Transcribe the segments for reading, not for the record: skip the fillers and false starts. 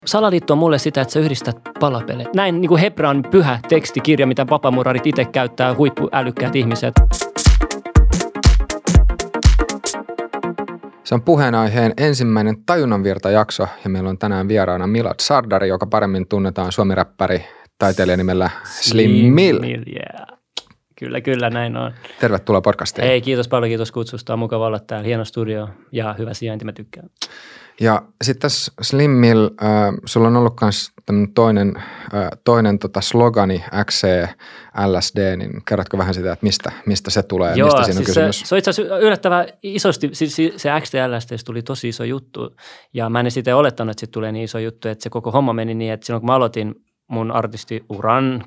Salaliitto on mulle sitä, että sä yhdistät palapelejä. Näin niin kuin Hebran pyhä tekstikirja, mitä vapamurarit itse käyttää, huippuälykkäät ihmiset. Se on puheenaiheen ensimmäinen Tajunnanvirta-jakso ja meillä on tänään vieraana Milad Sardari, joka paremmin tunnetaan suomiräppäri taiteilija nimellä Slim Mill. Yeah. Kyllä, näin on. Tervetuloa podcastiin. Hei, kiitos paljon, kiitos kutsusta. On mukava olla täällä. Hieno studio ja hyvä sijainti, mä tykkään. Ja sitten tässä Slim Mill, sulla on ollut myös toinen slogani XC LSD, niin kerrotko vähän sitä, että mistä se tulee ja mistä siinä on kysymys? Se on itse asiassa yllättävän isosti, siis se XC LSD tuli tosi iso juttu ja mä en sitten olettanut, että siitä tulee niin iso juttu, että se koko homma meni niin, että silloin kun mä aloitin mun artistiuran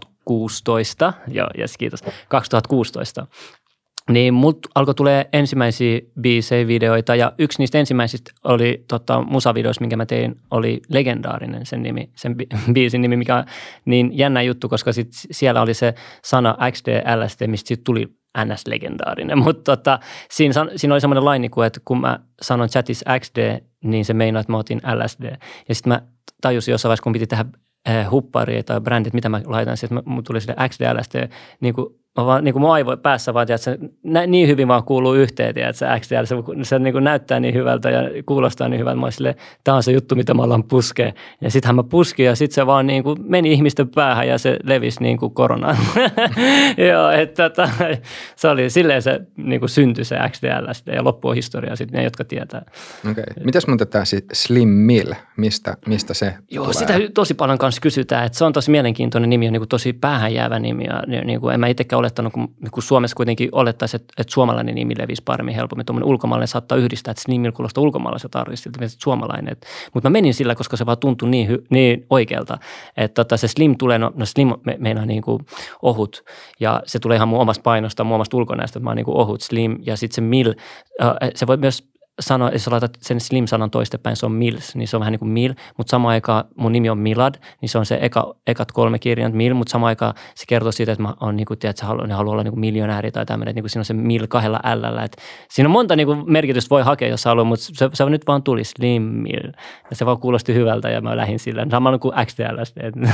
2016, kiitos, 2016, niin mut alkoi tulee ensimmäisiä biisejä, videoita ja yksi niistä ensimmäisistä oli musavideoissa, minkä mä tein, oli legendaarinen sen biisin nimi, mikä on niin jännä juttu, koska sit siellä oli se sana XD, LSD, mistä siitä tuli NS-legendaarinen, mutta siinä oli semmoinen laini, että kun mä sanon chatissa XD, niin se meinaa, että mä otin LSD ja sitten mä tajusin jossain vaiheessa, kun piti tehdä hupparia tai brändit, mitä mä laitan, sitten mun tuli sille XD, LSD, niin kuin mun aivo päässä vaan, että se niin hyvin vaan kuuluu yhteen, että se XDL, se niin kuin näyttää niin hyvältä ja kuulostaa niin hyvältä. Mä olin silleen, tämä on se juttu, mitä mä ollaan puskea. Ja sittenhän mä puskin ja sitten se vaan niin kuin meni ihmisten päähän ja se levisi niin kuin koronaan. Joo, että se oli silleen se niin kuin syntyi se XDL ja loppu on historiaa sitten ne, jotka tietää. Okei. Mitäs mun tämä Slim Mill, mistä se tulee? Sitä tosi paljon kanssa kysytään, että se on tosi mielenkiintoinen nimi ja niin kuin tosi päähän jäävä nimi ja niin kuin en mä itsekään olettanut, kun Suomessa kuitenkin olettaisiin, että suomalainen nimi levisi paremmin helpommin. Tuommoinen ulkomaalainen saattaa yhdistää, että Slim Mill kuulostaa ulkomaalaiselta artistilta, että suomalainen. Mutta mä menin sillä, koska se vaan tuntui niin oikealta. Että se Slim tulee, no Slim meinaa niin kuin ohut ja se tulee ihan mun omasta painosta, mun omasta ulkonäöstä, että mä oon niin kuin ohut, Slim ja sitten se Mill, se voi myös sanoa, jos laitat sen Slim-sanan toistepäin, se on Mills, niin se on vähän niin kuin Mill, mutta samaan aikaan mun nimi on Milad, niin se on se ekat 3 kirjat Mill, mutta samaan aikaan se kertoo siitä, että mä oon niin kuin, tiedät, että ne haluaa olla niin kuin miljonääri tai tämmöinen, että niin kuin siinä on se Mill 2 L:llä, että siinä on monta niin kuin merkitystä voi hakea, jos haluaa, mutta se nyt vaan tuli Slim Mill, ja se vaan kuulosti hyvältä ja mä lähdin sillä, samalla kuin XTLS,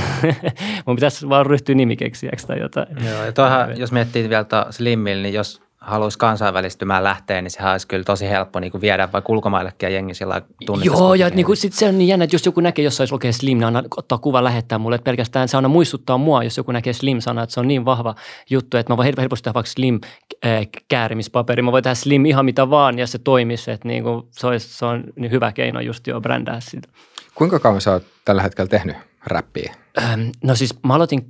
mun pitäisi vaan ryhtyä nimikeksijäksi tai jotain. Joo, ja toihan, jos miettii vielä Slim Mill, niin jos haluaisi kansainvälistymään lähteä, niin sehän olisi kyllä tosi helppo niin kuin viedä vaikka ulkomaillekin ja jengi sillä tunnistaisi. Joo, ja niin kuin, sit se on niin jännä, että jos joku näkee jossain lukee Slim, niin aina ottaa kuva lähettää mulle, että pelkästään se aina muistuttaa mua, jos joku näkee Slim-sana, että se on niin vahva juttu, että mä voin helposti tehdä vaikka Slim-käärimispaperi, mä voin tehdä Slim ihan mitä vaan, ja se toimisi, että niin kuin, se on niin hyvä keino just jo brändää sitä. Kuinka kauan sä oot tällä hetkellä tehnyt räppiä? No siis mä aloitin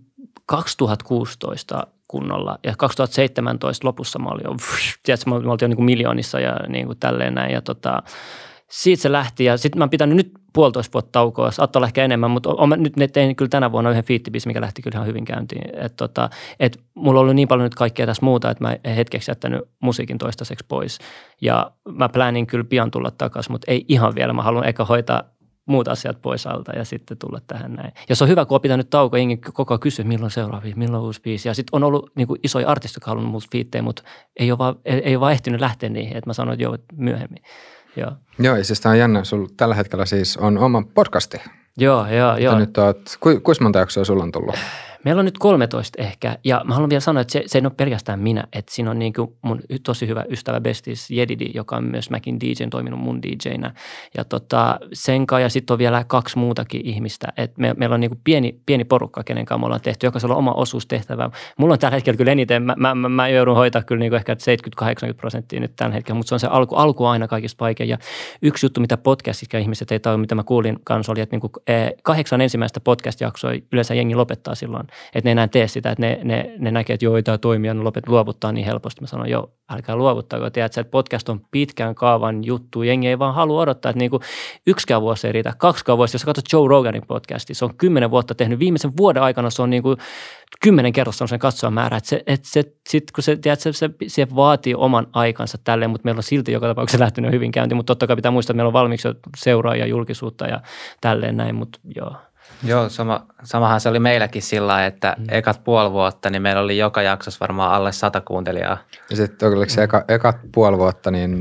2016 kunnolla. Ja 2017 lopussa mä olin jo, tiedätkö, me oltiin jo niin kuin miljoonissa ja niin kuin tälleen näin. Ja siitä se lähti ja sitten mä oon pitänyt nyt 1,5 vuotta taukoa, saattaa olla ehkä enemmän, mutta nyt tein kyllä tänä vuonna yhden fiittibiisin, mikä lähti kyllä ihan hyvin käyntiin. Et mulla on ollut niin paljon nyt kaikkea tässä muuta, että mä hetkeksi jättänyt musiikin toistaiseksi pois. Ja mä pläänin kyllä pian tulla takaisin, mutta ei ihan vielä. Mä haluan eka hoitaa muut asiat pois alta ja sitten tulla tähän näin. Ja se on hyvä, kun on pitänyt tauko, jengi koko ajan kysyy, milloin seuraava, milloin uusi biisi. Ja sitten on ollut niin kuin isoja artisteja, jotka on halunnut multa fiittejä, mutta ei ole vaan ehtinyt lähteä niihin, että mä sanoin, että joo, myöhemmin. Joo, ja siis tämä on jännä, sulla tällä hetkellä siis on oma podcasti. Joo. Nyt kuinka monta jaksoa sulla on tullut? Meillä on nyt 13 ehkä, ja mä haluan vielä sanoa, että se ei ole pelkästään minä, että siinä on niin kuin mun tosi hyvä ystävä Bestis Jedidi, joka on myös mäkin DJ:n toiminut mun DJ:nä, ja senkaan, ja sitten on vielä 2 muutakin ihmistä, että meillä on niin kuin pieni porukka, kenen kanssa me ollaan tehty, jokaisella on oma osuus tehtävä. Mulla on tällä hetkellä kyllä eniten, mä joudun hoitaa kyllä niin kuin ehkä 70-80% nyt tällä hetkellä, mutta se on se alku aina kaikista vaikea, ja yksi juttu, mitä podcastissa ihmiset ei tajua, mitä mä kuulin kanssa oli, että niin kuin 8 ensimmäistä podcast-jaksoa yleensä jengi lopettaa silloin. Että ne enää tee sitä, että ne näkee, että joo, tämä toimii ja ne luovuttaa niin helposti. Mä sanon, joo, älkää luovuttaako. Tiedätkö, että podcast on pitkän kaavan juttu. Jengi ei vaan halua odottaa, että niinku 1 vuosi ei riitä, 2 vuosi. Jos sä katsot Joe Roganin podcastia, se on 10 vuotta tehnyt. Viimeisen vuoden aikana se on niinku 10 kertaa sen katsojamäärä. Sitten kun se vaatii oman aikansa tälleen, mutta meillä on silti joka tapauksessa lähtenyt hyvin käyntiin. Mutta totta kai pitää muistaa, että meillä on valmiiksi jo seuraajia, julkisuutta ja tälleen näin, mutta joo. Joo, samahan se oli meilläkin sillä, että ekat 5 vuotta, niin meillä oli joka jaksossa varmaan alle 100 kuuntelijaa. Ja sitten oliko se ekat 5 vuotta, niin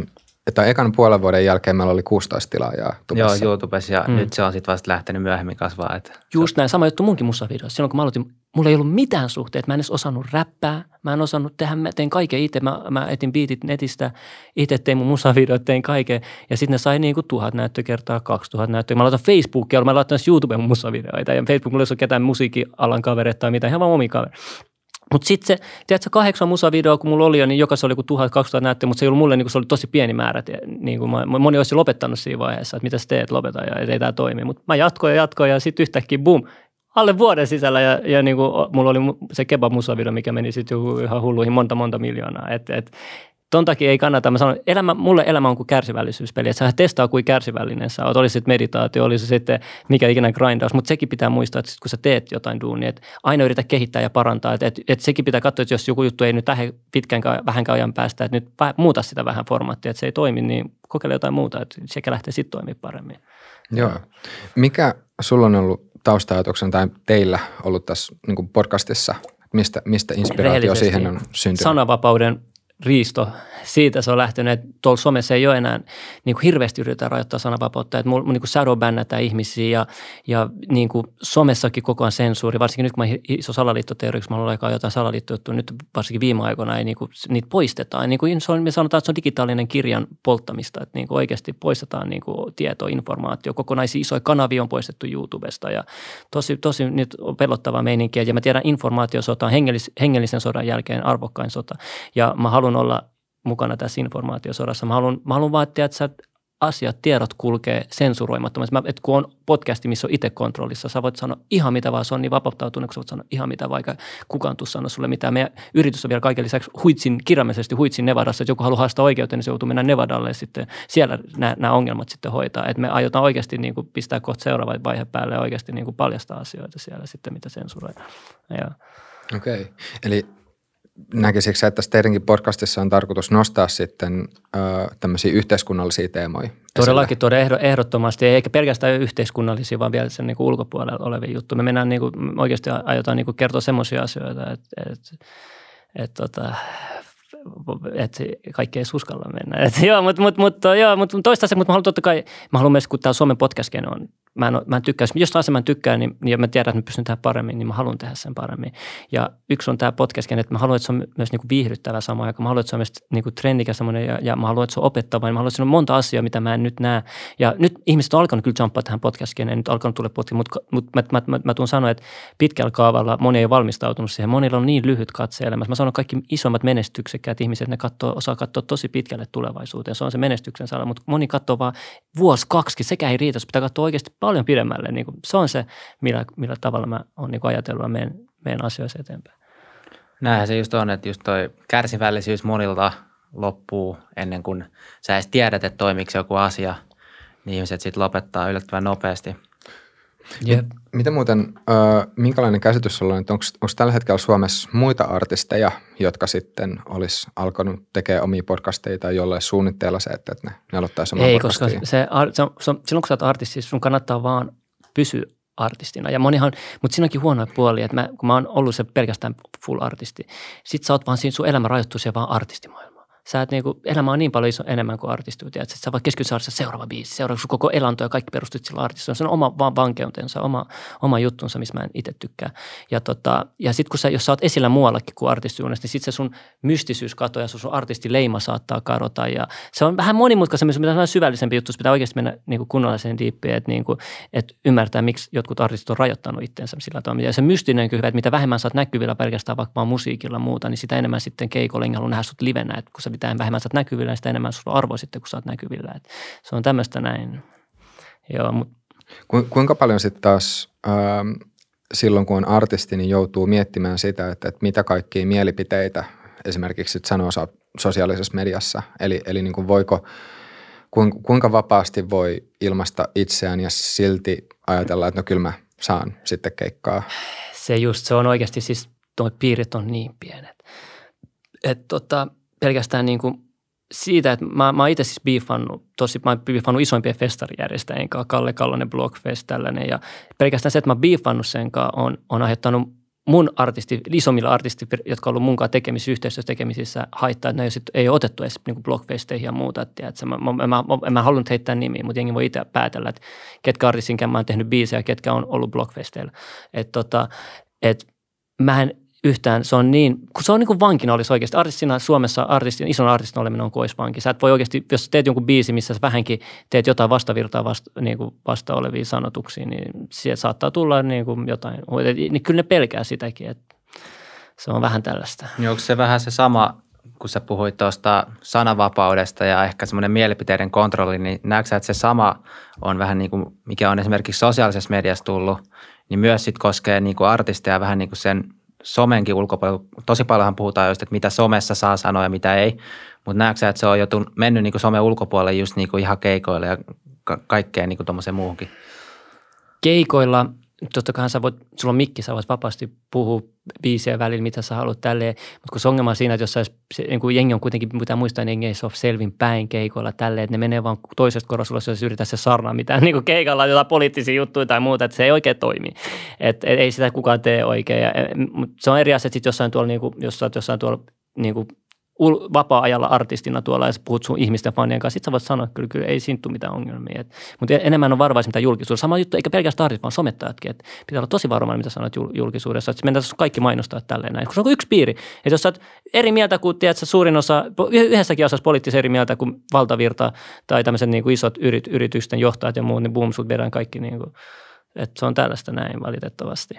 että ekan puolen vuoden jälkeen meillä oli 16 tilaajaa tubessa. Joo, YouTubessa ja nyt se on sitten vasta lähtenyt myöhemmin kasvaa. Just näin, sama juttu munkin musavideossa. Silloin kun mä aloitin, mulla ei ollut mitään suhteet. Mä en edes osannut räppää, mä en osannut tehdä, mä tein kaiken itse. Mä etin beatit netistä, itse tein mun musavideot, tein kaiken. Ja sitten ne sai niinku 1000 näyttöä kertaa 2000 näyttöä. Mä laitan Facebookia, mä laitan YouTubeen mun musavideoita. Ja Facebook, mulla ei ole ketään musiikialan kavereita tai mitään, ihan vaan omia kavereita. Mutta sitten se, tiedätkö, 8 musavideoa, kun mulla oli, niin jokaisen oli kuin 1000-2000 näyttöä, mutta se ei ollut mulle, niin se oli tosi pieni määrä. Niin kuin moni olisi lopettanut siinä vaiheessa, että mitä sä teet, lopeta ja ei tämä toimi. Mutta mä jatkoin ja sitten yhtäkkiä boom, alle vuoden sisällä ja niin kuin mulla oli se kebab-musavideo, mikä meni sitten ihan hulluihin monta miljoonaa. Ton takia ei kannata. Mä sanon, mulle elämä on kuin kärsivällisyyspeli. Että sä testaa, kuin kärsivällinen sä oot. Oli se sitten meditaatio, oli se sitten mikä ikinä grindaus. Mutta sekin pitää muistaa, että kun sä teet jotain duunia, että aina yritä kehittää ja parantaa. Että sekin pitää katsoa, että jos joku juttu ei nyt vähänkään ajan päästä, että nyt muuta sitä vähän formaattia, että se ei toimi, niin kokeile jotain muuta, että sekä lähtee sitten toimia paremmin. Joo. Mikä sulla on ollut tausta-ajatuksen tai teillä ollut tässä niin kuin podcastissa? Mistä inspiraatio siihen on syntynyt? Sananvapauden riisto, siitä se on lähtenyt, että tuolla somessa ei ole enää niin kuin hirveästi yritetään rajoittaa sananvapautta, että mulla niin kuin shadowbännätään ihmisiä ja niin kuin somessakin koko ajan sensuuri, varsinkin nyt kun mä iso salaliittoteoriksi, mä haluan aikaa jotain salaliittojuttua, nyt varsinkin viime aikoina ei niin kuin, niitä poistetaan. Niin kuin me sanotaan, että se on digitaalinen kirjan polttamista, että niin kuin oikeasti poistetaan niin kuin tietoa, informaatio, kokonaisia isoja kanavia on poistettu YouTubesta ja tosi nyt pelottavaa meininkiä ja mä tiedän informaatiosota on hengellisen sodan jälkeen arvokkain sota ja mä haluan olla mukana tässä informaatiosodassa. Mä haluan vaan, että tiedot kulkee sensuroimattomasti. Että kun on podcasti, missä on itse kontrollissa, sä voit sanoa ihan mitä vaan, se on niin vapauttautunut, kun sä voit sanoa ihan mitä, vaikka kukaan tuu sanoa sulle mitään. Meidän yritys on vielä kaiken lisäksi kirjaimellisesti huitsin Nevadassa, että joku haluaa haastaa oikeuteen, niin se joutuu mennä Nevadalle ja sitten siellä nämä ongelmat sitten hoitaa. Että me aiotaan oikeasti niin kuin pistää kohta seuraava vaihe päälle ja oikeasti niin kuin paljastaa asioita siellä sitten, mitä sensuroidaan. Okei. Eli näkisikö sä, että tässä teidänkin podcastissa on tarkoitus nostaa sitten tämmöisiä yhteiskunnallisia teemoja? Todellakin, ehdottomasti, eikä pelkästään yhteiskunnallisia, vaan vielä sen niin kuin ulkopuolella olevia juttuja. Me mennään niin kuin, oikeasti aiotaan niin kuin kertoa semmoisia asioita, että kaikki ei uskalla mennä. Mutta toistaiseksi, mutta mä haluan myös, kun tämä Suomen podcast on, mä en tykkää, jos jostain asiaa mä tykkään, niin, ja mä tiedän, että mä pystyn tehdä paremmin, niin mä haluan tehdä sen paremmin. Ja yksi on tämä podcast, että mä haluan, että se on myös niin kuin viihdyttävä samaan aikaan. Mä haluan, että se on myös niin kuin trendikä semmoinen, ja mä haluan, että se on opettava. Ja mä haluan, että siinä on monta asiaa, mitä mä en nyt näe. Ja nyt ihmiset on alkanut kyllä jumppaa tähän podcastiin, ja nyt alkanut tulla podcast, mutta mä tuun sanoa, että pitkällä kaavalla moni ei ole valmistautunut siihen. Monilla on niin lyhyt katse elämässä. Mä sanon, että kaikki isommat menestyksekkäät ihmiset, ne osaa katsoa tosi pitkälle tulevaisuuteen. Se on se menestyksen sala, mutta moni katsoo vaan vuosi, 2, sekä ei riitä, jos pitää katsoa oikeasti paljon pidemmälle. Niin kuin, se on se, millä tavalla mä oon niin ajatellut meidän asioissa eteenpäin. Näinhän se just on, että just toi kärsivällisyys monilta loppuu ennen kuin sä edes tiedät, että toimiiko joku asia, niin ihmiset sitten lopettaa yllättävän nopeasti. Yep. Miten muuten, minkälainen käsitys on, että onko tällä hetkellä Suomessa muita artisteja, jotka sitten olisi alkanut tekemään omia podcasteja tai jollain suunnitteilla se, että ne aloittaisi omaa podcastia? Ei, koska silloin kun sä oot artisti, sun kannattaa vaan pysyä artistina. Ja mutta siinä onkin huonoja puolia, että kun mä oon ollut se pelkästään full artisti, sit sä oot vaan siinä, sun elämä rajoittuu siihen vaan artistimaailmaan. Sä et elämä on niin paljon enemmän kuin artistuutia, että sä voit keskittyä seuraava biisi, seuraavaksi koko elanto ja kaikki perustuu sillä artistilla. Se on oma vaan vankeutensa, oma juttunsa, missä mä en itse tykkää. Ja sitten jos sä oot esillä muuallakin kuin artistijuudessa, niin sitten se sun mystisyys katoaa ja sun artistileima saattaa kadota. Ja se on vähän monimutkaisemmin, se on syvällisempi juttu, se pitää oikeasti mennä kunnolliseen diippiin, että ymmärtää, miksi jotkut artistit on rajoittanut itsensä sillä tavalla. Ja se mystinen kyllä, että mitä vähemmän sä oot näkyvillä pelkästään vaikka vaan musiikilla muuta, niin sitä enemmän sitten keikolla haluan nähdä sut livenä, että kun mitä vähemmän sä oot näkyvillä, sitä enemmän sulla on arvoa sitten, kun sä oot näkyvillä. Et se on tämmöistä näin. Joo, Kuinka paljon sitten taas silloin, kun on artisti, niin joutuu miettimään sitä, että mitä kaikkia mielipiteitä esimerkiksi sit sanoo sosiaalisessa mediassa. Eli niin kuin kuinka vapaasti voi ilmaista itseään ja silti ajatella, että no kyllä mä saan sitten keikkaa. Se on oikeasti siis, tuo piirit on niin pienet. Pelkästään niin kuin siitä, että mä oon itse siis biifannut isoimpien festarijärjestäjien kanssa, Kalle Kallonen, Blockfest, tällainen. Ja pelkästään se, että mä oon biifannut sen kanssa, on aiheuttanut isommilla artistit, jotka on ollut munkaan tekemisissä haittaa, että ne ei ole otettu edes niin Blockfesteihin ja muuta. Mä halunnut heittää nimiä, mutta jengi voi itse päätellä, että ketkä artistin mä oon tehnyt biisejä ja ketkä on ollut Blockfesteillä. Mä en yhtään, se on niin kuin vankina olisi oikeasti. Artistina Suomessa, ison artistin oleminen on kuin olisi vanki. Sä et voi oikeasti, jos teet jonkun biisi, missä sä vähänkin teet jotain vastavirtaa vasta olevia sanotuksia, niin sieltä saattaa tulla niin kuin jotain. Niin kyllä ne pelkää sitäkin, että se on vähän tällaista. Niin onko se vähän se sama, kun sä puhuit tuosta sananvapaudesta ja ehkä semmoinen mielipiteiden kontrolli, niin näetkö sä, että se sama on vähän niin kuin, mikä on esimerkiksi sosiaalisessa mediassa tullut, niin myös sit koskee niin kuin artisteja vähän niin kuin sen somenkin ulkopuolella. Tosi paljonhan puhutaan just, että mitä somessa saa sanoa ja mitä ei, mutta näetkö sä, että se on jo mennyt niin kuin somen ulkopuolelle just niin kuin ihan keikoille ja kaikkeen niin kuin tuommoiseen muuhunkin? Keikoilla, totta kai sulla on mikki, sä voit vapaasti puhua biisejä välillä, mitä sä haluat tälleen, mutta kun se ongelma on siinä, että jos niin kuin jengi on kuitenkin, pitää muistaa, että jengi ei ole selvin päin keikoilla tälleen, että ne menee vaan toisesta korosulosta, jos yritetään se sarnaa mitään niin kuin keikalla, jotain poliittisia juttuja tai muuta, että se ei oikein toimi. Että ei sitä kukaan tee oikein. Mutta se on eri asia, että sit jossain tuolla, niin kuin vapaa-ajalla artistina tuolla ja puhut sun ihmisten fanien kanssa, sit sä voit sanoa, että kyllä ei siinä tule mitään ongelmia. Mutta enemmän on varovaisia mitä julkisuudessa. Sama juttu, eikä pelkästään artistit, vaan somettajatkin. Että pitää olla tosi varovainen, mitä sanot julkisuudessa. Että mennään kaikki mainostaa tälleen näin. Kun se on yksi piiri. Että jos sä oot eri mieltä kuin, tiedätkö, suurin osa, yhdessäkin osassa poliittisen eri mieltä kuin valtavirta tai tämmöiset niin kuin isot yritysten johtajat ja muut, niin boom, sut vedään kaikki. Niin kuin, että se on tällaista näin valitettavasti.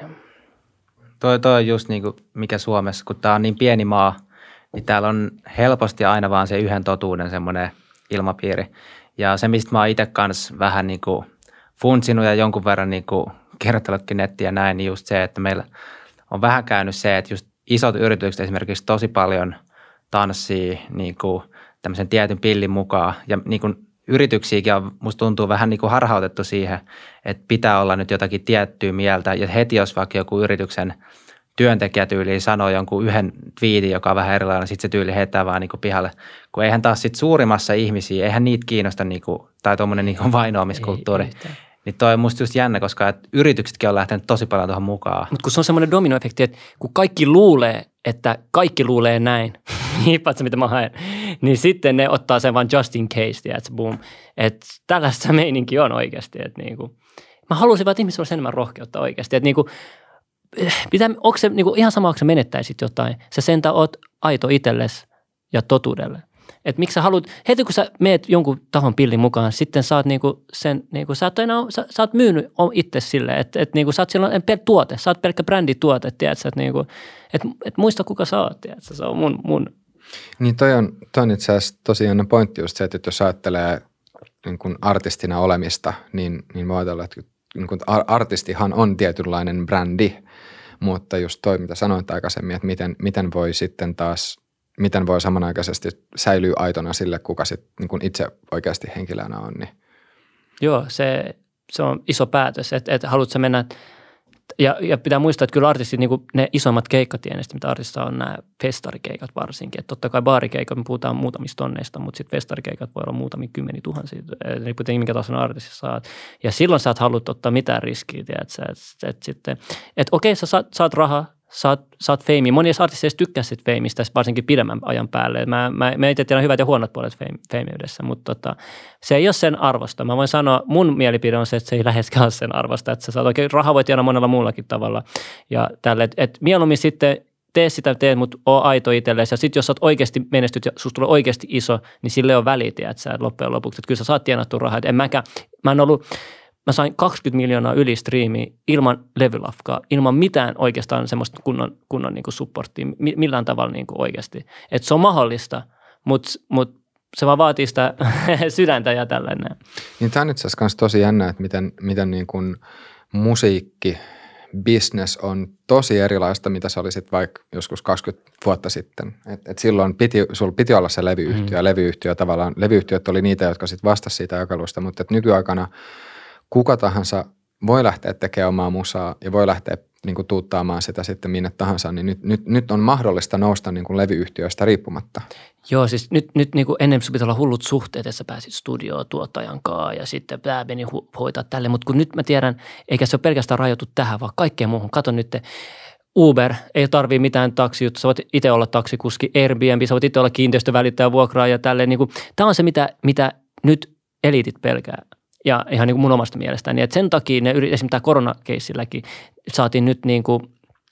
Toi on just niin kuin mikä Suomessa, kun tää on niin pieni maa, niin täällä on helposti aina vaan se yhden totuuden semmoinen ilmapiiri. Ja se, mistä mä oon itse kanssa vähän niin kuin funtsinut ja jonkun verran niin kuin kertellutkin nettiä näin, niin just se, että meillä on vähän käynyt se, että just isot yritykset esimerkiksi tosi paljon tanssii niin kuin tämmöisen tietyn pillin mukaan. Ja niin kuin yrityksiäkin on, musta tuntuu vähän niin kuin harhautettu siihen, että pitää olla nyt jotakin tiettyä mieltä. Ja heti jos vaikka joku yrityksen työntekijätyyliin sanoo jonkun yhden twiitin, joka on vähän erilainen, sitten se tyyli heittää vaan niinku pihalle. Kun eihän taas sit suurimmassa ihmisiä, eihän niitä kiinnosta niinku, tai tuommoinen niinku vainoamiskulttuuri. Niin toi on musta just jännä, koska yrityksetkin on lähtenyt tosi paljon tuohon mukaan. Mutta kun se on semmoinen dominoefekti, että kun kaikki luulee, että kaikki luulee näin, niin paitsi mitä mä haen, niin sitten ne ottaa sen vaan just in case, tiedätkö, boom. Että tällaista meininki on oikeasti. Että niinku, mä haluaisin vaan, että ihmisillä olisi enemmän rohkeutta oikeasti. Että niinku, onko se niinku ihan sama, onko sä menettäisit jotain? Sä sentään oot aito itsellesi ja totuudelle. Että miksi sä haluat, heti kun sä meet jonkun tahon pillin mukaan, sitten sä oot niinku sen, niinku sä oot myynyt itse silleen, että niinku sä oot silloin tuote, sä oot pelkkä brändituote, tiedätkö, että niinku, et muista kuka sä oot, tiedätkö, se on mun. Niin toi on itse asiassa tosi jännä pointti just se, että jos ajattelee niin kuin artistina olemista, niin voi ajatella, että niin kuin artistihan on tietynlainen brändi, mutta just toi, mitä sanoit aikaisemmin, että miten voi sitten taas, miten voi samanaikaisesti säilyä aitona sille, kuka sitten niin kuin itse oikeasti henkilönä on. Niin. Joo, se on iso päätös, että haluatko mennä, ja pitää muistaa, että kyllä artistit, niin kuin ne isommat keikkatienestä, mitä artistissa on nämä festarikeikat varsinkin. Että totta kai baarikeikat, me puhutaan muutamista tonneista, mutta sitten festarikeikat voi olla muutamia 10 000, riippuen minkä tason artistissa saat. Ja silloin sä et halua ottaa mitään riskiä, että okei, sä saat rahaa, saat feimiä. Moni artisteista tykkää sit feimistä, varsinkin pidemmän ajan päälle. Mä itse tiedän hyvät ja huonot puolet feimiydessä, mutta se ei ole sen arvosta. Mä voin sanoa, mun mielipide on se, että se ei läheskään ole sen arvosta, että sä saat oikein, rahaa voi tienaa monella muullakin tavalla. Ja tälle, että mieluummin sitten tee sitä, mutta oo aito itsellesi. Ja sitten jos sä oot oikeasti menestyt ja susta tulee oikeasti iso, niin sille on väliä, että sä loppujen lopuksi. Että kyllä sä saat tienattua rahaa. Mä sain 20 miljoonaa ylistriimiä ilman levylafkaa, ilman mitään oikeastaan semmoista kunnon niin kuin supporttia, millään tavalla niin kuin oikeasti. Että se on mahdollista, mutta se vaan vaatii sitä sydäntä ja tällainen. Niin tämä on itse asiassa myös tosi jännä, että miten niin kuin musiikki, business on tosi erilaista, mitä sä olisit vaikka joskus 20 vuotta sitten. Et silloin sulla piti olla se levyyhtiö, ja levyyhtiöt oli niitä, jotka sitten vastasivat siitä jakelusta, mutta nykyaikana kuka tahansa voi lähteä tekemään omaa musaa ja voi lähteä niin kuin tuuttaamaan sitä sitten minne tahansa, niin nyt on mahdollista nousta niin kuin levyyhtiöistä riippumatta. Joo, siis nyt niin kuin ennen sun pitää olla hullut suhteet, että sä pääsit studioon tuottajan kanssa ja sitten tämä meni hoitaa tälle, mutta kun nyt mä tiedän, eikä se ole pelkästään rajoitu tähän, vaan kaikkeen muuhun. Kato nyt, Uber, ei tarvitse mitään taksijuttua, sä voit itse olla taksikuski, Airbnb, sä voit itse olla kiinteistövälittäjä, vuokraa ja tälleen. Niin tämä on se, mitä nyt eliitit pelkää. Ja ihan niin kuin mun omasta mielestäni. Että sen takia esimerkiksi tämä koronakeissilläkin saatiin nyt niin kuin,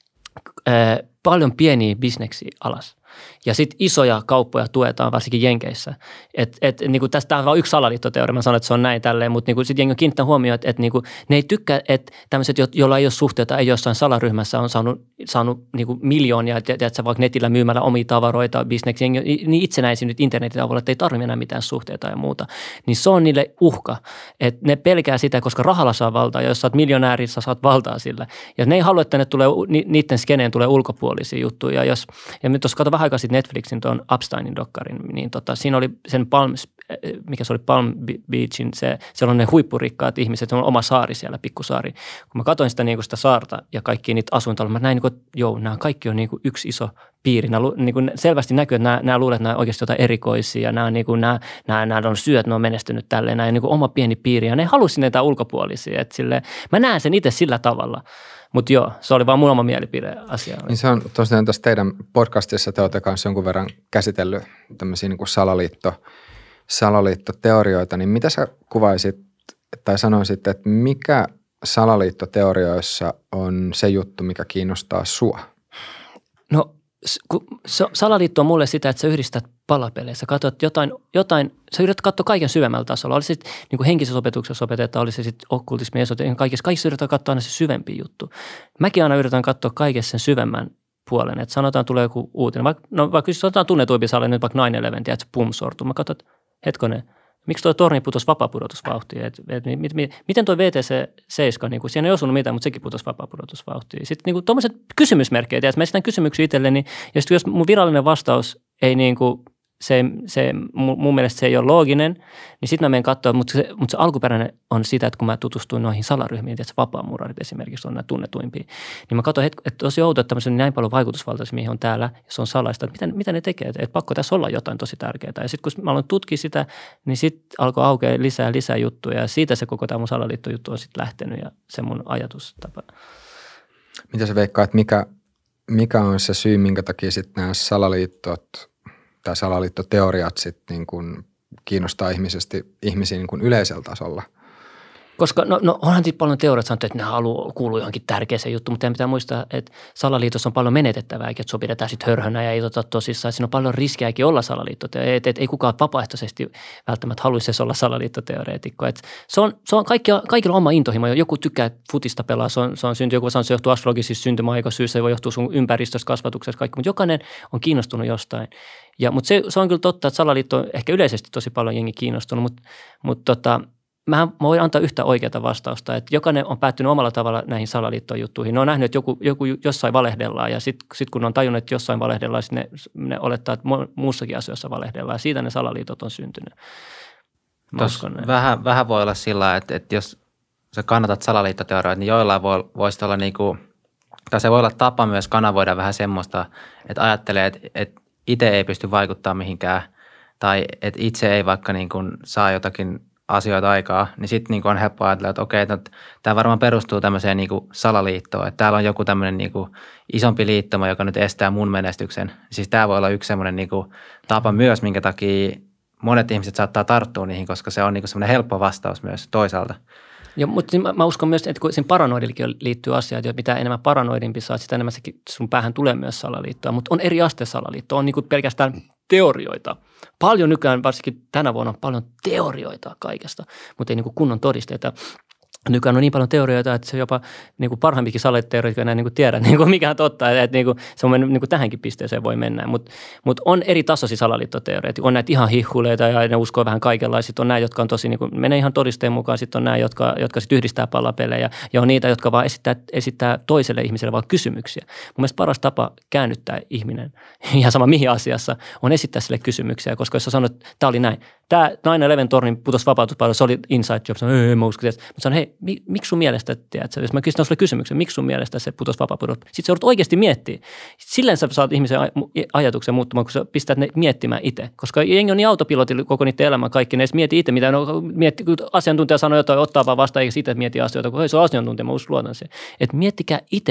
paljon pieniä bisneksiä alas. Ja sitten isoja kauppoja tuetaan, varsinkin Jenkeissä. Niin tästä on vain yksi salaliittoteoria, mä sanon, että se on näin tälleen, mutta niin sitten jengi on kiinnittänyt huomioon, että niin ne ei tykkää, että tämmöiset, joilla ei ole suhteita, ei jossain salaryhmässä on saanut niin miljoonia, että vaikka netillä myymällä omia tavaroita, bisneksiä, niin itsenäisiä nyt internetin avulla, että ei tarvitse enää mitään suhteita ja muuta. Niin se on niille uhka, että ne pelkää sitä, koska rahalla saa valtaa, ja jos sä oot miljonääri, sä saat valtaa sillä. Ja ne ei halua, että niiden skeneen tulee ulkopuolisia juttuja. Ja me tuossa katsoin vähän aikaa sitten Netflixin tuon Epsteinin dokkarin, niin siinä oli sen Palm Beachin, siellä on ne huippurikkaat ihmiset, se on oma saari siellä, pikkusaari. Kun mä katsoin sitä, sitä saarta ja kaikkia niitä asuintaloja, mä näin, että nämä kaikki on yksi iso piiri. Selvästi näkyy, että nämä luulee, että nämä on oikeasti jotain erikoisia ja nämä on syöt, ne on menestynyt tälleen, nämä on oma pieni piiri ja ne halusi näitä ulkopuolisia. Mä näen sen itse sillä tavalla. Mutta joo, se oli vaan mun oma mielipide asia. Niin se on tosiaan tässä teidän podcastissa, te olette kanssa jonkun verran käsitellyt tämmöisiä niin kuin salaliittoteorioita, niin mitä sä kuvaisit tai sanoisit, että mikä salaliittoteorioissa on se juttu, mikä kiinnostaa sua? No salaliitto on mulle sitä, että sä yhdistät palapeleissä, katsot jotain, sä yrität katsoa kaiken syvemmällä tasolla. Oli se sitten niin henkisessä opetuksessa opetetaan, oli se sitten okkultismi, esoteriikka, kaikissa yritetään katsoa aina se syvempi juttu. Mäkin aina yritän katsoa kaikessa sen syvemmän puolen, että sanotaan tulee joku uutinen. Vaikka jos sanotaan tunnetuimpi sali, nyt vaikka 9/11, että se pum sortuu. Mä katson, hetkonen, miksi tuo torni putosi vapaapudotusvauhtiin? Miten tuo VTC-7, niin siinä ei osunut mitään, mutta sekin putosi vapaapudotusvauhtiin. Sitten niin tuommoiset kysymysmerkkejä, että mä esitän kysymyksiä itselleni, ja jos mun virallinen vastaus ei mun mielestä se ei ole looginen, niin sitten mä menen katsoa, mutta se alkuperäinen on sitä, että kun mä tutustuin noihin salaryhmiin, että vapaamuurarit esimerkiksi on nämä tunnetuimpia, niin mä katsoin, että tosi outo, että tämmöisen näin paljon vaikutusvaltaisia, mihin on täällä, ja se on salaista, että mitä ne tekee, että pakko tässä olla jotain tosi tärkeää. Ja sitten kun mä aloin tutkia sitä, niin sitten alkoi aukeaa lisää juttuja, ja siitä se koko tämä mun salaliittojuttu on sitten lähtenyt, ja se mun ajatustapa. Mitä sä veikkaat, mikä on se syy, minkä takia sitten nämä salaliittot tai salaliittoteoriat sitten niin kuin kiinnostaa ihmisiä niin kuin yleisellä tasolla? Koska onhan siitä paljon teoriat sanottu, että ne kuuluu johonkin tärkeäseen juttuun, mutta pitää muistaa, että salaliitossa on paljon menetettävää, että se pidetään sitten hörhönä ja ei tosissaan. Siinä on paljon riskejäkin olla salaliittoteoreetikko, että ei kukaan vapaaehtoisesti välttämättä haluaisi olla salaliittoteoreetikko. Se on kaikilla oma intohimo. Joku tykkää futista pelaa, se on synty, joku sanoo, se johtuu astrologisista syntymäaikasyistä, se voi johtua sun ympäristöstä, kasvatuksesta, kaikki, mutta jokainen on kiinnostunut jostain. Mutta se on kyllä totta, että salaliitto on ehkä yleisesti tosi paljon jengi kiinnostunut, mutta mä voin antaa yhtä oikeaa vastausta, että jokainen on päättynyt omalla tavalla näihin salaliittojuttuihin. Ne on nähnyt, että joku jossain valehdellaan ja sitten kun on tajunnut, että jossain valehdellaan, ne olettaa, että muussakin asioissa valehdellaan ja siitä ne salaliitot on syntynyt. Vähän voi olla sillä, että jos sä kannatat salaliittoteorioita, niin joillain voisi olla tai se voi olla tapa myös kanavoida vähän semmoista, että ajattelee, että itse ei pysty vaikuttamaan mihinkään tai että itse ei vaikka saa jotakin asioita aikaa, niin sitten on helppo ajatella, että okei, tämä varmaan perustuu tämmöiseen salaliittoon, että täällä on joku tämmöinen isompi liittoma, joka nyt estää mun menestyksen. Siis tämä voi olla yksi semmoinen tapa myös, minkä takia monet ihmiset saattaa tarttua niihin, koska se on semmoinen helppo vastaus myös toisaalta. Ja, mutta mä uskon myös, että kun sen paranoidillekin liittyy asiaa, että mitä enemmän paranoidimpi saat, sitä enemmän sun päähän tulee myös salaliittoa. Mutta on eri aste salaliittoa, on pelkästään teorioita. Paljon nykyään, varsinkin tänä vuonna, on paljon teorioita kaikesta, mutta ei kunnon todisteita. Nykyään on niin paljon teorioita, että se jopa parhaimpikin salaliittoteorioita enää tiedä, mikä on totta. Että se on mennyt tähänkin pisteeseen voi mennä. Mutta on eri tasoisia salaliittoteorioita. On näitä ihan hihhuleita ja ne uskoo vähän kaikenlaisia. On nämä, jotka on tosi, menee ihan todisteen mukaan. Sitten on nämä, jotka sitten yhdistää pallapelejä. Ja on niitä, jotka vaan esittää toiselle ihmiselle vaan kysymyksiä. Mun mielestä paras tapa käännyttää ihminen, ihan sama mihin asiassa, on esittää sille kysymyksiä. Koska jos sä sanot, että tämä oli näin. Tämä 9/11 tornin putosi vapautuspalvelu, se oli inside job. Ei mä usko. Mutta sanon, hei, miksi sun mielestä, tiedätkö, jos mä kysyn sulle kysymyksen, miksi sun mielestä se putosi vapaapudotus? Sitten sä joudut oikeasti miettiä. Silleen sä saat ihmisen ajatuksen muuttumaan, kun sä pistät ne miettimään itse. Koska jengi on niin autopilotilla koko niiden elämän kaikki, ne edes mieti itse, mitä kun asiantuntija sanoo jotain, ottaa vaan vastaan, eikä siitä mieti asioita, kun hei, se on asiantuntija, mä luotan siihen. Että miettikää itse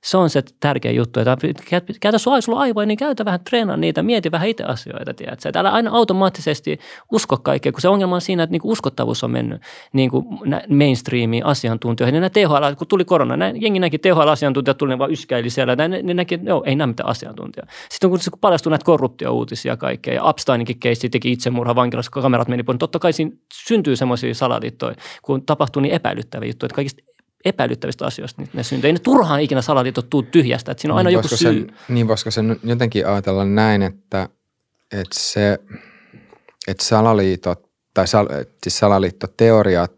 Se on se tärkeä juttu, että käytä sulla aivoja, niin käytä vähän, treenaa niitä, mieti vähän itse asioita, tiedätkö? Älä aina automaattisesti usko kaikkea, kun se ongelma on siinä, että niinku uskottavuus on mennyt niinku mainstreamiin asiantuntijoihin. Ja nämä THL, kun tuli korona, jengi näki THL-asiantuntijat, tuli ne vaan yskäili siellä, ne näki, että joo, ei näe mitään asiantuntijaa. Sitten kun paljastui näitä korruptio-uutisia ja kaikkea, ja Epsteininkin keissi teki itsemurha vankilassa, kun kamerat meni pois, totta kai siinä syntyy semmoisia salaliittoja, kun tapahtuu niin epäilyttäviä juttuja, että kaikista epäilyttävistä asioista niin ne syntyy. Ei ne turhaan ikinä salaliitot tuu tyhjästä, että siinä on aina joku syy. Voisiko sen jotenkin ajatella näin, että salaliitot tai siis salaliittoteoriat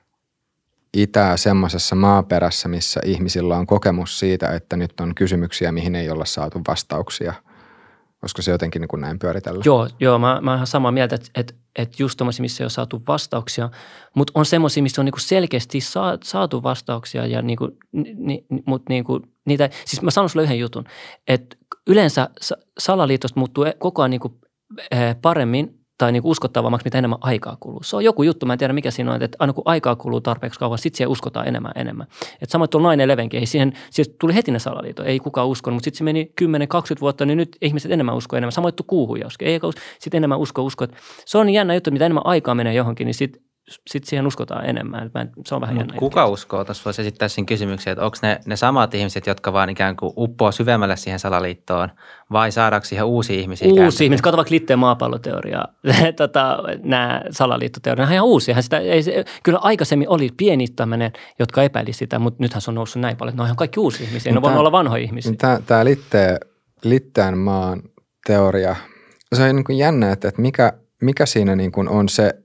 itää semmoisessa maaperässä, missä ihmisillä on kokemus siitä, että nyt on kysymyksiä, mihin ei olla saatu vastauksia. Olisiko se jotenkin niin kuin näin pyöritellä? Joo, mä oon ihan samaa mieltä, että just tommosia, missä ei ole saatu vastauksia, mutta on semmoisia, missä on niinku selkeästi saatu vastauksia, ja mutta niitä, siis mä sanon sulle yhden jutun, että yleensä salaliitosta muuttuu koko ajan niinku paremmin tai niinku uskottavammaksi, mitä enemmän aikaa kuluu. Se on joku juttu, mä en tiedä mikä siinä on, että aina kun aikaa kuluu tarpeeksi kauan, sitten siihen uskotaan enemmän. Että samoin tuolla 9/11, ei siihen tuli heti ne salaliito, ei kukaan uskonut, mutta sitten se meni 10-20 vuotta, niin nyt ihmiset enemmän uskoo enemmän. Samoin kuuhujauskin, ei sitten enemmän usko. Se on jännä juttu, mitä enemmän aikaa menee johonkin, niin sitten siihen uskotaan enemmän. Se on vähän jännä. Kuka uskoo? Tuossa voisi esittää siinä kysymyksiä, että onko ne samat ihmiset, jotka vaan ikään kuin uppoo syvemmälle siihen salaliittoon, vai saadaanko siihen uusia ihmisiä? Uusia ihmisiä. Kato vaikka Litteen maapalloteoriaa, nämä salaliittoteoriat. Nämä ihan uusia. Kyllä aikaisemmin oli pieni tämmöinen, jotka epäili sitä, mutta nythän se on noussut näin paljon. Ne on ihan kaikki uusia ihmisiä. Ne on voinut olla vanhoja ihmisiä. Tämä Litteen maan teoria, se on niin kuin jännä, että mikä siinä niin kuin on se,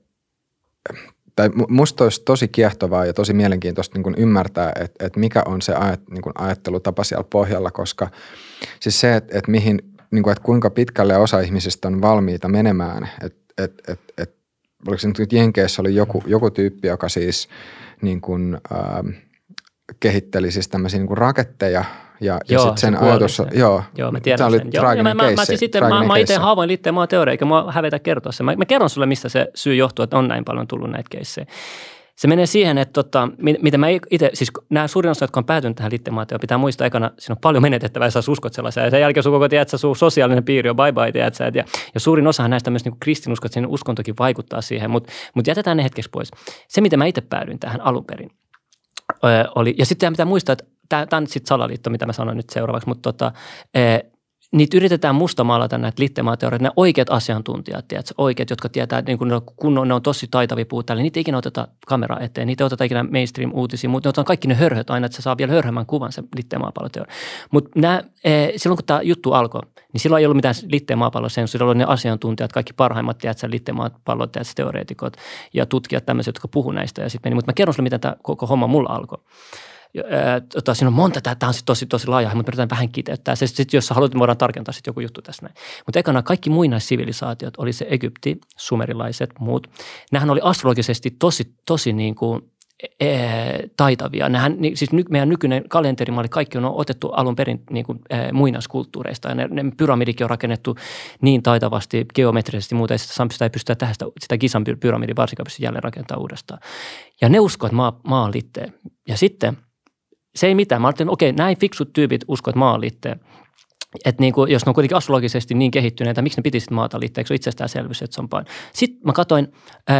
tai musta olisi tosi kiehtovaa ja tosi mielenkiintoista niin kuin ymmärtää, että mikä on se niin kuin ajattelutapa siellä pohjalla, koska siis se, että mihin, niin kuin, että kuinka pitkälle osa ihmisistä on valmiita menemään, että oliko se nyt Jenkeissä oli joku tyyppi, joka siis niin kuin, kehitteli siis tämmöisiä niin kuin raketteja, ja sitten sen ajatus, joo, mä tiedän oli sen. traaginen keissi. Mä itse haavoin Litteen maan teoria, eikä mua hävetä kertoa se. Mä kerron sulle, mistä se syy johtuu, että on näin paljon tullut näitä keissejä. Se menee siihen, että mitä mä itse, siis nämä suurin osa, jotka on päätynyt tähän Litteen maan teoriaan, pitää muistaa ekana, siinä on paljon menetettävää, ja sä uskot sellaisia. Ja sen jälkeen sun koko tiedät, sun sosiaalinen piiri on bye, tiedät, ja suurin osahan näistä myös niin kuin kristinuskot, että siinä uskontokin vaikuttaa siihen, mutta jätetään ne hetkeksi pois. Se, mitä mä itse päädyin tähän alun perin, oli, ja sitten pitää muistaa, että tämä on sitten salaliitto, mitä mä sanon nyt seuraavaksi, mutta niitä yritetään mustamaalata näitä Litteen-maa-teorioita, ne oikeat asiantuntijat, tiedätkö, oikeat, jotka tietää, niin kun ne on tosi taitavia puhua täällä, niitä ei ikinä oteta kameraa eteen, niitä ei oteta ikinä mainstream-uutisia, mutta ne otetaan kaikki ne hörhöt aina, että se saa vielä hörhemmän kuvan se Litteen-maapalloteoria. Mutta silloin kun tämä juttu alkoi, niin silloin ei ollut mitään Litteen-maapallosensuuria, silloin oli ne asiantuntijat, kaikki parhaimmat, tiedätkö, Litteen-maapalloteoreetikot ja tutkijat tämmöiset, jotka puhu näistä ja sitten meni. Mutta mä kerron sulle, miten tämä koko homma mulla alkoi. Siinä on monta, tämä on tosi laaja, mutta yritän vähän kiteyttää. Sitten jos haluat, me voidaan tarkentaa sitten joku juttu tässä näin. Mutta ekana kaikki muinaissivilisaatiot, oli se Egypti, sumerilaiset, muut. Nämähän oli astrologisesti tosi niin kuin taitavia. Nämähän, siis meidän nykyinen kalenterimalli, kaikki on otettu alun perin niin kuin, muinaiskulttuureista. Ja ne pyramidikin on rakennettu niin taitavasti, geometrisesti muuta, että sitä ei pystytä tähän sitä Gizan pyramidin varsinkaan pysty jälleen rakentamaan uudestaan. Ja ne uskoo, että maa on litteen. Ja sitten se ei mitään. Mä ajattelin, okei, näin fiksut tyypit uskoo, että maa on litteen. Että niin kuin, jos ne on kuitenkin astrologisesti niin kehittyneitä, miksi ne piti sitten maata litteen? Eikö se ole itsestäänselvyys, että se on pain? Sitten mä katsoin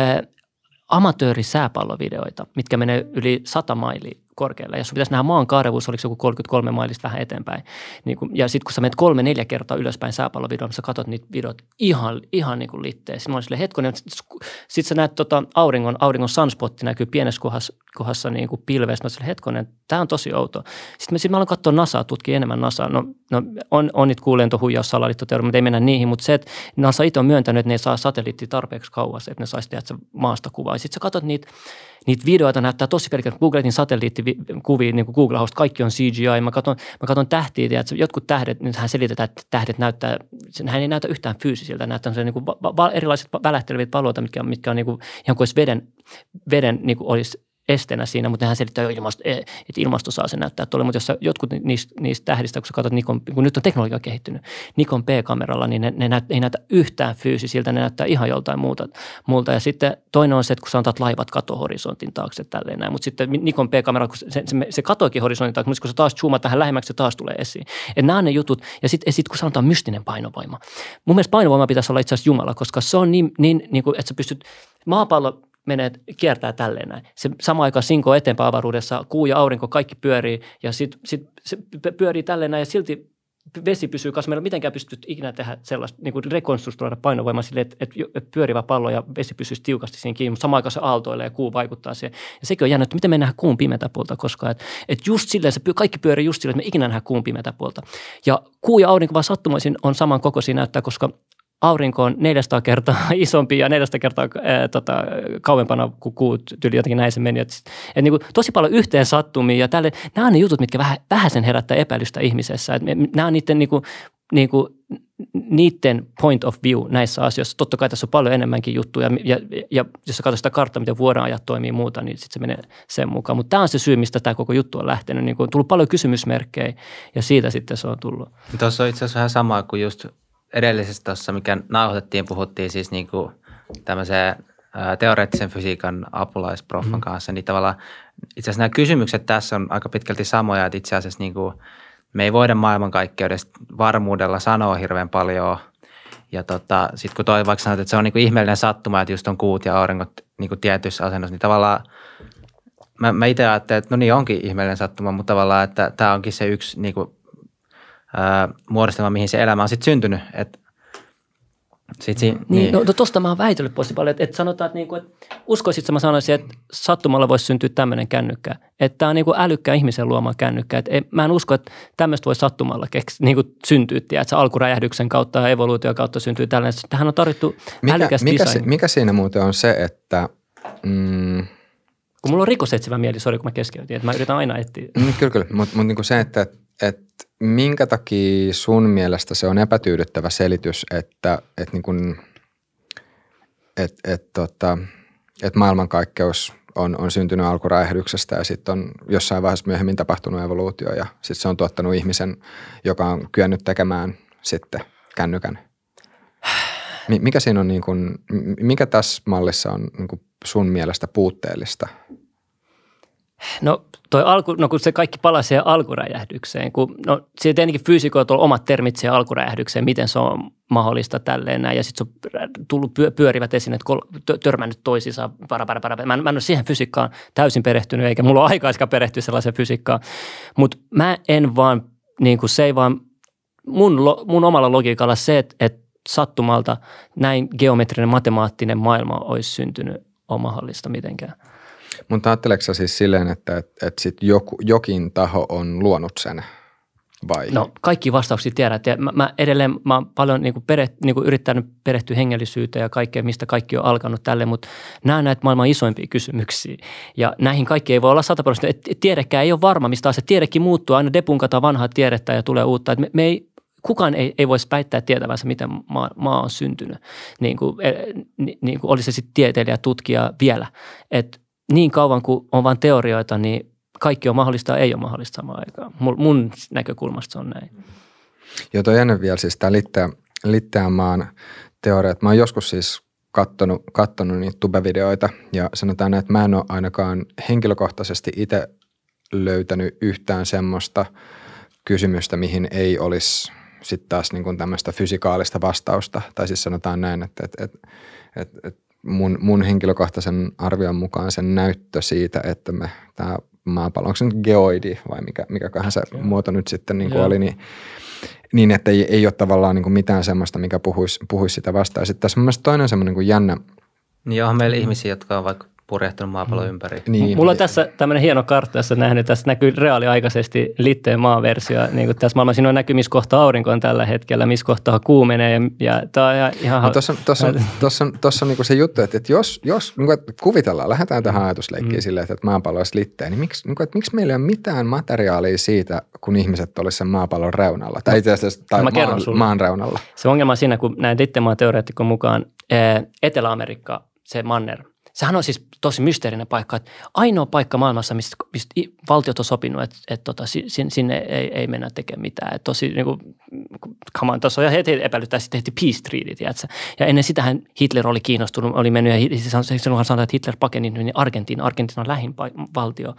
amatöörisääpallovideoita, mitkä menee yli 100 mailia korkealle. Ja jos pitäisi nähdä maan kaarevuus, oliko se joku 33 mailista vähän eteenpäin. Niin kuin, ja sitten kun sä menet 3-4 kertaa ylöspäin sääpallovideoilla, sä katsot niitä videot ihan niin kuin litteen. Sitten mä olin silleen hetkonen, sitten sä näet auringon sunspotti näkyy pienessä kohdassa niin kuin pilveessä. Mä olin silleen hetkonen, tää on tosi outo. Sitten mä aloin katsoa NASAa, tutkia enemmän NASAa. No on niitä kuulentohuijaus, salaliittoteoria, mutta ei mennä niihin. Mutta se, että NASA itse on myöntänyt, että ne ei saa satelliittia tarpeeksi kauas, että ne saisi tehdä maasta kuvaa. Sitten sä katsot niitä videoita, näyttää tosi pelkät. Googletin satelliittikuvia, niin kuin Google-hausta, kaikki on CGI. Mä katson tähtiä, että jotkut tähdet, nythän selitetään, että tähdet näyttää, hän ei näytä yhtään fyysisiltä, näyttää niin kuin erilaiset välähtelevät valoita, mitkä on niin kuin, ihan kuin olisi veden niin kuin olisi esteenä siinä, mutta nehän selittää jo että ilmasto saa sen näyttää tuolle, mutta jos jotkut niistä tähdistä, kun sä katsot kun nyt on teknologia kehittynyt, Nikon P-kameralla, niin ne ei näytä yhtään fyysisiltä, ne näyttää ihan joltain muulta. Ja sitten toinen on se, että kun sä otat laivat katohorisontin taakse tälleen näin, mutta sitten Nikon P-kameralla, kun se katoikin horisontin taakse, mutta kun sä taas zoomat tähän lähemmäksi, se taas tulee esiin. Että nämä on ne jutut, ja sitten kun sanotaan mystinen painovoima. Mun mielestä painovoima pitäisi olla itse asiassa Jumala, koska se on niin kuin, että sä pystyt, maapallo kiertää tälleen näin. Se sama aikaan sinkoo eteenpäin avaruudessa, kuu ja aurinko, kaikki pyörii ja sitten se pyörii tälleen näin ja silti vesi pysyy kanssa. Meillä mitenkään pystyt ikinä tehdä sellaista, niin kuin rekonstruoida painovoimaa silleen, että pyörivä pallo ja vesi pysyisi tiukasti siinä kiinni, mutta samaan aikaan se aaltoilee ja kuu vaikuttaa siihen. Ja sekin on jännä, että miten me nähdään kuun pimeätä puolta koskaan. Että just silleen, kaikki pyörii just silleen, että me ikinä nähdään kuun pimeätä puolta. Ja kuu ja aurinko vaan sattumaisin on saman kokoisia näyttää, koska aurinko on 400 kertaa isompi ja 400 kertaa kauempana kuin kuut, tyyli jotenkin näin se meni. Että niin kuin, tosi paljon yhteen sattumia ja tälle, nämä on ne jutut, mitkä vähäsen herättää epäilystä ihmisessä. Että nämä on niiden point of view näissä asioissa. Totta kai tässä on paljon enemmänkin juttuja ja jos sä katsot sitä karttaa, miten vuodenajat toimii ja muuta, niin sitten se menee sen mukaan. Mutta tämä on se syy, mistä tämä koko juttu on lähtenyt. Niin on tullut paljon kysymysmerkkejä ja siitä sitten se on tullut. Tuossa on itse asiassa vähän sama kuin just edellisessä tuossa, mikä nauhoitettiin, puhuttiin siis niin kuin tämmöisen teoreettisen fysiikan apulaisproffan kanssa, niin tavallaan itse asiassa nämä kysymykset tässä on aika pitkälti samoja, että itse asiassa niin kuin me ei voida maailmankaikkeudesta varmuudella sanoa hirveän paljon ja sitten kun toi vaikka sanot, että se on niin kuin ihmeellinen sattuma, että just on kuut ja auringot niin kuin tietyissä asennossa, niin tavallaan mä itse ajattelen, että no niin onkin ihmeellinen sattuma, mutta tavallaan, että tämä onkin se yksi niin kuin muodostelma, mihin se elämä on sitten syntynyt. Niin. No tuosta mä oon väitellyt tosi paljon, että sanotaan, että, niinku, että uskoisit, mä sanoisin, että sattumalla voisi syntyä tämmöinen kännykkä. Että tämä on niinku älykkää ihmisen luoma kännykkä. Että mä en usko, että tämmöistä voi sattumalla niinku syntyä, että se alkuräjähdyksen kautta ja evoluution kautta syntyy tällainen. Tähän on tarvittu älykäs design. Mikä siinä muuten on se, että kun mulla on rikosetsivä mieli, sori kun mä keskeytin, että mä yritän aina etsiä. Kyllä, mutta niinku se, että minkä takia sun mielestä se on epätyydyttävä selitys, että maailmankaikkeus on syntynyt alkuräjähdyksestä ja sitten on jossain vaiheessa myöhemmin tapahtunut evoluutio ja sitten se on tuottanut ihmisen, joka on kyennyt tekemään sitten kännykän. Mikä siinä on mikä tässä mallissa on sun mielestä puutteellista? No kun se kaikki palaa siihen alkuräjähdykseen, siinä tietenkin fyysikoilla on omat termit siihen alkuräjähdykseen, miten se on mahdollista tälleen näin, ja sitten se on tullut pyörivät esineet, törmännyt toisiinsa, Mä en ole siihen fysiikkaan täysin perehtynyt, eikä mulla ole aikaiskaan perehtyä sellaiseen fysiikkaan, mutta mä en vaan, se ei vaan, mun omalla logiikalla se, että sattumalta näin geometrinen, matemaattinen maailma olisi syntynyt, on mahdollista mitenkään. Mutta ajatteleeko sä siis silleen, että sit jokin taho on luonut sen vai? No kaikki vastauksia tiedät. Mä oon paljon yrittänyt perehtyä hengellisyyteen ja kaikkea, mistä kaikki on alkanut tälle, mutta nämä on näitä maailman isoimpia kysymyksiä. Ja näihin kaikki ei voi olla 100%. Tiedekään ei ole varma, mistä se tiedekin muuttuu. Aina depunkataan vanhaa tiedettä ja tulee uutta. Kukaan ei voisi väittää tietävänsä, miten maa on syntynyt. Niin kuin oli se sitten tieteilijä, tutkija vielä. Että niin kauan kuin on vain teorioita, niin kaikki on mahdollista ja ei ole mahdollista samaan aikaan. Mun näkökulmasta se on näin. Joo, toi ennen vielä siis tämä Litteänmaan teoria. Mä oon joskus siis kattonut niitä tubevideoita ja sanotaan, että mä en ole ainakaan henkilökohtaisesti itse löytänyt yhtään semmoista kysymystä, mihin ei olisi sitten taas niin kuin tämmöistä fysikaalista vastausta. Tai siis sanotaan näin, että mun henkilökohtaisen arvion mukaan sen näyttö siitä, että tämä maapallo, onko se nyt geoidi vai mikäköhän se muoto nyt sitten niin kuin oli, niin että ei ole tavallaan niin kuin mitään semmoista, mikä puhuisi sitä vastaan. Sitten tässä on mielestäni toinen semmoinen kuin jännä. Niin onhan meillä ihmisiä, jotka on vaikka purjehtunut maapallon ympäri. Niin. Mulla on tässä tämmöinen hieno kartta, jossa nähnyt, tässä näkyy reaaliaikaisesti Litteen maaversio. Niin kuin tässä maailmassa siinä on näkyy, missä kohtaa aurinko on tällä hetkellä, missä kohtaa kuu menee. Ja tämä on ihan... Tuossa on niin kuin se juttu, että jos niin kuin, että kuvitellaan, lähdetään tähän ajatusleikkiin silleen, että maapallo olisi Litteen, niin miksi meillä ei ole mitään materiaalia siitä, kun ihmiset olisivat sen maapallon reunalla? Tai itse asiassa maan reunalla. Se ongelma on siinä, kun näin Litteen maan teoreettikon mukaan Etelä-Amerikka, se manner, sehän on siis tosi mysteerinen paikka, että ainoa paikka maailmassa, mistä valtiot on sopinut, että sinne ei mennä tekemään mitään. Että tosi niin kuin, come on, tuossa on heti epäilyttää, sitten tehtiin peace treaty, tiedätkö? Ja ennen sitähän Hitler oli kiinnostunut, oli mennyt, ja silloinhan sanotaan, että Hitler pakeni niin Argentiina on lähin valtio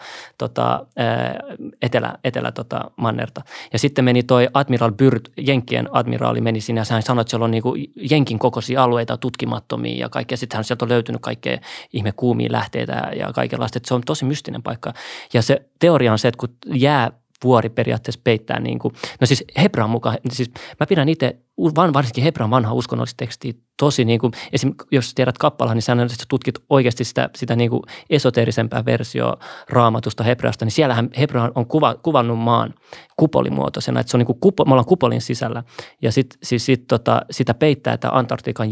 etelä mannerta. Ja sitten meni toi Admiral Byrd, Jenkkien admiraali meni sinne, ja hän sanoi, että siellä on niin kuin Jenkin kokoisia alueita tutkimattomia ja kaikkea. Sitten sieltä on löytynyt kaikkea ihme kuumia lähteitä ja kaikenlaista, että se on tosi mystinen paikka. Ja se teoria on se, että kun jäävuori periaatteessa peittää niin kuin, no siis Hebraan mukaan, siis mä pidän itse varsinkin Hebraan vanhaa uskonnollista tekstiä tosi niin kuin, esimerkiksi jos tiedät Kappalaa, niin säännöllisesti tutkit oikeasti sitä niin kuin esoteerisempää versiota Raamatusta Hebraasta, niin siellähän Hebra on kuvannut maan kupolimuotoisena, että se on niin kuin me ollaan kupolin sisällä ja sitä peittää tämä Antarktikan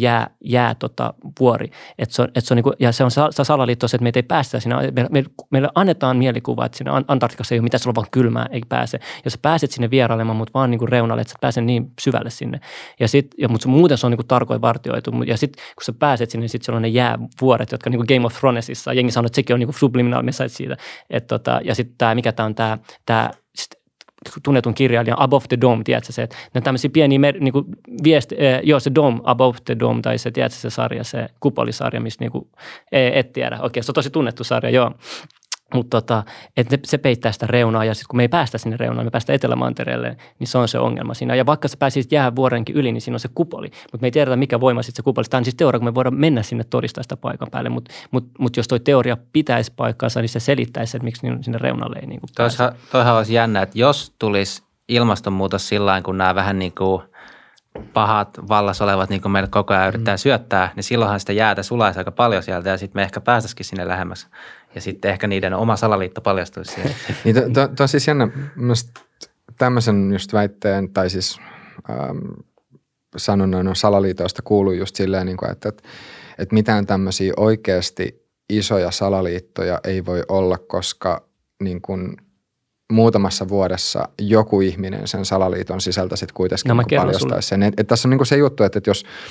vuori, että se on niin kuin, ja se on salaliitto, että meitä ei päästä sinne, meille annetaan mielikuva, että siinä Antarktikassa ei ole mitään, se on vaan kylmää, ei pääse. Jos sä pääset sinne vierailemaan, mutta vaan niin kuin reunalle, että sä pääset niin syvälle sinne. Mutta muuten se on niin kuin tarkoin vartioitu. Ja sitten kun sä pääset sinne, niin sitten siellä on ne jäävuoret, jotka niin kuin Game of Thronesissa, jengi sanoo, että sekin on niin kuin subliminal message siitä. Ja sitten tämä tunnetun kirjailijan Above the Dome, tiedätkö se, että ne tämmöisiä pieniä niin se Dome, Above the Dome, tai se, tiedätkö se sarja, se kupolisarja, missä niin kuin, et tiedä. Okei, se on tosi tunnettu sarja, joo. Mutta että se peittää sitä reunaa ja sitten kun me ei päästä sinne reunaan, me päästään Etelämantereelle, niin se on se ongelma siinä. Ja vaikka sä pääsisit jäävuorenkin yli, niin siinä on se kupoli, mutta me ei tiedetä mikä voima sitten se kupoli. Tämä on siis teoria, kun me voidaan mennä sinne todistaa sitä paikan päälle, mutta jos toi teoria pitäisi paikkaansa, niin se selittäisi, että miksi sinne reunalle ei niin kuin pääse. Toihan olisi jännä, että jos tulisi ilmastonmuutos sillain, kun nämä vähän niin kuin pahat vallassa olevat niin kuin meille koko ajan yrittää syöttää, niin silloinhan sitä jäätä sulaisi aika paljon sieltä ja sitten me ehkä päästäisikin sinne lähemmäs. Ja sitten ehkä niiden oma salaliitto paljastuisi siihen. Niin tuo on siis jännä, tämmöisen just väitteen, tai siis sanonnan salaliitoista kuuluu just silleen, niin kuin, että mitään tämmöisiä oikeasti isoja salaliittoja ei voi olla, koska niin kuin muutamassa vuodessa joku ihminen sen salaliiton sisältä sitten kuitenkin paljastaisi sen. Et tässä on niin kuin se juttu, että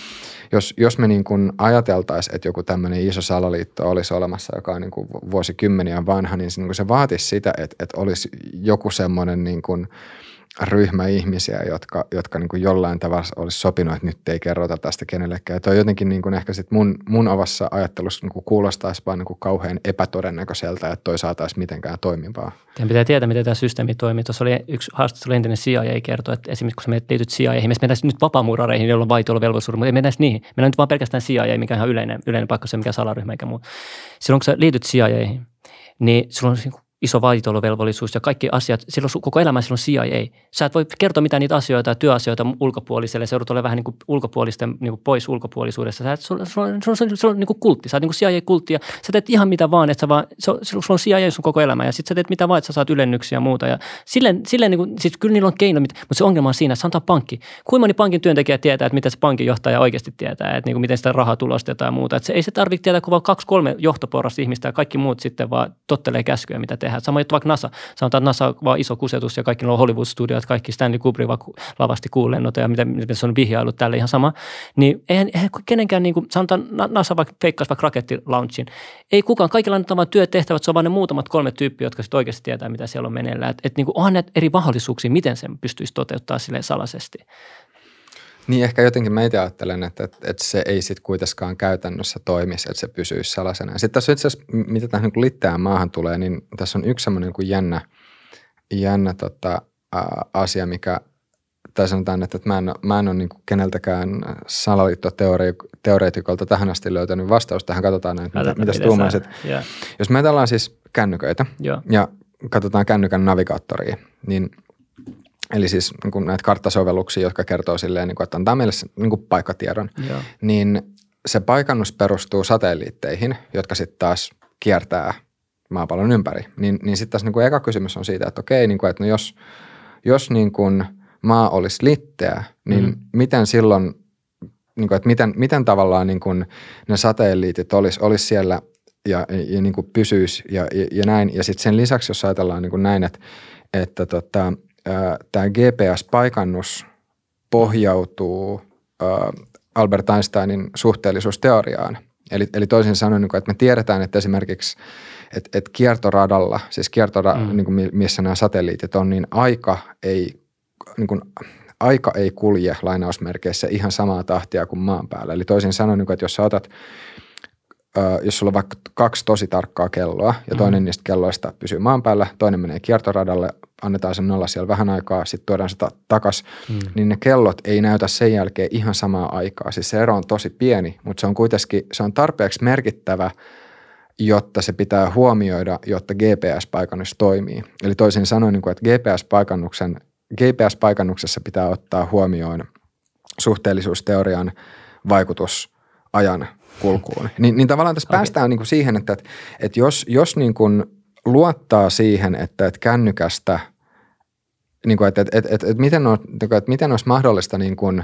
jos me niin kuin ajateltaisiin, että joku tämmöinen iso salaliitto olisi olemassa, joka on niin kuin vuosikymmeniä vanha, niin se vaatisi sitä, että olisi joku semmoinen niin kuin ryhmä ihmisiä, jotka niin kuin jollain tavalla olisi sopinut, että nyt ei kerrota tästä kenellekään. Ja toi jotenkin niin kuin ehkä sitten mun omassa ajattelussa niin kuin kuulostaisi vaan niin kuin kauhean epätodennäköiseltä, että toi saataisiin mitenkään toimivaa. Teidän pitää tietää, miten tämä systeemi toimii. Tuossa oli yksi haastattelu, entinen CIA kertoi, että esimerkiksi kun sä liityt CIA:ihin, me mennään nyt vapaamuurareihin, joilla on vaitiolovelvollisuus, mutta ei mennä niihin. Mennään nyt vaan pelkästään CIA, mikä on ihan yleinen paikka, se mikä salaryhmä eikä muu. Silloin kun sä liityt CIA:ihin, niin sulla on iso vaitiolovelvollisuus ja kaikki asiat, silloin koko elämä silloin CIA. Sä et voi kertoa mitään niitä asioita ja työasioita ulkopuoliselle, se joudut olemaan vähän niin kuin ulkopuolisten, niin kuin pois ulkopuolisuudessa. Sulla on niin kuin kultti, sä oot niin kuin CIA-kultti ja sä teet ihan mitä vaan, että sulla on CIA sun koko elämä ja sitten sä teet mitä vaan, että sä saat ylennyksiä ja muuta. Ja silleen niin kuin, siis kyllä niillä on keino, mutta se ongelma on siinä, että sanotaan pankki. Kuinka moni pankin työntekijä tietää, että mitä se pankin johtaja oikeasti tietää, että niin kuin miten sitä rahaa tulostetaan ja muuta. Että ei se tarvitse tietää, kun vaan 2-3 johtoporrasta ihmistä ja kaikki muut sitten vaan tottelee käskyä, mitä tehdään. Sama juttu vaikka NASA. Sanotaan, että NASA on vaan iso kusetus ja kaikki on Hollywood-studiot, kaikki Stanley Kubrick vaan lavasti kuulennota ja miten se on vihjailut tälle ihan sama. Niin eihän kenenkään, niin kuin, sanotaan NASA vaikka feikkaisi vaikka rakettilaunchin. Ei kukaan, kaikilla annetaan vaan työtehtävät, se on vaan ne muutamat 3 tyyppiä, jotka sitten oikeasti tietää, mitä siellä on meneillään. Että niin onhan näitä eri mahdollisuuksia, miten sen pystyisi toteuttaa silleen salaisesti. Niin ehkä jotenkin mä itse ajattelen, että se ei sitten kuitenkaan käytännössä toimisi, että se pysyisi salaisena. Ja sitten tässä itse asiassa, mitä tähän niin littään maahan tulee, niin tässä on yksi semmoinen kuin jännä asia, mikä, tai sanotaan, että mä en ole niin kuin keneltäkään salaliittoteoreetikolta tähän asti löytänyt vastausta. Tähän katsotaan näin, mitä tuumaiset. Yeah. Jos me ajatellaan siis kännyköitä ja katsotaan kännykän navigaattoria, niin eli siis niin näitä karttasovelluksia, jotka kertoo silleen, että antaa meille niin paikkatiedon, niin se paikannus perustuu satelliitteihin, jotka sitten taas kiertää maapallon ympäri. Niin sitten taas niin eka kysymys on siitä, että okei, niin kuin, että no jos niin kuin maa olisi litteä, niin miten silloin, niin kuin, että miten tavallaan niin kuin ne satelliitit olisi siellä ja niin kuin pysyisi ja näin. Ja sitten sen lisäksi, jos ajatellaan niin kuin näin, että tämä GPS-paikannus pohjautuu Albert Einsteinin suhteellisuusteoriaan. Eli toisin sanoen, niin kuin, että me tiedetään, että esimerkiksi että kiertoradalla, siis niin kuin missä nämä satelliitit on, niin aika ei kulje lainausmerkeissä ihan samaa tahtia kuin maan päällä. Eli toisin sanoen, että jos sulla on vaikka 2 tosi tarkkaa kelloa ja toinen niistä kelloista pysyy maan päällä, toinen menee kiertoradalle, annetaan sen olla siellä vähän aikaa, sitten tuodaan sitä takaisin, niin ne kellot ei näytä sen jälkeen ihan samaa aikaa. Siis se ero on tosi pieni, mutta se on kuitenkin, se on tarpeeksi merkittävä, jotta se pitää huomioida, jotta GPS-paikannus toimii. Eli toisin sanoen, että GPS-paikannuksessa pitää ottaa huomioon suhteellisuusteorian vaikutus ajan kulkuun. Niin tavallaan tässä päästään niin kuin siihen, että jos niin kuin luottaa siihen, että kännykästä, niin kuin, että miten olisi mahdollista niin kuin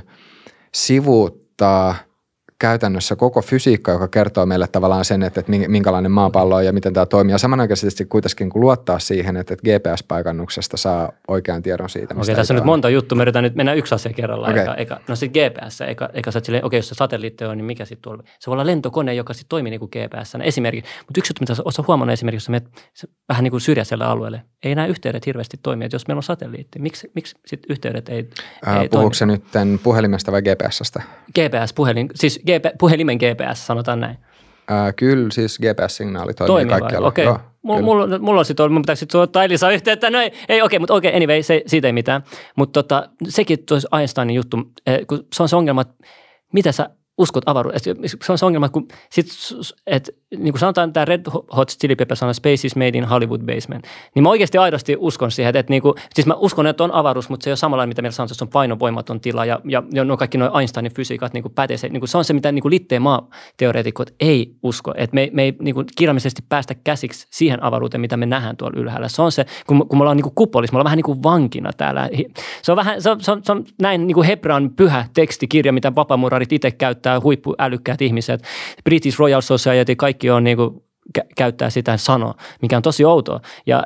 sivuuttaa käytännössä koko fysiikka, joka kertoo meille tavallaan sen, että minkälainen maapallo on ja miten tämä toimii. Ja samanaikaisesti kuitenkin kun luottaa siihen, että GPS-paikannuksesta saa oikean tiedon siitä. Okei, tässä on nyt monta juttua. Me yritetään nyt mennä yksi asia kerrallaan. No sitten GPS, eikä sä silleen, jos se satelliitti on, niin mikä sitten tuolla? Se voi olla lentokone, joka sitten toimii niin kuin GPS. Esimerkiksi, mutta yksi juttu, mitä olet huomannut esimerkiksi, jos menet vähän niin kuin syrjäiselle alueelle, ei nämä yhteydet hirveästi toimi. Että jos meillä on satelliitti, miksi sitten yhteydet ei toimi? Puhuuko se nyt puhelimesta vai GPS:stä? GPS-puhelin, siis puhelimen GPS, sanotaan näin. Kyllä, siis GPS-signaali toimii kaikkialla. Okei. Mulla on sitten ollut, mun pitääkö sitten ottaa Elisa yhteyttä? No mutta anyway, siitä ei mitään. Mutta sekin olisi Einsteinin juttu, kun se on se ongelma, että mitä sä uskot avaruudesta. Se on se ongelma, kun niin kuin sanotaan tämä Red Hot Chili Peppers sanoo Space is made in Hollywood basement, niin mä oikeasti aidosti uskon siihen, että niin kuin, siis mä uskon, että on avaruus, mutta se ei ole samanlainen, mitä meillä sanotaan, että se on painovoimaton tila ja no kaikki nuo Einsteinin fysiikat niin kuin pätee. Se on se, mitä niin kuin litteen maateoreetikot ei usko, että me ei niin kuin kirjallisesti päästä käsiksi siihen avaruuteen, mitä me nähdään tuolla ylhäällä. Se on se, kun me ollaan niin kuin kupolissa, me ollaan vähän niin kuin vankina täällä. Se on vähän, se on näin niin kuin Hebran pyhä tekstikirja, mitä vapamurarit itse käyttää, huippuälykkäät ihmiset, British Royal Society, kaikki on niin kuin, käyttää sitä sanoa, mikä on tosi outoa.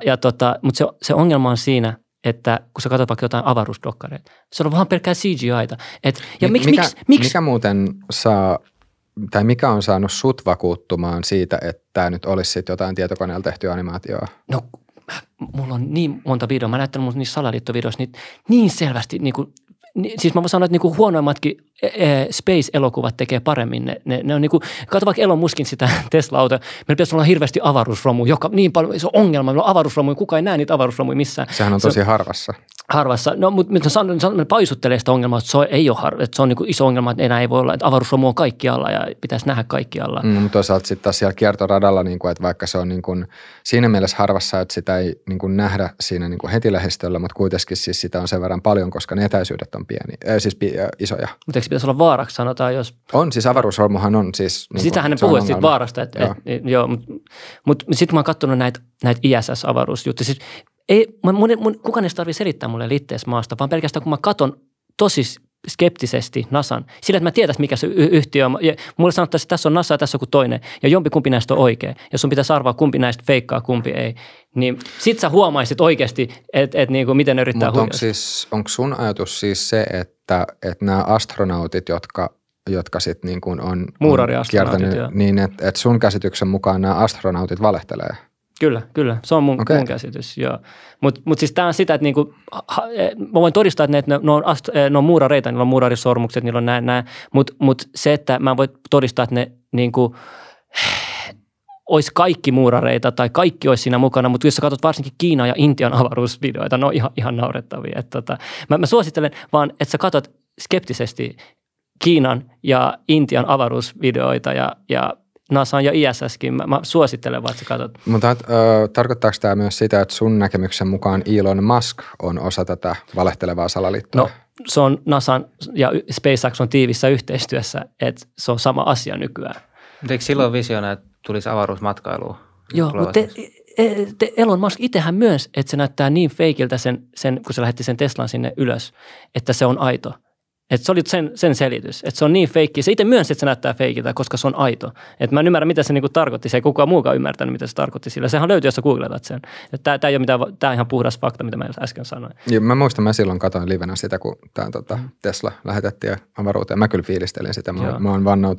Mutta se ongelma on siinä, että kun sä katsot vaikka jotain avaruusdokkareita, se on vaan pelkkää CGI-ta. Mikä muuten saa, tai mikä on saanut sut vakuuttumaan siitä, että tämä nyt olisi sitten jotain tietokoneella tehtyä animaatioa? No, mulla on niin monta videoa. Mä näyttänyt niissä salaliittovideoissa niin selvästi, siis mä voin sanoa, että niinku huonoimmatkin Space-elokuvat tekee paremmin. Ne on niinku, katso vaikka Elon Muskin sitä Tesla-autoa, meillä pitäisi olla hirveästi avaruusromuja, joka niin paljon, se on ongelma, meillä on avaruusromuja, kukaan ei näe niitä avaruusromuja missään. Sehän on tosi harvassa. No, mutta me paisuttelee sitä ongelmaa, että se ei ole että se on niinku iso ongelma, että enää ei voi olla, että avaruusromu on kaikkialla ja pitäisi nähdä kaikkialla. Mutta toisaalta sitten taas siellä kiertoradalla, niinku, että vaikka se on niinku, siinä mielessä harvassa, että sitä ei niinku nähdä siinä niinku heti lähistöllä, mutta kuitenkin siis sitä on sen verran paljon, koska ne etäisyydet on isoja. Mutta eikö pitäisi olla vaaraksi, sanotaan, jos... On, siis avaruusromuhan on siis... Niin sitähän ne puhuivat siitä vaarasta, mutta sitten mä oon katsonut näitä ISS-avaruusjuttuja. Siis kukaan ei tarvitse selittää mulle litteessä maasta, vaan pelkästään kun mä katson tosi skeptisesti NASAn, sillä että mä tietäisin, mikä se yhtiö on. Ja mulle sanottaisiin, että tässä on NASA ja tässä on joku toinen, ja jompikumpi näistä on oikea. Jos sun pitäisi arvaa, kumpi näistä feikkaa, kumpi ei, niin sit sä huomaisit oikeasti, että niinku, miten ne yrittää huijata. Mutta onko sun ajatus siis se, että nämä astronautit, jotka sitten niin kuin on kiertänyt, niin että sun käsityksen mukaan nämä astronautit valehtelee? Kyllä. Se on mun käsitys, joo. Mutta siis tämä on sitä, että niinku, mä voin todistaa, että ne on muurareita, niillä on muurarisormukset, niillä on nämä, mutta se, että mä voin todistaa, että ne niinku, olisi kaikki muurareita tai kaikki olisi siinä mukana, mutta jos sä katsot varsinkin Kiinan ja Intian avaruusvideoita, ne on ihan naurettavia. Mä suosittelen vaan, että sä katsot skeptisesti Kiinan ja Intian avaruusvideoita ja NASAn ja ISSkin. Mä suosittelen vaan, että sä katsot. Mutta tarkoittaako tämä myös sitä, että sun näkemyksen mukaan Elon Musk on osa tätä valehtelevaa salaliittoa? No, se on NASAn ja SpaceX on tiivissä yhteistyössä, että se on sama asia nykyään. Mutta eikö silloin visiona, että tulisi avaruusmatkailuun? Joo, mutta Elon Musk itsehän myös, että se näyttää niin feikiltä sen, kun se lähetti sen Teslan sinne ylös, että se on aito. Että se oli sen selitys, että se on niin feikki. Se itse myönsi, että se näyttää feikiltä, koska se on aito. Että mä en ymmärrä, mitä se niinku tarkoitti. Se ei kukaan muukaan ymmärtänyt, mitä se tarkoitti sillä. Sehän löytyy, jos sä googletat sen. Tämä ei ole mitään, tämä on ihan puhdas fakta, mitä mä äsken sanoin. Joo, mä muistan, mä silloin katsoin livenä sitä, kun tämä Tesla lähetettiin avaruuteen. Mä kyllä fiilistelin sitä. Mä oon vannoutunut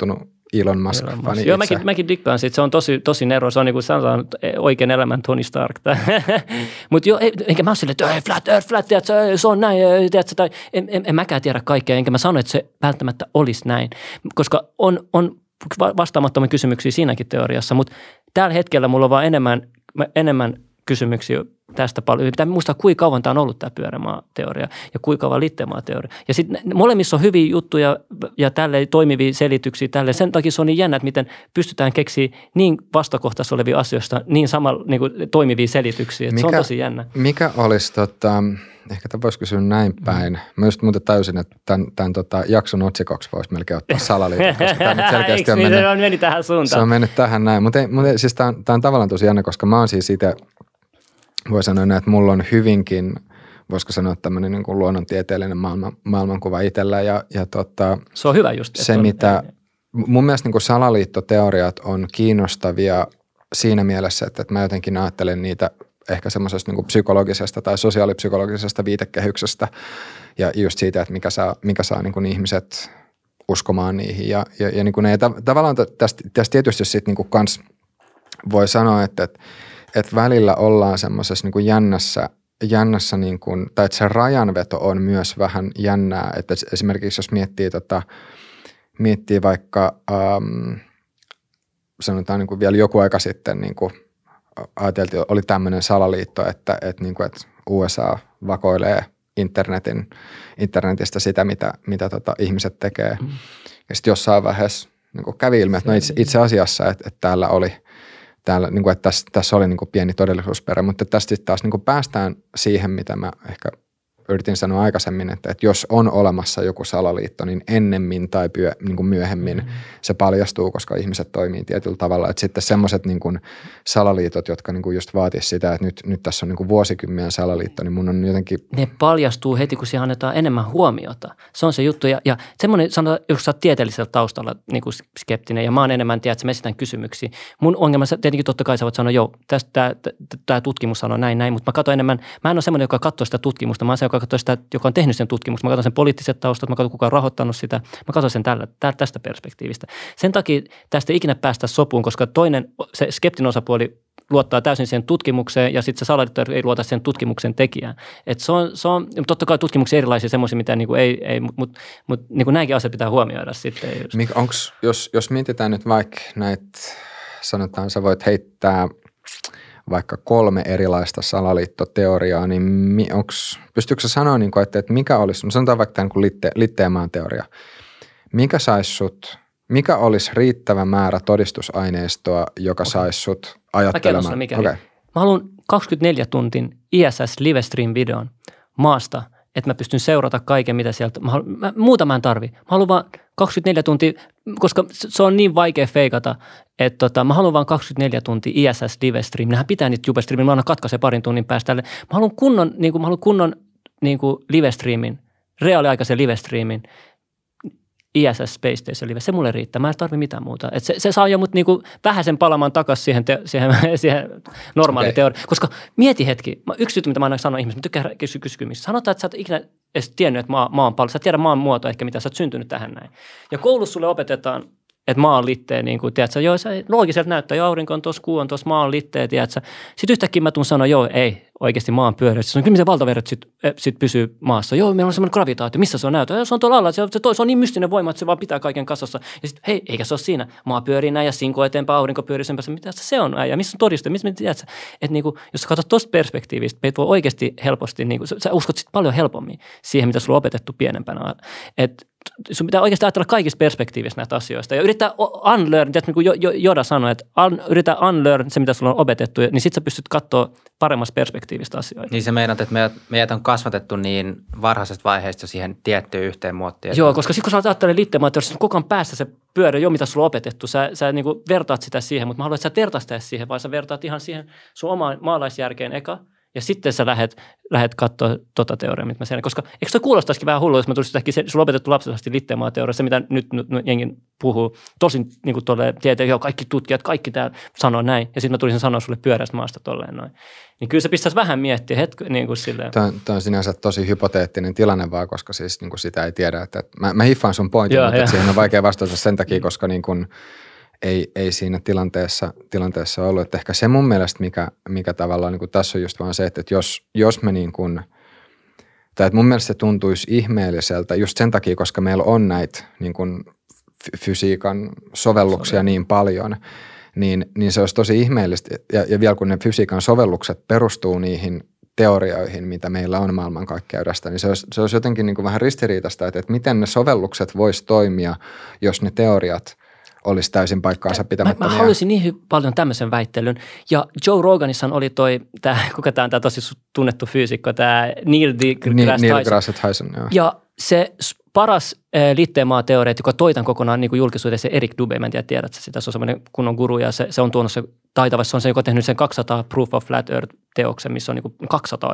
Elon Musk-fani. Joo, mäkin dikkaan siitä. Se on tosi nero. Se on niin kuin sanotaan oikean elämän Tony Stark. Mutta joo, enkä mä ole silleen, että flat, se on näin, tiedätkö, tai en mäkään tiedä kaikkea, enkä mä sano, että se välttämättä olisi näin, koska on vastaamattomia kysymyksiä siinäkin teoriassa, mutta tällä hetkellä mulla on vaan enemmän kysymyksiä tästä paljon. Pitää muistaa, kuinka kauan tämä on ollut tämä pyörämaa-teoria ja kuinka kauan liittemaa-teoria. Ja sitten molemmissa on hyviä juttuja ja tälleen toimivia selityksiä tälleen. Sen takia se on niin jännä, että miten pystytään keksiä niin vastakohtaisissa olevia asioista niin samalla niin kuin toimivia selityksiä. Se on tosi jännä. Mikä olisi, ehkä tämä voisi kysyä näin päin. Mä just muuten tajusin, että tämän jakson otsikoksi voisi melkein ottaa salaliiton, koska tämä nyt selkeästi on mennyt. Se on mennyt tähän suuntaan. Se on mennyt tähän näin. Mutta siis tämä on tavallaan tosi jännä, koska mä oon siis itse, voi sanoa näin, että mulla on hyvinkin, voisiko sanoa tämmöinen niin kuin luonnontieteellinen maailmankuva itsellä. Se on hyvä just. Se, mitä mun mielestä niin kuin salaliittoteoriat on kiinnostavia siinä mielessä, että mä jotenkin ajattelen niitä ehkä semmoisesta niin kuin psykologisesta tai sosiaalipsykologisesta viitekehyksestä ja just siitä, että mikä saa niin kuin ihmiset uskomaan niihin. Ja niin kuin tavallaan tästä tietysti sitten niin kuin kans voi sanoa, että välillä ollaan semmoisessa niin kuin jännässä niin kuin, tai että se rajanveto on myös vähän jännää, että esimerkiksi jos miettii vaikka sanotaan niin kuin vielä joku aika sitten niin kuin ajateltiin, oli tämmöinen salaliitto, että USA vakoilee internetistä sitä, mitä ihmiset tekee. Ja sitten jossain vaiheessa niin kävi ilmi, että no itse asiassa, että täällä oli, niin kuin, että tässä oli niin kuin pieni todellisuusperä, mutta tästä sitten taas niin kuin päästään siihen, mitä mä ehkä yritin sanoa aikaisemmin, että jos on olemassa joku salaliitto, niin ennemmin tai niin kuin myöhemmin se paljastuu, koska ihmiset toimii tietyllä tavalla. Että sitten semmoiset niin kuin salaliitot, jotka niin kuin just vaatisi sitä, että nyt tässä on niin kuin vuosikymmenen salaliitto, niin mun on jotenkin... Ne paljastuu heti, kun siihen annetaan enemmän huomiota. Se on se juttu. Ja semmoinen, sanotaan, jos sä oot tieteellisellä taustalla niin kuin skeptinen, ja mä oon enemmän tiedä, että mä esitän kysymyksiä. Mun ongelma, tietenkin totta kai sä voit sanoa, joo, tämä tutkimus sanoo näin, mutta mä katson enemmän, mä en ole semmoinen, joka katsoo sitä tutkimusta, mä oon se, joka on tehnyt sen tutkimuksen. Mä katson sen poliittiset taustat, mä katson kuka on rahoittanut sitä. Mä katson sen tästä perspektiivistä. Sen takia tästä ei ikinä päästä sopuun, koska toinen, se skeptinen osapuoli luottaa täysin siihen tutkimukseen ja sitten se salaliitto ei luota sen tutkimuksen tekijään. Et se on totta kai tutkimuksia erilaisia semmoisia, mitä niinku ei mutta niinku näinkin asiat pitää huomioida sitten. Onks, jos mietitään nyt vaikka näitä, sanotaan sä voit heittää vaikka 3 erilaista salaliittoteoriaa, niin pystyykö sä sanoa, että mikä olisi, sanotaan vaikka tämän Litteemaan teoria, mikä olisi riittävä määrä todistusaineistoa, joka saisi sut ajattelemaan? Okay. Mä haluan 24 tuntin ISS livestream-videon maasta, että mä pystyn seurata kaiken, mitä sieltä, muuta mä en tarvi. Mä haluan vaan 24 tuntia, koska se on niin vaikea feikata, että mä haluan vaan 24 tuntia ISS livestream. Nehän pitää niitä jubestreamin, mä aina katkaisen parin tunnin päästä. Mä haluan kunnon livestreamin, reaaliaikaisen livestreamin, ISS Space Station live. Se mulle riittää. Mä en tarvi mitään muuta. Et se saa jo mut niinku vähäsen palamaan takaisin siihen normaaliin teoriaan. Koska mieti hetki, yksi juttu, mitä mä aina sanon ihmisille, mä tykkään kysymistä. Sanotaan, että sä et ikinä edes tiennyt, että maa on paljon. Sä et tiedä maan muotoa ehkä, mitä sä oot syntynyt tähän näin. Ja koulussa sulle opetetaan, että maa on litteä, niin kuin, tiedätkö, joo, se loogiselta näyttää, joo, aurinko on tuossa, kuu on tuossa, maa on litteä, tiedätkö. Sitten yhtäkkiä mä tuun sanoa, joo, ei, oikeasti maa on pyöreä. Sitten kyllä miten valtaverot sit pysyy maassa. Joo, meillä on semmoinen gravitaatio, missä se on näyttö? Se on tuolla alla, se on niin mystinen voima, että se vaan pitää kaiken kasassa. Ja sitten, hei, eikä se ole siinä. Maa pyörii näin ja sinko eteenpäin, aurinko pyörii sen päässä. Mitä se on? Ja missä on todiste? Missä tiedätkö? Että niinku, jos sä katsot tuosta perspektiivistä, meitä voi oikeasti helposti, niinku, sä uskot sitten paljon helpommin siihen, mitä sulla on opetettu pienempänä. Että sun pitää oikeasti ajatella kaikista perspektiivistä näitä asioista ja yrittää unlearn, niin kuin Joda sanoi, että yrittää unlearn se, mitä sulla on opetettu, niin sit sä pystyt katsoa paremmasta perspektiivistä asioita. Niin se meinaat, että meidät on kasvatettu niin varhaisesta vaiheesta siihen tiettyyn yhteen muottiin. Joo, koska sitten kun sä ajattelee liitteemaan, että jos koko ajan päässä se pyörä jo, mitä sulla on opetettu, sä niin kuin vertaat sitä siihen, mutta mä haluan, että sä vertaat sitä siihen, vaan sä vertaat ihan siihen sun omaan maalaisjärkeen eka, Ja sitten sä lähet katsoa tota teoriaa, mitä mä siellä. Koska eikö toi kuulostaisikin vähän hullu, jos mä tulisin yhtäkkiä, sulla on opetettu lapsellisesti litteemaa-teoria, se mitä nyt jengi puhuu, tosin niin kuin tuolle tieteen, joo, kaikki tutkijat, kaikki täällä sanoo näin, ja sitten mä tulisin sanoa sulle pyörästä maasta tolleen noin. Niin kyllä se pistäisi vähän miettiä niin kuin silleen. Tämä on sinänsä tosi hypoteettinen tilanne vaan, koska siis niin kuin sitä ei tiedä. Että mä hiffaan sun pointin, mutta siihen on vaikea vastata sen takia, koska niin kuin ei siinä tilanteessa ollut. Että ehkä se mun mielestä, mikä tavallaan niin kuin tässä on just vaan se, että jos me niin kuin, tai että mun mielestä se tuntuisi ihmeelliseltä just sen takia, koska meillä on näitä niin kuin fysiikan sovelluksia niin paljon, niin se olisi tosi ihmeellistä. Ja vielä kun ne fysiikan sovellukset perustuu niihin teorioihin, mitä meillä on maailmankaikkeudesta, niin se olisi jotenkin niin kuin vähän ristiriitaista, että miten ne sovellukset vois toimia, jos ne teoriat olisi täysin paikkaansa pitämättömiä. Mä haluaisin niin paljon tämmöisen väittelyn. Ja Joe Roganissahan oli kuka tämä on tämä tosi tunnettu fyysikko, tämä Neil deGrasse Tyson. Joo. Ja se paras litteemaa-teoreetikko toitan kokonaan niin kuin julkisuudessa Eric Dubé, mä en tiedät sitä, se on semmoinen kunnon guru ja se on tuonut se taitava, se on se, joka on tehnyt sen 200 Proof of Flat Earth-teoksen, missä on niin kuin 200,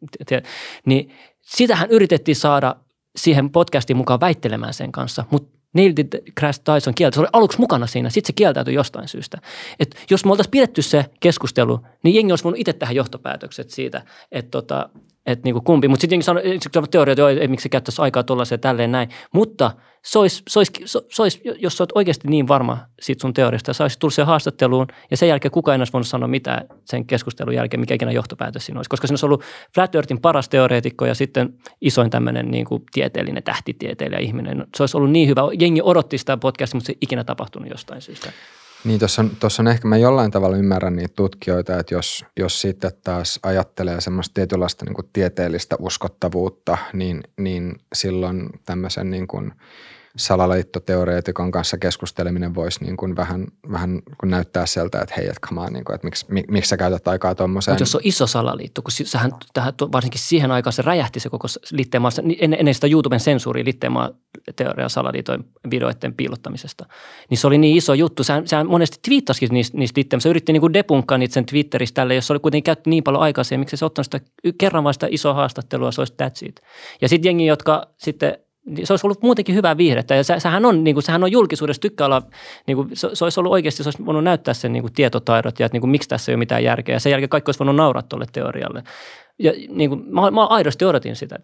niin sitähän yritettiin saada siihen podcastiin mukaan väittelemään sen kanssa, mutta Neil deGrasse Tyson kieltä. Se oli aluksi mukana siinä, sitten se kieltäytyi jostain syystä. Et jos me oltaisiin pidetty se keskustelu, niin jengi olisi voinut itse tehdä johtopäätökset siitä, että niinku kumpi. Mutta sitten jengi sanoi, että teoria, että miksi se käyttäisi aikaa tuollaiseen tälleen näin. Mutta se olisi, jos sä oot oikeasti niin varma siitä sun teoriasta, sä olisit tullut siihen haastatteluun ja sen jälkeen kukaan ei olisi voinut sanoa mitään sen keskustelun jälkeen, mikä ikinä johtopäätös siinä olisi. Koska siinä olisi ollut Flat Earthin paras teoreetikko ja sitten isoin tämmöinen niin kuin tieteellinen tähtitieteilijä ihminen. Se olisi ollut niin hyvä. Jengi odotti sitä podcastia, mutta se ei ikinä tapahtunut jostain syystä. Niin tuossa on ehkä, mä jollain tavalla ymmärrän niitä tutkijoita, että jos sitten taas ajattelee semmoista tietynlaista niin kuin tieteellistä uskottavuutta, niin silloin tämmöisen niin kuin salaliittoteoreetikon kanssa keskusteleminen voisi niin kuin vähän kun näyttää sieltä, että hei, niin kuin, että miksi sä käytät aikaa tuommoiseen. Mutta jos on iso salaliitto, kun varsinkin siihen aikaan se räjähti se koko litteemaa, ennen sitä YouTuben sensuuria litteemaa teoriaa salaliitojen videoiden piilottamisesta, niin se oli niin iso juttu. Sehän monesti twiittasikin niistä litteemaa. Se yritti niin kuin debunkkaa niitä sen Twitterissä tälle, jos se oli kuitenkin käytetty niin paljon aikaa siihen, miksi se ottanut sitä kerran vaan sitä isoa haastattelua, se olisi that's it. Ja sitten jengi, jotka sitten se olisi ollut muutenkin hyvää viihdettä ja sehän on julkisuudessa tykkää olla, niin kuin, se olisi ollut oikeasti, se olisi voinut näyttää sen niin kuin tietotaidot ja että niin kuin, miksi tässä ei ole mitään järkeä ja sen jälkeen kaikki olisi voinut nauraa tuolle teorialle. Ja niin kuin, mä aidosti odotin sitä,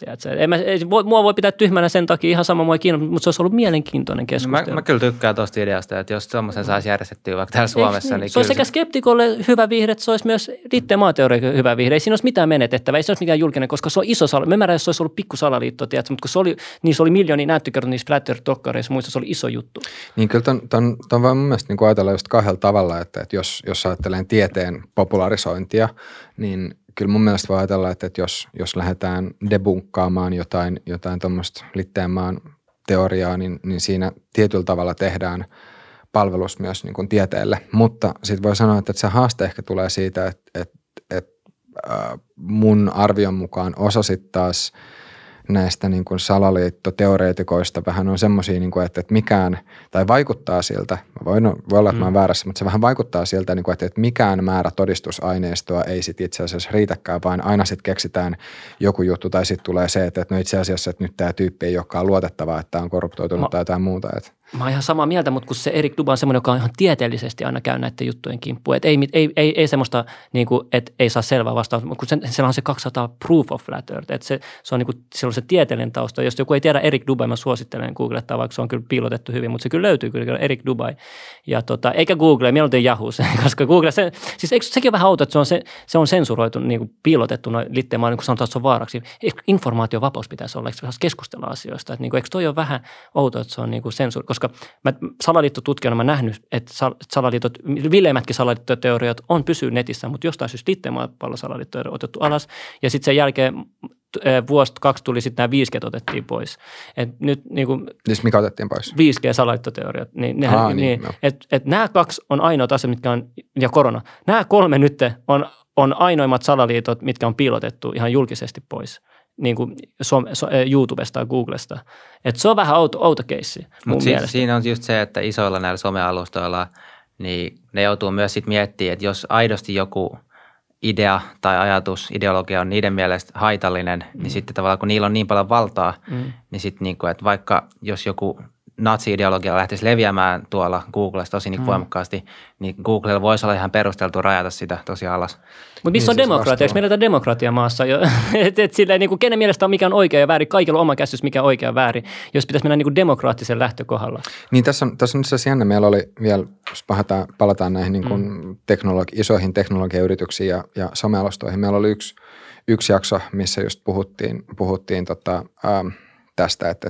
mua voi pitää tyhmänä sen takia ihan sama mua kiinnostaa, mutta se olisi ollut mielenkiintoinen keskustelu. Mä kyllä tykkään tuosta ideasta, että jos semmoisen saisi järjestettyä vaikka täällä Suomessa. Niin se olisi sekä skeptikolle hyvä viihde, että se olisi myös litteemaateorille hyvä viihde. Ei siinä olisi mitään menetettävää, ei se olisi mikään julkinen, koska se on iso salaliitto. Mä ymmärrän, jos se olisi ollut pikku salaliitto, mutta kun se oli miljoonia näyttökertoja niissä Flat Earth-dokkareissa, muista se oli iso juttu. Niin kyllä ton vaan mun mielestä niin ajatella just kahdella tavalla, että jos ajattelen tieteen popularisointia, niin kyllä mun mielestä voi ajatella, että jos lähdetään debunkkaamaan jotain tuommoista litteemaan teoriaa, niin siinä tietyllä tavalla tehdään palvelus myös niin kuin tieteelle. Mutta sitten voi sanoa, että se haaste ehkä tulee siitä, että mun arvion mukaan osa sitten taas näistä niin kuin salaliittoteoreetikoista vähän on semmoisia, niin kuin, että mikään, tai vaikuttaa siltä, voi olla, että mä oon väärässä, mutta se vähän vaikuttaa siltä, niin kuin, että mikään määrä todistusaineistoa ei sit itse asiassa riitäkään, vaan aina sitten keksitään joku juttu, tai sitten tulee se, että no itse asiassa, että nyt tämä tyyppi ei olekaan luotettavaa, että tämä on korruptoitunut tai jotain muuta. Mä oon ihan samaa mieltä, mutta kun se Eric Dubé on semmoinen, joka on ihan tieteellisesti aina käy näiden juttujen kimppuun. Että ei semmoista, niin kuin, että ei saa selvää vastausta, kun siellä on se 200 Proof of Flat Earth. Että se on niin kuin, siellä on se tieteellinen tausta. Jos joku ei tiedä Eric Dubé, mä suosittelen googlettaa, vaikka se on kyllä piilotettu hyvin, mutta se kyllä löytyy kyllä Eric Dubé. Ja eikä Google, mieluiten Yahoo, koska Google, siis sekin on vähän outo, että se on sensuroitu, niin kuin piilotettu litteemaan, niin kuin sanotaan, että se on vaaraksi. Informaatiovapaus pitäisi olla, eikö keskustella asioista. Että, niin kuin, eikö toi ole vähän outo, että se on niin kuin sensuroitu, koska salaliittotutkijana mä nähnyt, että viileimmätkin salaliittoteoriat on pysynyt netissä, mutta jostain syystä liitteemaapallosalaliittoja on otettu alas. Ja sitten sen jälkeen vuosi 2 tuli sitten nämä 5G otettiin pois. Et nyt niin kuin, siis mikä otettiin pois? 5G-salaliittoteoriat. Että nämä 2 on ainoat asiat, mitkä on, ja korona. Nämä 3 nyt on ainoimmat salaliitot, mitkä on piilotettu ihan julkisesti pois. Niin kuin YouTubesta ja Googlesta. Että se on vähän outo keissi mun mielestä. Siinä on just se, että isoilla näillä somealustoilla, niin ne joutuu myös sitten miettimään, että jos aidosti joku idea tai ajatus, ideologia on niiden mielestä haitallinen, niin sitten tavallaan kun niillä on niin paljon valtaa, niin sitten niin kuin, että vaikka jos joku natsi-ideologia lähtisi leviämään tuolla Googlessa tosi niin voimakkaasti, niin Googlella voisi olla ihan perusteltu rajata sitä tosi alas. Mutta missä on demokratia? Eikö meillä demokratia maassa? Et silleen, niin kuin, kenen mielestä on mikä on oikea ja väärin? Kaikilla on oma käsitys, mikä on oikea ja väärin, jos pitäisi mennä niin kuin demokraattisen lähtökohdalla. Niin tässä on itse asiassa jännä. Meillä oli vielä, jos palataan näihin niin kuin isoihin teknologiayrityksiin ja somealustoihin. Meillä oli yksi jakso, missä just puhuttiin tästä, että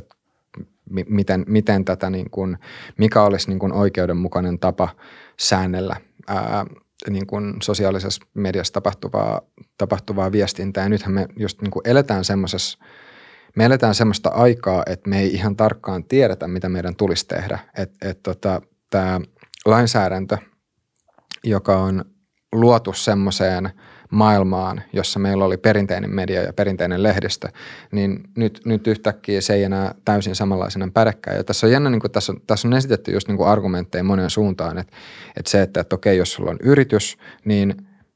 miten tätä niin kuin, mikä olisi niin kuin oikeudenmukainen tapa säännellä niin kuin sosiaalisessa mediassa tapahtuvaa viestintää. Ja nythän me just niin kuin eletään semmoista aikaa, että me ei ihan tarkkaan tiedetä, mitä meidän tulisi tehdä. Tämä lainsäädäntö, joka on luotu semmoiseen maailmaan, jossa meillä oli perinteinen media ja perinteinen lehdistö, niin nyt yhtäkkiä se ei enää täysin samanlaisena pädekään. Ja tässä on jännä, niin kuin tässä on esitetty just niin kuin argumentteja moneen suuntaan, että että okei, jos sulla on yritys, niin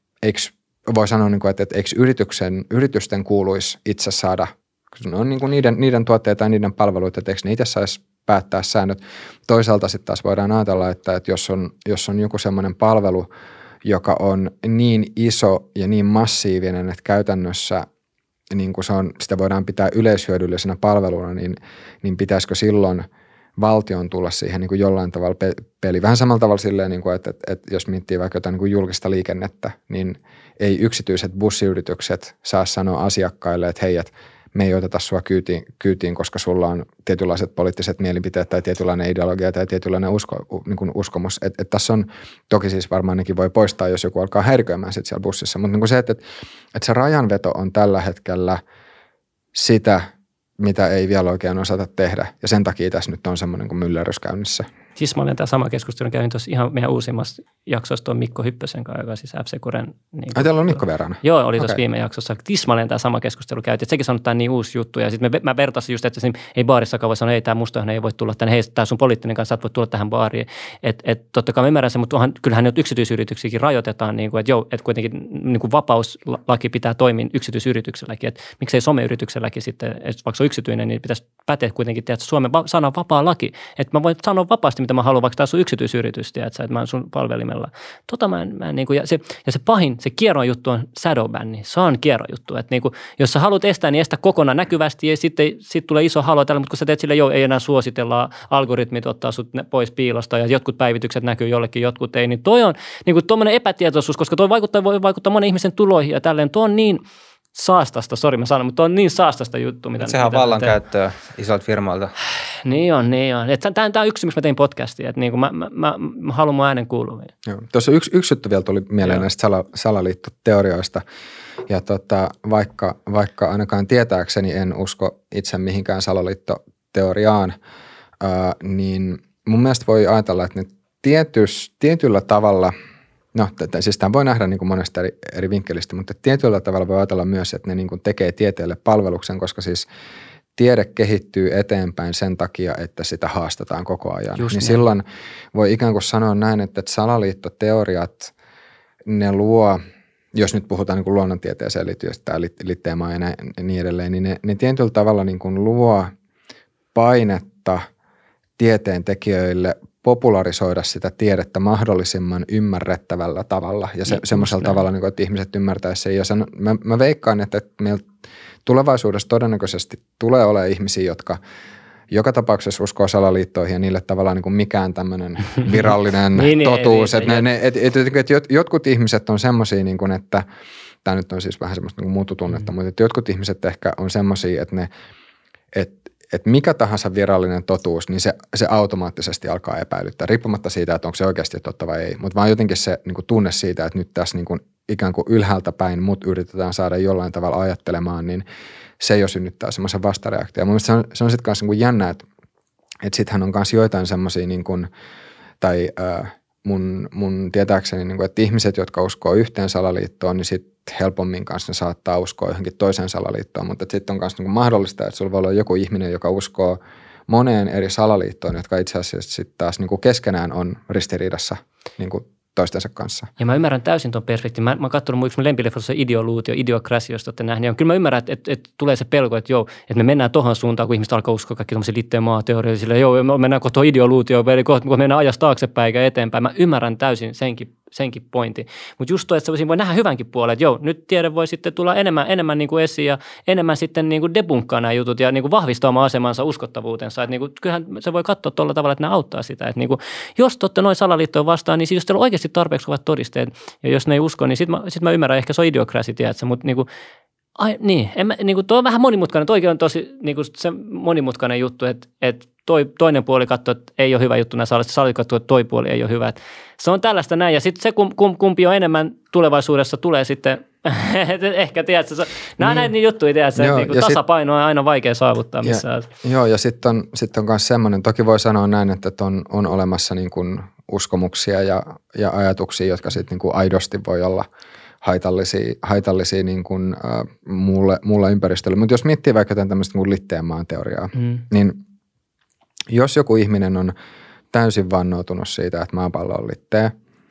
voi sanoa, niin kuin, että eikö yritysten kuuluisi itse saada, kun on niin kuin niiden tuotteita ja niiden palveluita, että eikö ne itse saisi päättää säännöt. Toisaalta sitten taas voidaan ajatella, että jos on joku semmoinen palvelu, joka on niin iso ja niin massiivinen, että käytännössä niin kuin sitä voidaan pitää yleishyödyllisenä palveluna, niin pitäisikö silloin valtion tulla siihen niin kuin jollain tavalla peli. Vähän samalla tavalla silleen, niin kuin, että jos miettii vaikka jotain niin kuin julkista liikennettä, niin ei yksityiset bussiyritykset saa sanoa asiakkaille, että hei, että me ei oteta sua kyytiin, koska sulla on tietynlaiset poliittiset mielipiteet tai tietynlainen ideologia tai tietynlainen niin uskomus. Että tässä on, toki siis varmaan nekin voi poistaa, jos joku alkaa häiriköimään sitten siellä bussissa, mutta niin se, että se rajanveto on tällä hetkellä sitä, mitä ei vielä oikein osata tehdä. Ja sen takia tässä nyt on semmoinen kuin myllerrys käynnissä. Siis mä olen tämä sama keskustelu käynyt tuossa ihan meidän uusimmassa jaksossa tuon Mikko Hyppösen kanssa, joka siis F-Securen. Niin teillä on Mikko verran? Joo, oli tuossa viime jaksossa. Tismalleen tämä sama keskustelu käytiin. Että sekin sanoi, että tämä on niin uusi juttu. Ja sitten mä vertasin just, että ei baarissakaan voi sanoa, että ei tämä mustahan ei voi tulla tänne. Hei, tämä sun poliittinen kanssa, sä et voi tulla tähän baariin. Että totta kai mä ymmärrän sen, mutta kyllähän ne yksityisyrityksiäkin rajoitetaan. Niin kuin, että kuitenkin niin kuin vapauslaki pitää toimia yksityisyritykselläkin. Että miksei someyritykselläkin sitten, että vaikka se on yksityinen, niin pitäisi päteä kuitenkin, että Suomen sana vapaa laki. Että mä voin sanoa vapaasti, mitä mä haluan, vaikka tämä on yksityisyritys, että mä oon sun palvelimella. Mä en niin kuin, ja se pahin, se kierron juttu on shadowbanni. Se on kierron juttu. Että niin kuin, jos sä haluat estää, niin estä kokonaan näkyvästi ja sitten tulee iso halua tällä, mutta kun sä teet sille, ei enää suositella, algoritmit ottaa sut pois piilosta ja jotkut päivitykset näkyy jollekin, jotkut ei, niin toi on niin kuin tuommoinen epätietoisuus, koska toi voi vaikuttaa monen ihmisen tuloihin ja tälleen. Tuo on niin saastasta, sori mä sanon, mutta on niin saastasta juttu. Sehän on vallankäyttöä isolta firmoilta. Niin on. Tämä on yksi, miksi mä tein podcastia, että niin kuin mä haluan mun äänen kuuluviin. Joo. Tuossa yksi juttu vielä tuli mieleen näistä salaliittoteorioista. Ja vaikka ainakaan tietääkseni en usko itse mihinkään salaliittoteoriaan, niin mun mielestä voi ajatella, että ne tietyllä tavalla – no, siis tämä voi nähdä niin kuin monesta eri vinkkelistä, mutta tietyllä tavalla voi ajatella myös, että ne niin kuin tekee tieteelle palveluksen, koska siis tiede kehittyy eteenpäin sen takia, että sitä haastetaan koko ajan. Just niin näin. Silloin voi ikään kuin sanoa näin, että salaliittoteoriat, ne luo, jos nyt puhutaan niin kuin luonnontieteeseen liittyen litteemaan ja niin edelleen, niin ne tietyllä tavalla niin kuin luo painetta tieteentekijöille popularisoida sitä tiedettä mahdollisimman ymmärrettävällä tavalla ja semmoisella tavalla, niin kuin, että ihmiset ymmärtäisivät sen. Ja mä veikkaan, että meillä tulevaisuudessa todennäköisesti tulee olemaan ihmisiä, jotka joka tapauksessa uskoo salaliittoihin ja niille tavallaan niin kuin mikään tämmöinen virallinen totuus. Jotkut ihmiset on semmoisia, niin kuin, että tämä nyt on siis vähän semmoista niin kuin mututunnetta, mutta että jotkut ihmiset ehkä on semmoisia, että mikä tahansa virallinen totuus, niin se automaattisesti alkaa epäilyttää, riippumatta siitä, että onko se oikeasti totta vai ei. Mutta vaan jotenkin se niin kuin tunne siitä, että nyt tässä niin kuin ikään kuin ylhäältä päin mut yritetään saada jollain tavalla ajattelemaan, niin se jo synnyttää semmoisen vastareaktion. Mun mielestä se on sitten kanssa niin kuin jännä, että sittenhän on kanssa joitain semmoisia niin kuin, tai mun tietääkseni, niin kuin, että ihmiset, jotka uskoo yhteen salaliittoon, niin sitten helpommin kanssa ne saattaa uskoa johonkin toiseen salaliittoon, mutta sitten on myös niin kuin mahdollista, että sulla voi olla joku ihminen, joka uskoo moneen eri salaliittoon, jotka itse asiassa sitten taas niin kuin keskenään on ristiriidassa niin kuin toistensa kanssa. Ja mä ymmärrän täysin tuon perspektiivin. Mä oon katsonut mun lempileffossa Ideoluutio, Idiocracy, jos olette nähneet. Ja kyllä mä ymmärrän, että tulee se pelko, että me mennään tohon suuntaan, kun ihmiset alkaa uskoa kaikki tommosia litteen maateorioita. Silleen, me mennään kohta Ideoluutioon, kun mennään ajasta taaksepäin eikä eteenpäin. Mä ymmärrän täysin senkin pointti. Mutta just tuo, että siinä voi nähdä hyvänkin puolen, että nyt tiede voi sitten tulla enemmän niin kuin esiin ja enemmän sitten niin kuin debunkkaa nämä jutut ja niin kuin vahvistaa oma asemansa, uskottavuutensa. Että niin kuin, kyllähän se voi katsoa tuolla tavalla, että nämä auttaa sitä. Että niin kuin, jos te olette noin salaliittoon vastaan, niin jos teillä on oikeasti tarpeeksi kovat todisteet ja jos ne ei usko, niin sitten mä ymmärrän, ehkä se on Idiocracy, tiedätkö, mutta niin kuin, tuo on vähän monimutkainen. Toikin on tosi niin kuin se monimutkainen juttu, että toinen puoli katsoo, että ei ole hyvä juttu, salit katsoo, että toi puoli ei ole hyvä. Että se on tällaista näin, ja sitten se, kumpi on enemmän tulevaisuudessa, tulee sitten, ehkä tiedätkö, nämä näitä niin juttuja, tiedätkö, että niin tasapaino on aina vaikea saavuttaa missään. Joo, ja sitten on myös semmoinen, toki voi sanoa näin, että on olemassa niin kuin uskomuksia ja ajatuksia, jotka sitten niin kuin aidosti voi olla haitallisia niin kuin, muulle ympäristölle. Mutta jos miettii vaikka jotain tämmöistä niin litteen maan teoriaa, niin jos joku ihminen on täysin vannoutunut siitä, että maapallo on litteä,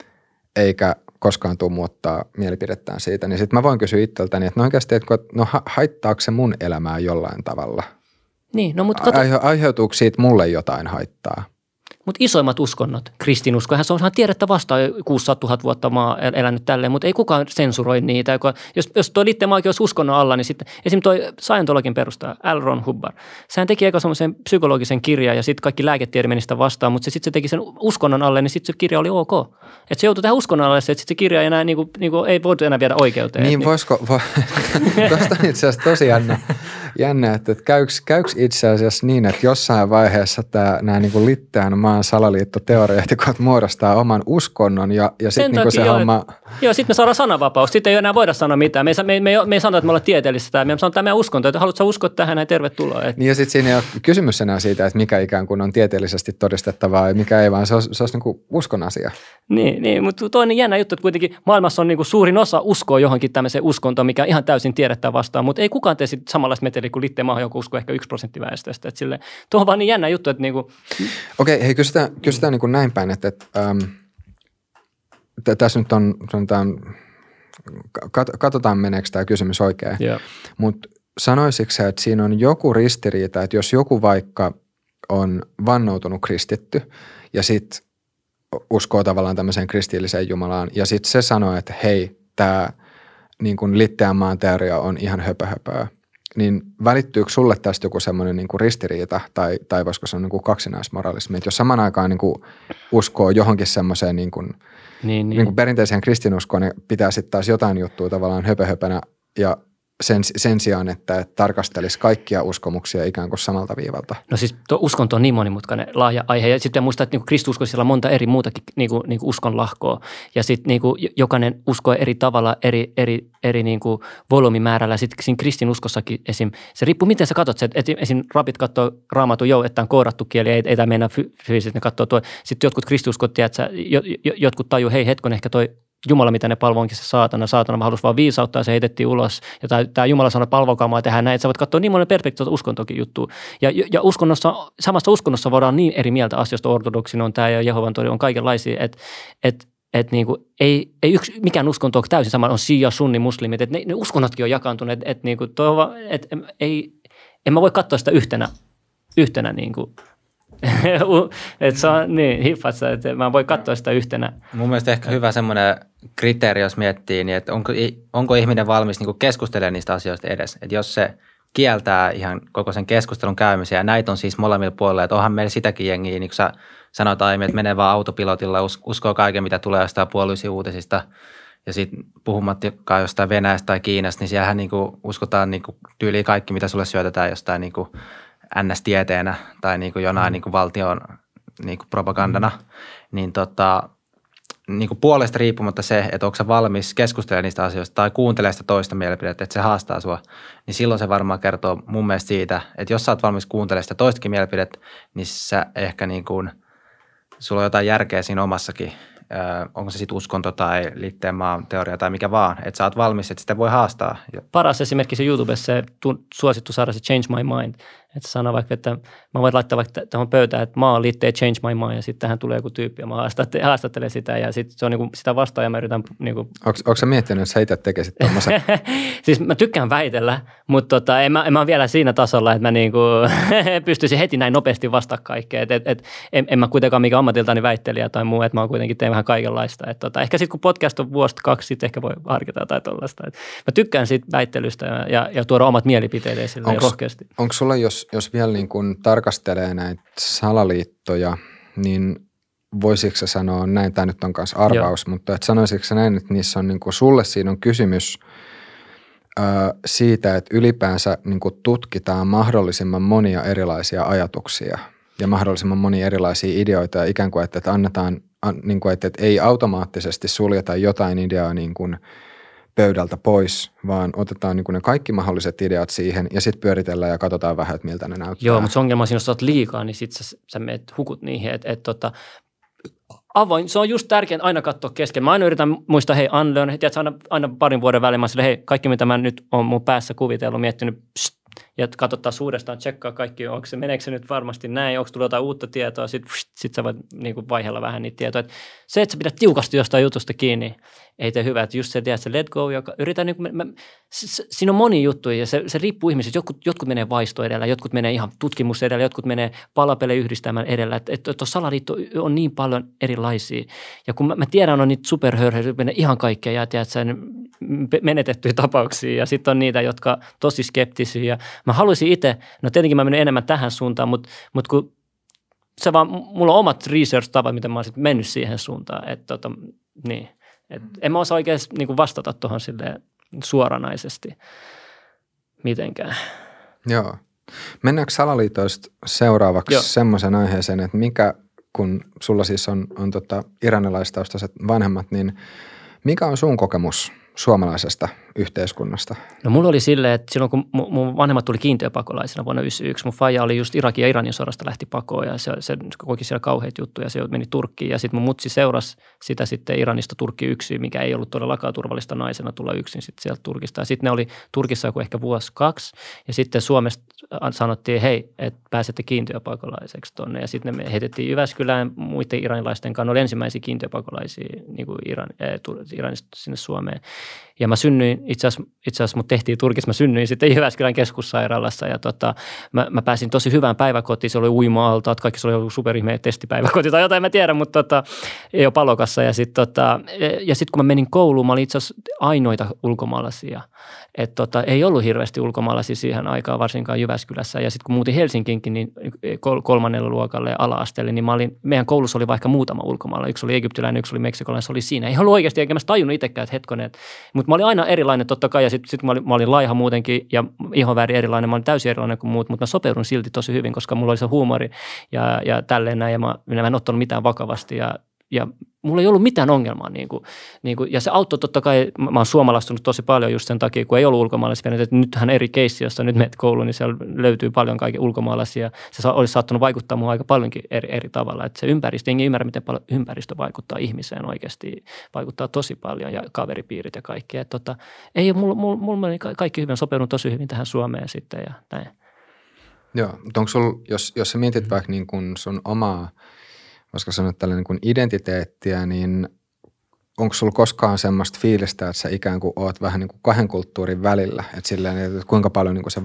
eikä koskaan tule muuttaa mielipidettään siitä, niin sitten mä voin kysyä itseltäni, että oikeasti, että haittaako se mun elämää jollain tavalla? Niin, no mutta aiheutuuko siitä mulle jotain haittaa? Mutta isoimmat uskonnot, kristinusko, se on ihan tiedettä vastaan 600 000 vuotta maa elänyt tälleen, mutta ei kukaan sensuroi niitä. Jos tuo litteen maakin olisi uskonnon alla, niin sitten esimerkiksi tuo Scientologin perustaja L. Ron Hubbard, sehän teki eka semmoisen psykologisen kirjan ja sitten kaikki lääketiede meni sitä vastaan, mutta sitten se teki sen uskonnon alle, niin sitten se kirja oli ok. Että se joutui tähän uskonnon alle, että sitten se kirja ei enää, ei voitu enää viedä oikeuteen. Niin voisiko, tuosta on itse asiassa tosi jännä, että käykö itse asiassa niin, että jossain vaiheessa nämä niin litteän maan salaliittoteoreetikot muodostaa oman uskonnon ja sitten niin se homma... Joo, sitten me saadaan sananvapaus. Sitten ei enää voida sanoa mitään. Me ei sanota, että me ollaan tieteellistä. Me sanotaan, että meidän uskonto, että haluatko uskoa tähän ja tervetuloa. Niin ja sitten siinä ei ole kysymys enää siitä, että mikä ikään kuin on tieteellisesti todistettavaa ja mikä ei, vaan se olisi niin kuin uskon asia. Niin, mutta toinen jännä juttu, että kuitenkin maailmassa on niin kuin suurin osa uskoo johonkin tämmöiseen uskontoon, mikä ihan täysin tiedettä vastaan, mutta ei kukaan tee sitten samanlaista meteliä kuin litteen maahan, joku uskoo ehkä 1% väestöstä. Tuo on vaan niin jännä juttu, että niin kuin... Okei, hei, kysytään niin kuin näin päin, että tässä nyt on katsotaan meneekö tämä kysymys oikein, mutta sanoisitko sä, että siinä on joku ristiriita, että jos joku vaikka on vannoutunut kristitty ja sitten uskoo tavallaan tämmöiseen kristilliseen Jumalaan ja sitten se sanoo, että hei, tämä niin kuin litteän maan teoria on ihan höpöhöpöä, niin välittyykö sulle tästä joku semmoinen niin kuin ristiriita tai voisiko se olla niin kuin kaksinaismoralismi, että jos saman aikaan niin kuin uskoo johonkin semmoiseen niin kuin perinteiseen kristinuskoon, niin pitää sitten taas jotain juttua tavallaan höpöhöpönä ja sen sijaan, että tarkastelisi kaikkia uskomuksia ikään kuin samalta viivalta. No siis tuo uskonto on niin monimutkainen, laaja aihe. Ja sitten muistaa, että kristinuskoisilla on monta eri muutakin niinku uskonlahkoa. Ja sitten niinku jokainen uskoo eri tavalla, eri niinku volyymimäärällä. Sitten siinä kristinuskossakin esim. Se riippuu, miten sä katsot. Esim. Rapit katsoo Raamatun, että on koodattu kieli, ei tämä mennä fyysisesti, ne katsoo tuo. Sitten jotkut kristinuskot, tiedätkö, jotkut tajuu, hei hetkon, ehkä toi Jumala, mitä ne palvoo, onkin se saatana. Saatana halusi vaan viisauttaa, se heitettiin ulos. Ja tämä Jumala sanoi, palvokaamaa tehdään näin. Että sä voit katsoa niin monen perspektiivistä uskontokin juttua. Ja samassa uskonnossa voidaan niin eri mieltä asioista. Ortodoksin on tämä ja Jehovan tori on kaikenlaisia. Että niinku, ei mikään uskonto ole täysin sama. On shia, sunni, muslimit. Että ne uskonnotkin on jakaantuneet. Että niinku, en mä voi katsoa sitä yhtenä niinku. Että se on niin hiffassa, että mä voin katsoa sitä yhtenä. Mun mielestä ehkä hyvä semmoinen kriteeri, jos miettii, niin että onko ihminen valmis niin kuin keskustelemaan niistä asioista edes. Että jos se kieltää ihan koko sen keskustelun käymisen, ja näitä on siis molemmilla puolilla, että onhan meillä sitäkin jengiä, niin kuin sä sanoit aiemmin, että menee vaan autopilotilla, uskoo kaiken, mitä tulee jostain puolueisiin uutisista, ja sitten puhumattakaan jostain Venäjästä tai Kiinasta, niin siellähän niin kuin uskotaan niin kuin tyyliin kaikki, mitä sulle syötetään jostain niin kuin NS-tieteenä tai niin kuin jonain niin kuin valtion niin kuin propagandana, niin niin kuin puolesta riippumatta se, että onko sä valmis keskustelemaan niistä asioista tai kuuntelemaan sitä toista mielipidettä, että se haastaa sua, niin silloin se varmaan kertoo mun mielestä siitä, että jos sä oot valmis kuuntelemaan sitä toistakin mielipidettä, niin sä ehkä niin kuin, sulla on jotain järkeä siinä omassakin, onko se sitten uskonto tai litteen maan teoria tai mikä vaan, että sä oot valmis, että sitä voi haastaa. Paras esimerkki se YouTubessa, se suosittu saada se Change My Mind, Että sanoo vaikka, että mä voin laittaa vaikka tähän pöytään, että maa liittee change my mind ja sitten tähän tulee joku tyyppi ja mä haastattelen sitä ja sitten se on niinku sitä vastaan ja mä yritän niinku. Onko sä miettinyt, että sä itse tekisit tommosen? Siis mä tykkään väitellä, mutta en mä ole vielä siinä tasolla, että mä niinku pystyisin heti näin nopeasti vastata kaikkeen. En mä kuitenkaan mikään ammatiltani väittelijä tai muu, että mä kuitenkin teen vähän kaikenlaista. Ehkä sitten kun podcast on vuosi 2, sitten ehkä voi harkita jotain tollaista. Mä tykkään siitä väittelystä ja tuoda omat mielipiteet esille rohkeasti. Onko sulla, jos vielä niin kuin tarkastelee näitä salaliittoja, niin voisitko sä sanoa näin, tämä nyt on myös arvaus, mutta sanoisitko sä näin, että niissä on niin kuin, sulle siinä on kysymys siitä, että ylipäänsä niin kuin tutkitaan mahdollisimman monia erilaisia ajatuksia ja mahdollisimman monia erilaisia ideoita ja ikään kuin, että annetaan, niin kuin, että ei automaattisesti suljeta jotain ideaa niin kuin pöydältä pois, vaan otetaan niin kuin ne kaikki mahdolliset ideat siihen ja sitten pyöritellään ja katsotaan vähän, että miltä ne näyttää. Joo, mutta se ongelma on siinä, jos sä oot liikaa, niin sitten sä menet hukut niihin, avoin, se on just tärkeää aina katsoa kesken. Mä aina yritän muistaa, hei, unlearn, aina parin vuoden välein, mä hei, kaikki mitä mä nyt on mun päässä kuvitellut, miettinyt, ja katsotaan uudestaan, tsekkaa kaikki, meneekö se nyt varmasti näin, onko tullut jotain uutta tietoa, sit sä voit niin kuin vaihella vähän niitä tietoja. Se, että sä pidät tiukasti jostain jutusta kiinni, ei tee hyvää, että just se, tiedät, se let go, joka yritän, niin siinä on moni juttuja ja se riippuu ihmisistä, jotkut menee vaisto edellä, jotkut menee ihan tutkimus edellä, jotkut menee palapelejä yhdistämään edellä, että salaliitto on niin paljon erilaisia ja kun mä tiedän, on niitä superhörhöjä, menee ihan kaikkea ja tiedät, menetettyjä tapauksia ja sitten on niitä, jotka tosi skeptisiä ja mä haluaisin itse, no tietenkin mä menen enemmän tähän suuntaan, mutta kun se vaan, mulla on omat research-tavat, miten mä oon sitten mennyt siihen suuntaan, että niin. En mä osaa oikein niin vastata tuohon silleen suoranaisesti mitenkään. Joo. Mennäänkö salaliitoista seuraavaksi semmoisen aiheeseen, että mikä, kun sulla siis on iranilaistaustaiset vanhemmat, niin mikä on sun kokemus suomalaisesta yhteiskunnasta? No mulla oli silleen, että silloin kun mun vanhemmat tuli kiintiöpakolaisena vuonna 1991, mun faija oli just Irakin ja Iranin sodasta lähti pakoon ja se koki siellä kauheita juttuja ja se meni Turkkiin ja sitten mun mutsi seurasi sitä sitten Iranista Turkkiin yksin, mikä ei ollut todellakaan turvallista naisena tulla yksin sitten sieltä Turkista. Ja sitten ne oli Turkissa joku ehkä vuosi 2 ja sitten Suomesta sanottiin, hei, että pääsette kiintiöpakolaiseksi tonne ja sitten ne heitettiin Jyväskylään muiden iranilaisten kanssa, ne oli ensimmäisiä kiintiöpakolaisia niin kuin Iranista sinne Suomeen. Ja mä synnyin, itse asiassa mut tehtiin Turkissa, mä synnyin sitten Jyväskylän keskussairaalassa ja mä pääsin tosi hyvään päiväkotiin, se oli uima-altaat, kaikki se oli ollut superihmeä testipäiväkoti tai jotain, mä tiedän, mutta ei ole Palokassa ja sitten kun mä menin kouluun, mä olin itse asiassa ainoita ulkomaalaisia, että ei ollut hirveästi ulkomaalaisia siihen aikaan, varsinkaan Jyväskylässä ja sitten kun muutin Helsinkiinkin, niin 3. luokalle ja ala-asteelle, niin meidän koulussa oli vaikka muutama ulkomaalainen, yksi oli egyptiläinen, yksi oli meksikolainen, se oli siinä, ei ollut oikeasti, eikä mä tajunnut itsekään, että hetkonen, mutta mä olin aina erilainen totta kai ja sitten mä olin laiha muutenkin ja ihonväri erilainen, mä olin täysin erilainen kuin muut, mutta mä sopeudun silti tosi hyvin, koska mulla oli se huumori ja tälleen näin ja mä en ottanut mitään vakavasti ja mulla ei ollut mitään ongelmaa. Ja se auttoi totta kai, mä oon suomalaistunut tosi paljon just sen takia, kun ei ollut ulkomaalaisia. Että nythän eri keissi, jossa nyt menet kouluun, niin siellä löytyy paljon kaiken ulkomaalaisia. Se olisi saattanut vaikuttaa muun aika paljonkin eri tavalla. Että se ympäristö, enkä ymmärrä, miten paljon ympäristö vaikuttaa ihmiseen oikeasti. Vaikuttaa tosi paljon ja kaveripiirit ja kaikki. Ei ole, mulla meni kaikki hyvin, sopeudun tosi hyvin tähän Suomeen sitten ja näin. Joo, mutta onko sulla, jos sä mietit vaikka niin kuin sun omaa, koska sanoit tällainen niin kuin identiteettiä, niin onko sulla koskaan semmoista fiilistä, että sä ikään kuin oot vähän niin kuin 2 kulttuurin välillä, että silleen, että kuinka paljon niin kuin se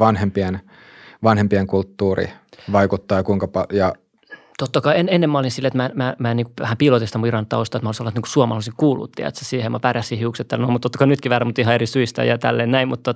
vanhempien kulttuuri vaikuttaa ja kuinka paljon. Totta kai ennen mä olin silleen, että mä niin vähän piilotin sitä mun Iran taustaa, että mä olisin ollut niin suomalaisen kuulutti, että siihen mä pärjäsin hiukset tällä, mutta totta kai nytkin väärä, mutta ihan eri syistä ja tälleen näin, mutta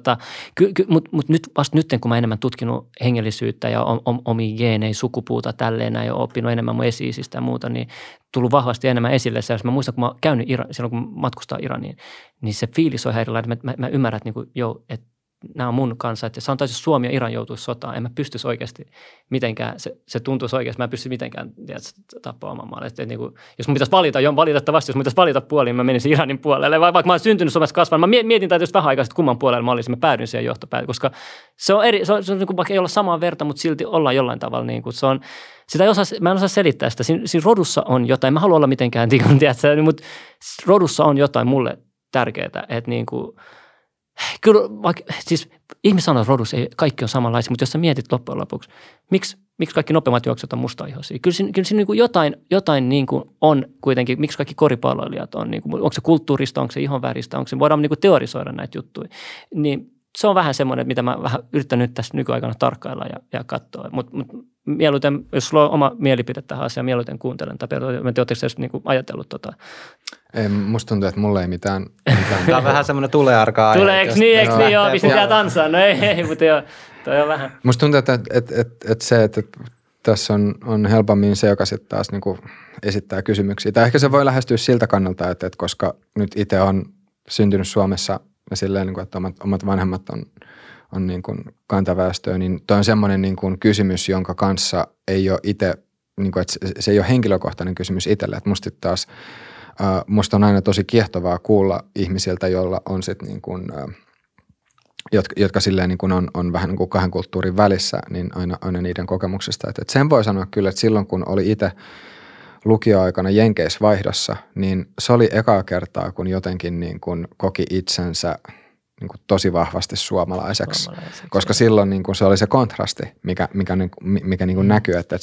nyt vasta nyt, kun mä enemmän tutkinut hengellisyyttä ja omia geenejä, sukupuuta tälleen näin ja oppinut enemmän mun esi-isistä ja muuta, niin tullut vahvasti enemmän esille. Mä muistan, kun mä käynyt silloin, kun matkustaa Iraniin, niin se fiilis on ihan erilainen, että mä ymmärrän, että nämä on mun kanssa, että sanotaan, jos Suomi ja Iran joutuisi sotaan, en mä pystyisi oikeasti mitenkään, se tuntuisi oikeasti, mä en pysty mitenkään tappaa oman maan. Jos mun pitäisi valita, valitettavasti, jos mun pitäisi valita puoliin, mä menisin Iranin puolelle, vaikka mä olen syntynyt Suomessa kasvanut, mä mietin tietysti vähän aikaa, että kumman puolelle mä olisin, mä päädyin siihen johtopäätökseen, koska se on eri, se on vaikka ei olla samaa verta, mutta silti ollaan jollain tavalla, se on, mä en osaa selittää sitä, siinä rodussa on jotain, mä haluan olla mitenkään, mutta rodussa on jotain mulle tärkeää, että Kyllä, siis ihmiset sanoo, että rodussa ei kaikki on samanlaisia, mutta jos sä mietit loppujen lopuksi, miksi kaikki nopeammat juoksut on mustaihoisia? Kyllä siinä niin kuin jotain niin kuin on kuitenkin, miksi kaikki koripalloilijat on, niin kuin, onko se kulttuurista, onko se ihonväristä, onko se, voidaan niin kuin teorisoida näitä juttuja. Niin se on vähän semmoinen, mitä mä vähän yritän nyt tässä nykyaikana tarkkailla ja katsoa. Mutta mieluiten, jos sulla on oma mielipide tähän asiaan, mieluiten kuuntelen. Tai oletteko edes niin kuin ajatellut tota? Ei, musta tuntuu, että mulla ei mitään. Tämä on vähän semmoinen tulearkaa aihe. Tuleeko niin, joo, pistin tää tansaan. No ei, mutta joo, toi on vähän. Musta tuntuu, että tässä on helpommin se, joka sitten taas niinku esittää kysymyksiä. Tai ehkä se voi lähestyä siltä kannalta, että koska nyt itse on syntynyt Suomessa ja silleen, niin kuin, että omat vanhemmat on niin kuin kantaväestöä, niin toi on semmoinen niin kuin kysymys, jonka kanssa ei ole itse, niin kuin, että se ei ole henkilökohtainen kysymys itselle. Että musta on aina tosi kiehtovaa kuulla ihmisiltä, joilla on sitten niin kuin, jotka silleen niin kuin on vähän niin kuin kahden kulttuurin välissä, niin aina niiden kokemuksesta. Että sen voi sanoa kyllä, että silloin kun oli itse lukioaikana Jenkeisvaihdossa, niin se oli ekaa kertaa, kun jotenkin niin kuin koki itsensä niin kuin tosi vahvasti suomalaiseksi. Koska silloin niin kuin se oli se kontrasti, mikä niin kuin näkyy, että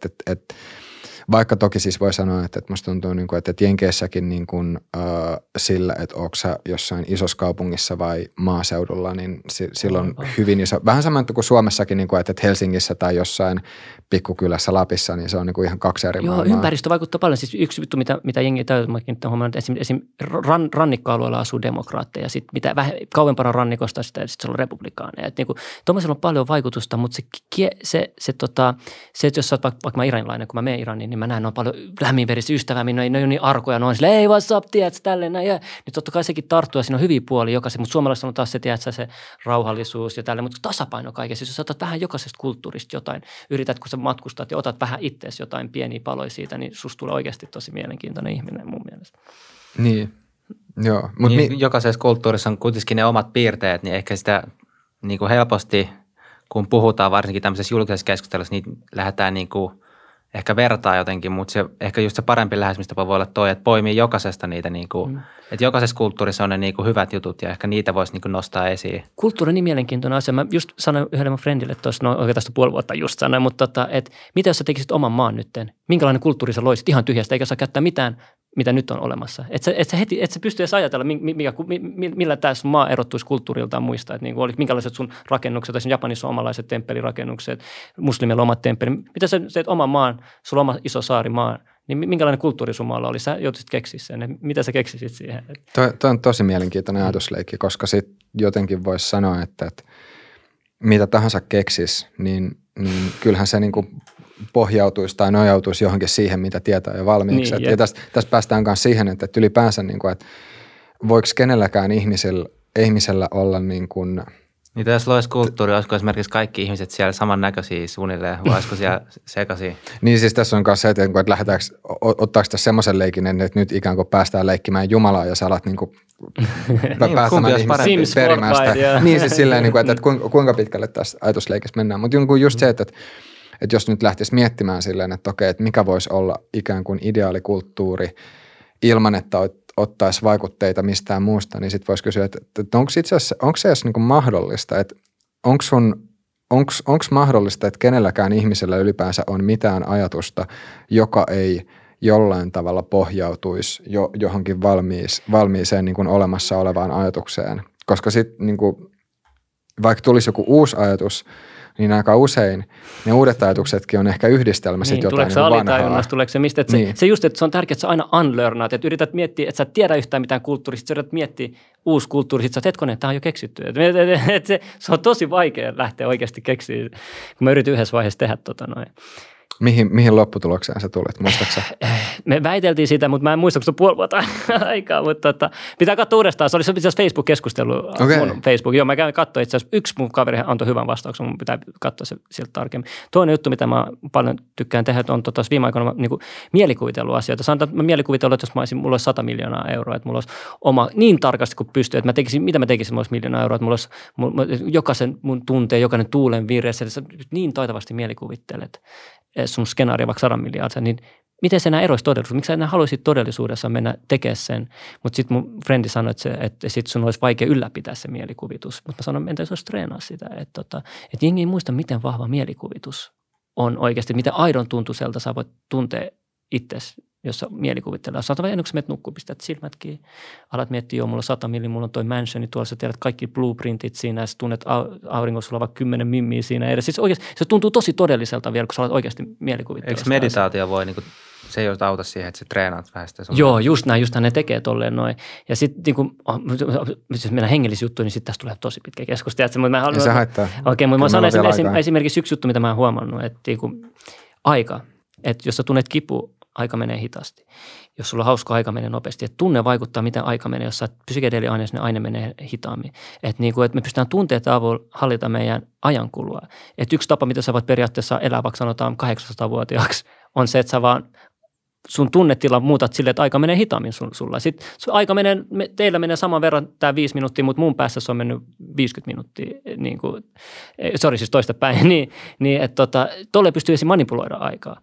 vaikka toki siis voi sanoa, että musta tuntuu, niin kuin, että Jenkeissäkin niin kuin, sillä, että onko sä jossain isossa kaupungissa vai maaseudulla, niin silloin hyvin iso. Vähän sama kuin Suomessakin, niin kuin, että Helsingissä tai jossain pikkukylässä Lapissa, niin se on niin kuin ihan kaksi eri maailmaa. Joo, ympäristö vaikuttaa paljon. Siis yksi juttu, mitä jengi täytyy kiinnittää huomioon, että esimerkiksi rannikkoalueella asuu demokraatteja, sitten mitä kauempana rannikosta, sitten se on republikaaneja. Että niin tuommoisella on paljon vaikutusta, mutta se että jos sä oot vaikka mä iranilainen, kun mä menen Iraniin, niin mä näen, ne on paljon lämminverisiä ystävää, ne on niin arkoja, ne on silleen, ei what's up, tiedätkö, tälleen näin. Ja niin totta kai sekin tarttuu, ja siinä on hyviä puolia jokaisen, mutta suomalaisilla on taas se, tiedätkö, se rauhallisuus ja tälleen, mutta tasapaino kaikessa. Jos sä otat vähän jokaisesta kulttuurista jotain, yrität, kun sä matkustat ja otat vähän itseesi jotain pieniä paloja siitä, niin susta tulee oikeasti tosi mielenkiintoinen ihminen mun mielestä. Niin, joo. Niin, jokaisessa kulttuurissa on kuitenkin ne omat piirteet, niin ehkä sitä niin kuin helposti, kun puhutaan varsinkin tämmöisessä julkisessa keskustelussa, niin lähdetään niin kuin ehkä vertaa jotenkin, mutta se, ehkä just se parempi lähestymistapa voi olla toi, että poimii jokaisesta niitä, niin kuin, että jokaisessa kulttuurissa on ne niin kuin hyvät jutut ja ehkä niitä voisi niin kuin nostaa esiin. Kulttuuri on niin mielenkiintoinen asia. Mä just sanoin yhdelle mun friendille tuossa, no oikeastaan puoli vuotta just sanoin, mutta että mitä jos sä tekisit oman maan nytten? Minkälainen kulttuuri sä loisit ihan tyhjästä, eikä saa käyttää mitään, mitä nyt on olemassa. Et sä pysty edes ajatella, millä tämä sun maa erottuisi kulttuuriltaan muista. Että niin minkälaiset sun rakennukset, esimerkiksi Japanissa on omalaiset temppelirakennukset, muslimilla omat temppeli. Mitä sä teet oman maan, sulla on oma iso saari maa, niin minkälainen kulttuuri sun maalla oli? Sä joutuisit keksiä sen. Mitä sä keksisit siihen? Toi on tosi mielenkiintoinen ajatusleikki, koska sit jotenkin voisi sanoa, että mitä tahansa keksis, niin kyllähän se niinku pohjautuisi tai nojautuisi johonkin siihen, mitä tietää jo valmiiksi. Niin, ja tästä päästään myös siihen, että ylipäänsä, niin kuin, että voiko kenelläkään ihmisellä olla niin kuin niin jos loisi kulttuuri, olisiko esimerkiksi kaikki ihmiset siellä samannäköisiä suunnilleen, vai olisiko siellä sekaisin? Niin siis tässä on myös se, että ottaako tässä semmoisen leikin, että nyt ikään kuin päästään leikkimään Jumalaa ja sä alat niin kuin päästämään ihmisiä perimästä. Niin siis silleen, että kuinka pitkälle tässä ajatusleikissä mennään. Mutta just se, että jos nyt lähtisi miettimään silleen, että okei, että mikä voisi olla ikään kuin ideaalikulttuuri ilman, että ottaisi vaikutteita mistään muusta, niin sitten voisi kysyä, että onko se edes niin kuin mahdollista, että onko mahdollista, että kenelläkään ihmisellä ylipäänsä on mitään ajatusta, joka ei jollain tavalla pohjautuisi johonkin valmiiseen niin kuin olemassa olevaan ajatukseen. Koska sitten niin kuin, vaikka tulisi joku uusi ajatus, niin aika usein ne uudet ajatuksetkin on ehkä yhdistelmä sitten jotain vanhaa. Tuleeko se alitajunnasta, tuleeko se mistä? Se just, että se on tärkeää, että sä aina unlearnaat, että yrität miettiä, että sä et tiedä yhtään mitään kulttuurista, sä yrität miettiä uusi kulttuuri, sitten sä oot hetkonen, että tämä on jo keksitty. Se on tosi vaikea lähteä oikeasti keksiä, kun mä yritin yhdessä vaiheessa tehdä noin. Mihin lopputulokseen sä tulit, muistatko? Me väiteltiin sitä, mutta mä en muista, kun se on puoli vuotta aikaa, mutta pitää katsoa uudestaan. Se oli itse asiassa Facebook-keskustelu, mun Facebook. Joo, mä käyn katsoa itse asiassa, yksi mun kaveri antoi hyvän vastauksen, mun pitää katsoa se sieltä tarkemmin. Toinen juttu, mitä mä paljon tykkään tehdä, on viime aikoina niin mielikuvitellut asioita. Sanotaan, että mä mielikuvitellut, että jos mulla olisi 100 miljoonaa euroa, että mulla olisi oma niin tarkasti kuin pystyy, että mitä mä tekisin, mulla olisi 1 miljoonaa euroa, että mulla olisi jokaisen mun tunteen, jokainen tuulen virre, niin taitavasti mielikuvittelet sun skenaario vaikka 100 miljardia, niin miten se enää eroisi todellisuudessa? Miksi sä enää haluaisit todellisuudessa mennä tekemään sen? Mutta sitten mun frendi sanoi, että sit sun olisi vaikea ylläpitää se mielikuvitus. Mutta mä sanoin, että se olisi treenaa sitä. Että jengi ei muista, miten vahva mielikuvitus on oikeasti. Miten aidon tuntuiselta sä voit tuntea itsesi, jos mielikuvittelee. Saatan ennen kuin sä menet nukkuun, pistät silmät kiinni. Alat miettiä, joo, mulla on 100 milli, mulla on toi mansioni, tuolla sä tiedät kaikki blueprintit siinä ja sä tunnet auringossa sulla vaikka 10 mimmiä siinä edessä. Siis oikeasti se tuntuu tosi todelliselta vielä, kun sä alat oikeasti mielikuvitteella. Eikö meditaatio voi, niin kuin, se ei auta siihen, että sä treenaat vähän sitä sun? Joo, just näin ne tekee tolleen noin. Ja sitten niin jos mennään hengellisjuttuun, niin sitten tästä tulee tosi pitkä keskustelu. Ja se haittaa. Okei, mutta mä sanon esimerkiksi yksi juttu, mitä mä oon huomannut, että niin kuin aika, että jos sä tunnet kipu, aika menee hitaasti. Jos sulla on hauska, aika menee nopeasti. Et tunne vaikuttaa, miten aika menee. Jos sä oot psykedeeliaineessa, niin aine menee hitaammin. Että me pystytään tunteiden avulla hallita meidän ajankulua. Et yksi tapa, mitä sä voit periaatteessa elää, vaikka sanotaan 800-vuotiaaksi, on se, että sä vaan sun tunnetila muutat silleen, että aika menee hitaammin sulla. Sitten aika teillä menee saman verran tämä 5 minuuttia, mutta mun päässä se on mennyt 50 minuuttia, niin kuin, siis toistepäin, niin että tolle pystyy manipuloida aikaa.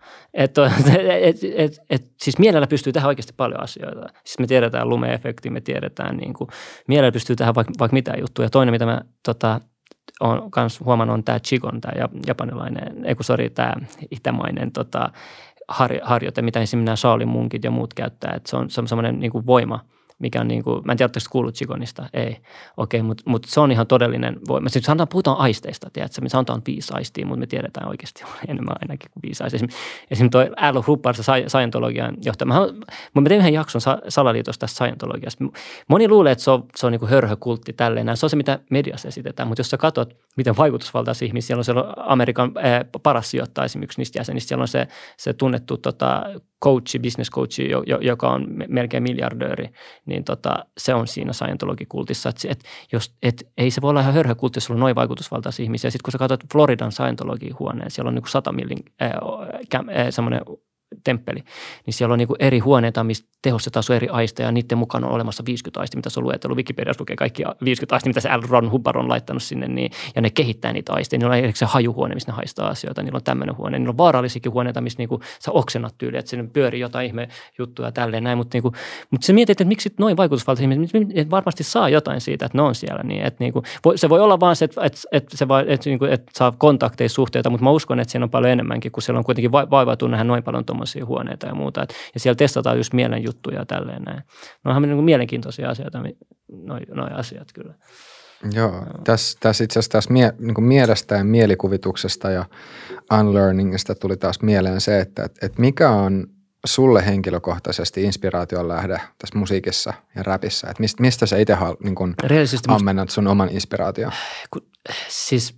Siis mielellä pystyy tehdä oikeasti paljon asioita. Siis me tiedetään lume-efekti, me tiedetään, niin kuin, mielellä pystyy tehdä vaikka mitä juttuja. Ja toinen, mitä mä olen myös huomannut, on tämä Qigong, tämä japanilainen, tämä itämainen harjoite, mitä esimerkiksi nämä Shaolin munkit ja muut käyttää, että se on semmoinen niin kuin voima, mikä on niin kuin, mä en tiedä, oletteko kuullut Qigongista, ei, okei, mutta se on ihan todellinen voima. Sitten puhutaan aisteista, tiedätkö, me sanotaan 5 aistia, mutta me tiedetään oikeasti enemmän ainakin kuin 5 aistia. Esimerkiksi toi Al Hubbard, Scientologian johtaja, mä tein yhden jakson salaliitosta tästä Scientologiasta. Moni luulee, että se on niin kuin hörhökultti tälleen, se on se, mitä mediassa esitetään, mutta jos sä katsot, miten vaikutusvaltaisia ihmisiä, siellä on Amerikan paras sijoittaja esimerkiksi niistä jäsenistä, siellä on se tunnettu coachi, business coachi, joka on melkein miljardööri, niin se on siinä Scientologikultissa. Että ei se voi olla ihan hörhökultti, jos sulla on noin vaikutusvaltaisia ihmisiä. Sitten kun sä katsot Floridan Scientologi-huoneen, siellä on niin kuin 100 millin semmoinen temppeli, niin siellä on niin kuin eri huoneita, missä tehostetaan sun eri aisteja, ja niiden mukana on olemassa 50 aistia, mitä se on luetellut. Wikipediassa lukee kaikki 50 aistia, mitä se L. Hubbard on laittanut sinne, niin, ja ne kehittää niitä aisteja. Niillä on erikseen hajuhuone, missä ne haistaa asioita, niillä on tämmöinen huone. Niillä on vaarallisikin huoneita, missä niinku sä oksennat tyyliä, että sinne pyörii jotain ihme juttuja tälleen näin, mutta se mietit, että miksi noin vaikutusvaltaisia ihmisiä, varmasti saa jotain siitä, että ne on siellä. Niin, että niinku, se voi olla vaan se, että saa kontakteja suhteita, mutta mä uskon, että siinä on paljon enemmänkin, kun siellä on kuitenkin vaivautuu nähdä noin paljon tuommoisia huoneita ja muuta. Ja siellä testataan just mielen juttuja ja tälleen näin. No onhan niin mielenkiintoisia asioita, noi asiat kyllä. Joo, tässä itse asiassa niin mielestä ja mielikuvituksesta ja unlearningista tuli taas mieleen se, että mikä on sulle henkilökohtaisesti inspiraation lähde tässä musiikissa ja räpissä? Että mistä sä itse niin ammennat sun oman inspiraation? Siis,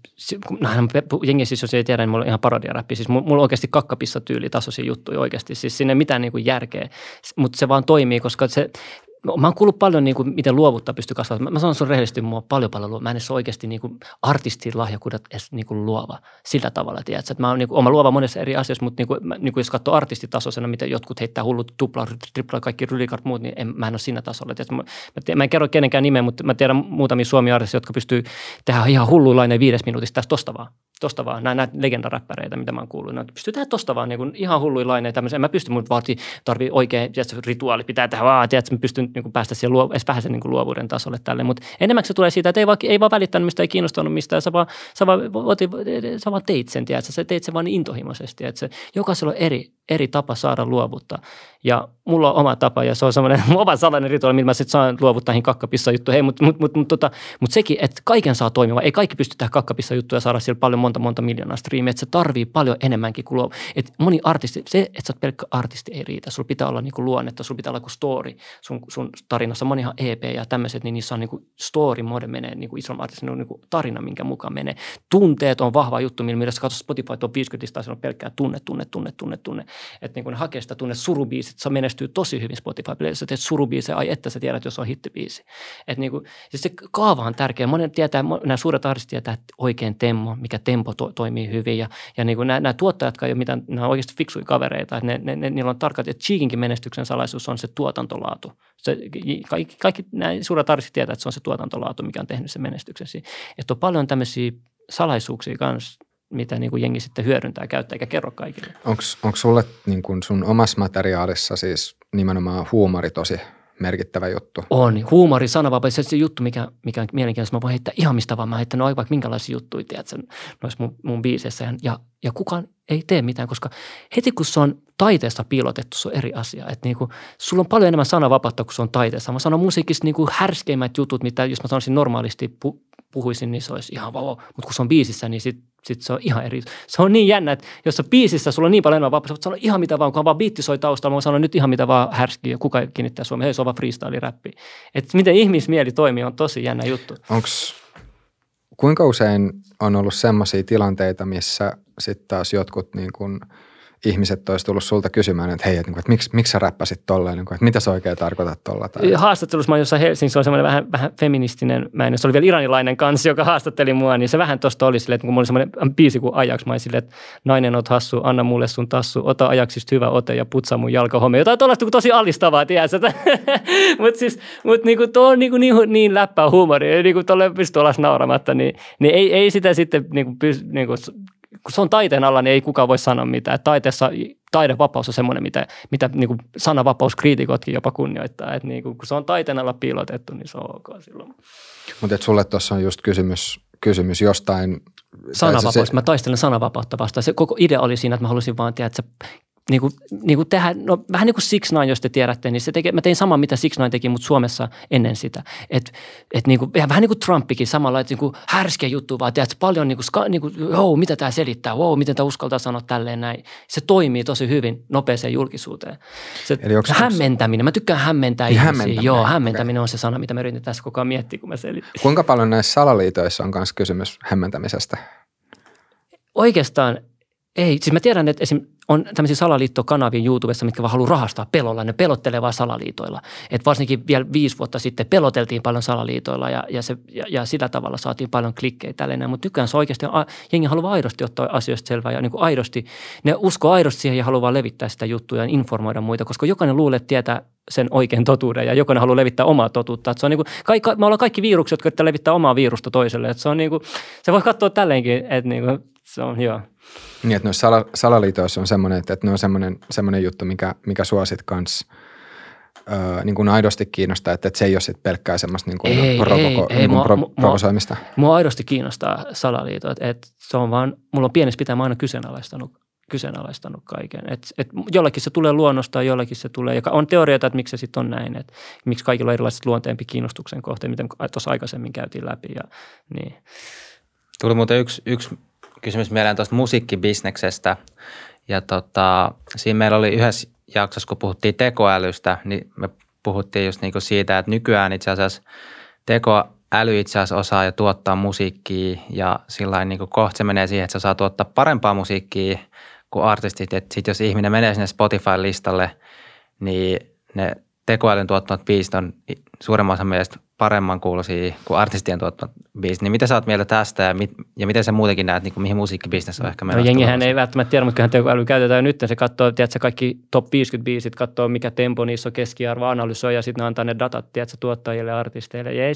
jengi siis jos ei tiedä, niin mulla on ihan parodiaräppi. Siis mulla on oikeasti kakkapissatyyli tasoisia juttuja oikeasti. Siis siinä ei mitään niin kuin järkeä, mutta se vaan toimii, koska se... Mä oon kuullut paljon, niin kuin, miten luovuutta pystyy kasvattamaan. Mä sanon sun rehellisesti, mua on paljon luovaa. Mä en edes oikeasti niin kuin artistin lahjakuudet edes niin kuin luova sillä tavalla. Tiedätkö? Mä oon luova monessa eri asioissa, mutta niin kuin jos katsoo artistitasoisena, miten jotkut heittää hullut tupla, tripla, kaikki rylikart muut, niin mä en ole siinä tasolla. Mä en kerro kenenkään nimeä, mutta mä tiedän muutamia Suomi-artisteja, jotka pystyy tehdä ihan hulluilainen 5 minuutissa tässä tosta vaan. Nämä legendaräppäreitä, mitä mä oon kuullut. Ne pystyy tehdä tosta vaan niin ihan hulluilainen tämmöisen. Mä pystyn, mun tarvii oikein, rituaali pitää tehdä, tiedätkö, mä pystyn niin päästä siihen edes vähän sen niin luovuuden tasolle tälle, mutta enemmän se tulee siitä, että ei vaan välittänyt mistä, ei kiinnostanut mistään, sä vaan teit sen, tiedätkö? Sä teit sen vaan niin intohimoisesti, että jokaisella on eri tapa saada luovuutta. Ja mulla on oma tapa ja se on semmoinen oma salainen rituaali, millä mä sitten saan luovuttaa näihin kakkapissa-juttuja. Hei, mutta sekin, että kaiken saa toimiva. Ei kaikki pysty tähän kakkapissa-juttuja ja saada siellä paljon monta miljoonaa striimiä. Että se tarvii paljon enemmänkin kuin että moni artisti, se, että sä oot pelkkä artisti ei riitä. Sulla pitää olla niinku luonnetta, sulla pitää olla story sun tarinassa. Monihan EP ja tämmöiset, niin niissä on niinku story mode menee, niinku ison artistin on niinku tarina, minkä mukaan menee. Tunteet on vahva juttu, millä sä katsot Spotify Top 50 listaa, siellä on pelkkää tunne. Että niinku ne hakee sitä tunne surubiisit, se menestyy tosi hyvin Spotify-peleissä. Sä teet surubiisejä, ai että sä tiedät, jos on hittibiisi. Että niinku, siis se kaava on tärkeä. Nämä suuret artistit tietää oikein mikä tempo toimii hyvin. Ja niinku nämä tuottajat, jotka ei ole mitään, nämä on oikeasti fiksuja kavereita. Että niillä on tarkat, että Cheekinkin menestyksen salaisuus on se tuotantolaatu. Kaikki nämä suuret artistit tietää, että se on se tuotantolaatu, mikä on tehnyt sen menestyksen. Että on paljon tämmöisiä salaisuuksia kanssa, mitä niin kuin jengi sitten hyödyntää, käyttää eikä kerro kaikille. Onko sulle niin kuin sun omassa materiaalissa siis nimenomaan huumori tosi merkittävä juttu? On. Huumori, sananvapaus, se juttu, mikä on mielenkiintoista. Mä voin heittää ihan mistä vaan. Mä heittän vaikka minkälaisia juttuja, tiedätkö, noissa mun biiseissä. Ja kukaan ei tee mitään, koska heti kun se on taiteessa piilotettu, se on eri asia. Että niinku, sulla on paljon enemmän sananvapautta, kun se on taiteessa. Mä sanon musiikissa niinku härskeimmät jutut, mitä jos mä sanoisin normaalisti puhuisin, niin se olisi ihan vau. Mutta kun se on biisissä, niin sit se on ihan eri. Se on niin jännä, että jos sä biisissä sulla on niin paljon enemmän vapautta, sä voit sanoa ihan mitä vaan, kun vaan biitti soi taustalla, mä sanon nyt ihan mitä vaan härskiä ja kuka kiinnittää Suomeen, hei se on vaan freestyle-räppi. Että miten ihmismieli toimii on tosi jännä juttu. Kuinka usein on ollut semmoisia tilanteita, missä sitten taas jotkut niin kun ihmiset olisi tullut sulta kysymään, että hei, että miksi sä räppäsit tolleen, että mitä sä oikein tarkoitat tolla? Tai... Haastattelussa mä jossain Helsingissä oli semmoinen vähän feministinen, se oli vielä iranilainen kanssa, joka haastatteli mua, niin se vähän tosta oli silleen, että kun mulla oli semmoinen biisi kuin Ajax, mä olin silleen, että nainen oot hassu, anna mulle sun tassu, ota Ajaxista hyvä ote ja putsa mun jalkahome. Jotain tuollaista tosi alistavaa, tiedätkö? Mutta niinku tuo on niin läppää huumoria, niinku tuolle pystyy olla nauramatta, niin ei sitä sitten niinku kun se on taiteen alla, niin ei kukaan voi sanoa mitään. Taiteessa taidevapaus on semmoinen, mitä niin kuin sananvapauskriitikotkin jopa kunnioittaa. Että niin kuin, kun se on taiteen alla piilotettu, niin se on ok silloin. Mutta sulle tuossa on just kysymys jostain... Sananvapaus. Mä taistelen sananvapautta vastaan. Se koko idea oli siinä, että mä halusin vaan tehdä, että Niinku tehdä, no vähän niin kuin 6ix9ine, jos te tiedätte, niin mä tein saman, mitä 6ix9ine teki, mutta Suomessa ennen sitä. Vähän niin kuin Trumpikin samalla, että niinku härskeä juttu vaan, tiedätkö, paljon mitä tämä selittää, miten tämä uskaltaa sanoa tälleen näin. Se toimii tosi hyvin nopeeseen julkisuuteen. Se hämmentäminen, mä tykkään hämmentää ihmisiä. Joo, hämmentäminen on se sana, mitä mä yritin tässä koko ajan miettiä, kun mä selitin. Kuinka paljon näissä salaliitoissa on myös kysymys hämmentämisestä? Oikeastaan ei. Siis mä tiedän, että esimerkiksi on tämmöisiä salaliittokanavia YouTubessa, mitkä vaan haluaa rahastaa pelolla. Ne pelottelee vaan salaliitoilla. Et varsinkin vielä 5 vuotta sitten peloteltiin paljon salaliitoilla ja sillä tavalla saatiin paljon klikkejä tälleen. Mutta nykyään se oikeasti, jengi haluaa aidosti ottaa asioista selvää ja niin kuin aidosti, ne uskoo aidosti siihen ja haluaa levittää sitä juttua ja informoida muita, koska jokainen luulee, että tietää sen oikein totuuden ja jokainen haluaa levittää omaa totuutta. Et se on niin kuin, me ollaan kaikki virukset, jotka yrittää levittää omaa virusta toiselle. Et se on niin kuin, se voi katsoa tälleenkin, että niin kuin, se on hyvä. Niin, että noissa salaliitoissa on semmoinen, että ne on semmoinen juttu, mikä sua sit kans niin kuin aidosti kiinnostaa, että se ei ole sit pelkkää semmoista niin kuin provosoimista. Mua aidosti kiinnostaa salaliitot, että se on vaan, mulla on pienessä pitää, mä aina kyseenalaistanut kaiken. Et jollakin se tulee luonnosta, jollakin se tulee, joka on teorioita, että miksi se sitten on näin, että miksi kaikilla on erilaiset luonteempi kiinnostuksen kohteet, miten tuossa aikaisemmin käytiin läpi. Ja, niin. Tuli muuten yksi kysymys mieleen tuosta musiikkibisneksestä ja siinä meillä oli yhdessä jaksossa, kun puhuttiin tekoälystä, niin me puhuttiin just niinku siitä, että nykyään itse asiassa tekoäly itse asiassa osaa jo tuottaa musiikkia ja sillain niinku kohta se menee siihen, että se osaa tuottaa parempaa musiikkia kuin artistit. Että sitten jos ihminen menee sinne Spotify-listalle, niin ne tekoälyn tuottamat biisit on suuremman osan mielestä paremman kuulosia kuin artistien tuottamat biisit. Niin mitä sä oot mieltä tästä ja miten sä muutenkin näet, niin kuin mihin musiikkibisnes on ehkä menossa? No jengihän ei välttämättä tiedä, mutta kyllähän tekoäly käytetään nyt. Se katsoo, tiedätkö, kaikki top 50 biisit, katsoo mikä tempo niissä on, keskiarvo, analysoi ja sitten ne antaa ne datat, tiedätkö, tuottajille ja artisteille. Ja ei,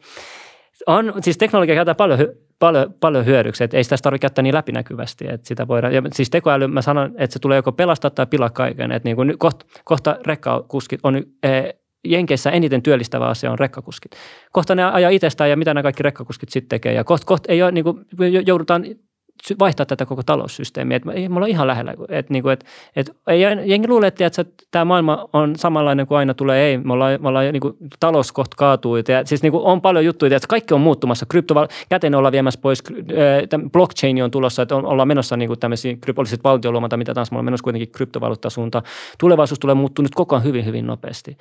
siis teknologia käytetään paljon hyödyksi, että ei sitä tarvitse käyttää niin läpinäkyvästi, että sitä voidaan, ja siis tekoäly, mä sanon, että se tulee joko pelastaa tai pilaa kaiken, että niin kuin kohta rekkakuskit on Jenkeissä eniten työllistävä asia on rekkakuskit. Kohta ne ajaa itsestään ja mitä nämä kaikki rekkakuskit sitten tekee ja kohta ei ole, niin kuin, joudutaan vaihtaa tätä koko taloussysteemiä. Me ollaan ihan lähellä. Jengi luulee, että tämä maailma on samanlainen kuin aina tulee. Ei, me ollaan niin kuin, talous kohta kaatuu. Siis niin kuin, on paljon juttuja, että kaikki on muuttumassa. Käteen ollaan viemässä pois. Blockchain on tulossa, että ollaan menossa niin kuin tämmöisiä kryptoliset valtioluomata, mitä taas me ollaan menossa kuitenkin kryptovaluuttasuuntaan. Tulevaisuus tulee muuttua nyt koko ajan hyvin, hyvin nopeasti.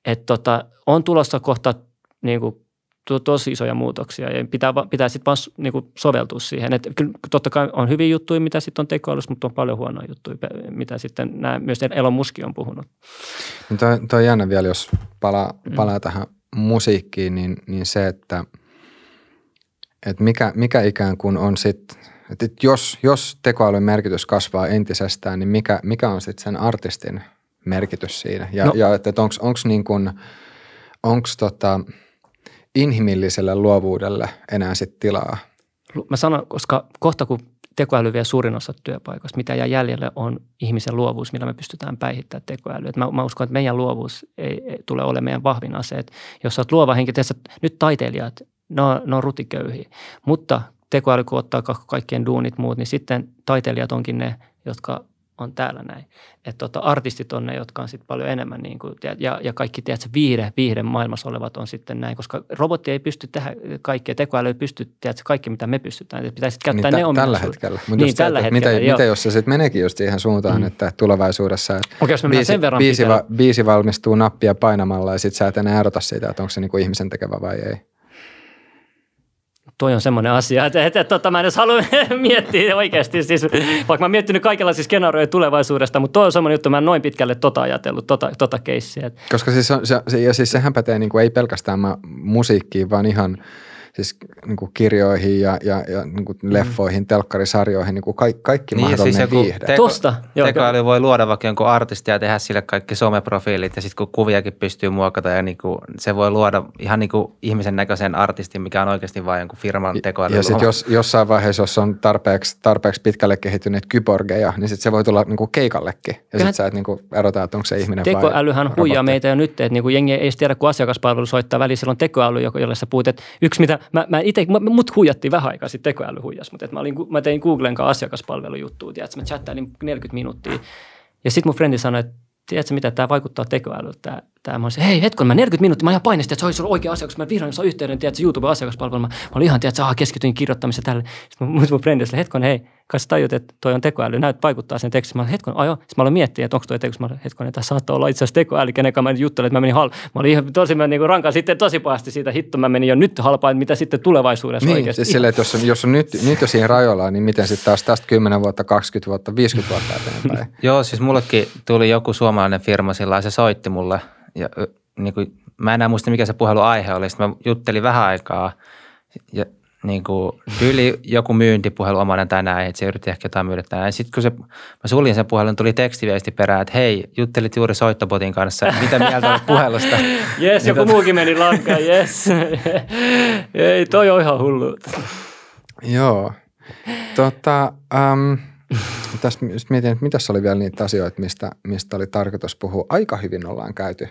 On tulossa kohta niin kuin, tosi isoja muutoksia ja pitää sitten vaan niinku soveltua siihen. Et kyllä totta kai on hyviä juttuja, mitä sitten on tekoälyssä, mutta on paljon huonoja juttuja, mitä sitten myös Elon Musk on puhunut. Toi on jännä vielä, jos palaa tähän musiikkiin, niin se, että mikä ikään kuin on sitten, että jos tekoälyn merkitys kasvaa entisestään, niin mikä on sitten sen artistin merkitys siinä? Ja että onko niin kuin, inhimilliselle luovuudelle enää sitten tilaa? Mä sanon, koska kohta kun tekoäly vie suurin osa työpaikoista. Mitä jää jäljelle on ihmisen luovuus, millä me pystytään päihittämään tekoälyä. Mä uskon, että meidän luovuus ei tule olemaan meidän vahvin ase. Että jos sä oot luova henki, nyt taiteilijat, ne on rutiköyhiä, mutta tekoäly kun ottaa kaikkien duunit muut, niin sitten taiteilijat onkin ne, jotka on täällä näin. Että artistit on ne, jotka on sitten paljon enemmän niin kuin, ja kaikki tiedätkö, viihde maailmassa olevat on sitten näin, koska robotti ei pysty tehdä kaikkea, tekoäly ei pysty tiedätkö, kaikki mitä me pystytään. Pitäisi käyttää niin ne ominaisuudet. Tällä hetkellä. Niin, tällä hetkellä, mitä jos se sitten meneekin just siihen suuntaan, että tulevaisuudessa biisi valmistuu nappia painamalla ja sitten sä et enää erota siitä, että onko se niinku ihmisen tekevä vai ei. Toi on semmoinen asia, että mä en edes halua miettiä oikeasti, siis, vaikka mä oon miettinyt kaikenlaisia skenaarioita tulevaisuudesta, mutta toi on semmoinen juttu, mä en noin pitkälle ajatellut, keissiä. Koska siis sehän pätee niin kuin ei pelkästään musiikkiin, vaan ihan siis niin kuin kirjoihin ja niin kuin leffoihin, telkkarisarjoihin, niin kuin kaikki niin, mahdollinen siis viihde. Tekoäly voi luoda vaikka jonkun artistia ja tehdä sille kaikki someprofiilit ja sitten kun kuviakin pystyy muokata ja niin kuin, se voi luoda ihan niin kuin ihmisen näköisen artistin, mikä on oikeasti vain jonkun firman tekoäly. Ja sitten jossain vaiheessa, jos on tarpeeksi pitkälle kehittyneet kyborgeja, niin sitten se voi tulla niin kuin keikallekin. Ja sitten sä et niin kuin erota, että onko se ihminen vai tekoälyhän huijaa meitä jo nyt, että niin kuin jengi ei tiedä, kun asiakaspalvelu soittaa väliin, silloin tekoäly, jolle sä puhut, että yksi mitä mut huijattiin vähän aikaa sitten tekoäly huijas, mutta mä tein Googlen kanssa asiakaspalvelujuttua, tiedätkö, mä chattailin 40 minuuttia. Ja sitten mun frendi sanoi, että tiedätkö mitä, tämä vaikuttaa tekoälyltä. Mä olisin, hei hetken, mä 40 minuuttia, mä ihan painestin, että se olisi ollut oikea asiakas, mä vihdoin saa yhteyden, tiedätkö, YouTube-asiakaspalvelu. Mä olin ihan, tiedätkö, keskityin kirjoittamiseen tälle. Sitten mun frendi sanoi, hetken, hei, kai sä tajut, että toi on tekoäly, vaikuttaa sen tekstiin. Mä olin, hetken, joo. Sitten mä aloin miettiä, että onko toi teksti. Mä olin, hetken, että saattaa olla itse asiassa tekoäly, kenen kanssa mä juttelin, että mä menin halpaan. Mä olin ihan tosi niin rankaan sitten tosi pahasti siitä, hitto mä menin jo nyt halpaan, mitä sitten tulevaisuudessa niin, oikeasti. Siis silleen, että jos on nyt jo siinä rajoilla, niin miten sitten taas tästä 10 vuotta, 20 vuotta, 50 vuotta eteenpäin? Joo, siis mullekin tuli joku suomalainen firma sillä se soitti mulle ja niin kuin, mä en enää muista, mikä se puheluaihe oli. Sitten mä juttelin vähän aikaa ja niin kuin, tyyli joku myyntipuhelu omana tänään, että se yritti ehkä jotain myydä tänään. Sitten kun mä suljin sen puhelun, tuli tekstiviesti perään, että hei, juttelit juuri soittobotin kanssa, mitä mieltä olet puhelusta? Jes, joku muukin meni lankaan, jes. Ei, toi on ihan hullu. Joo. Tästä mietin, että mitäs oli vielä niitä asioita, mistä oli tarkoitus puhua. Aika hyvin ollaan käyty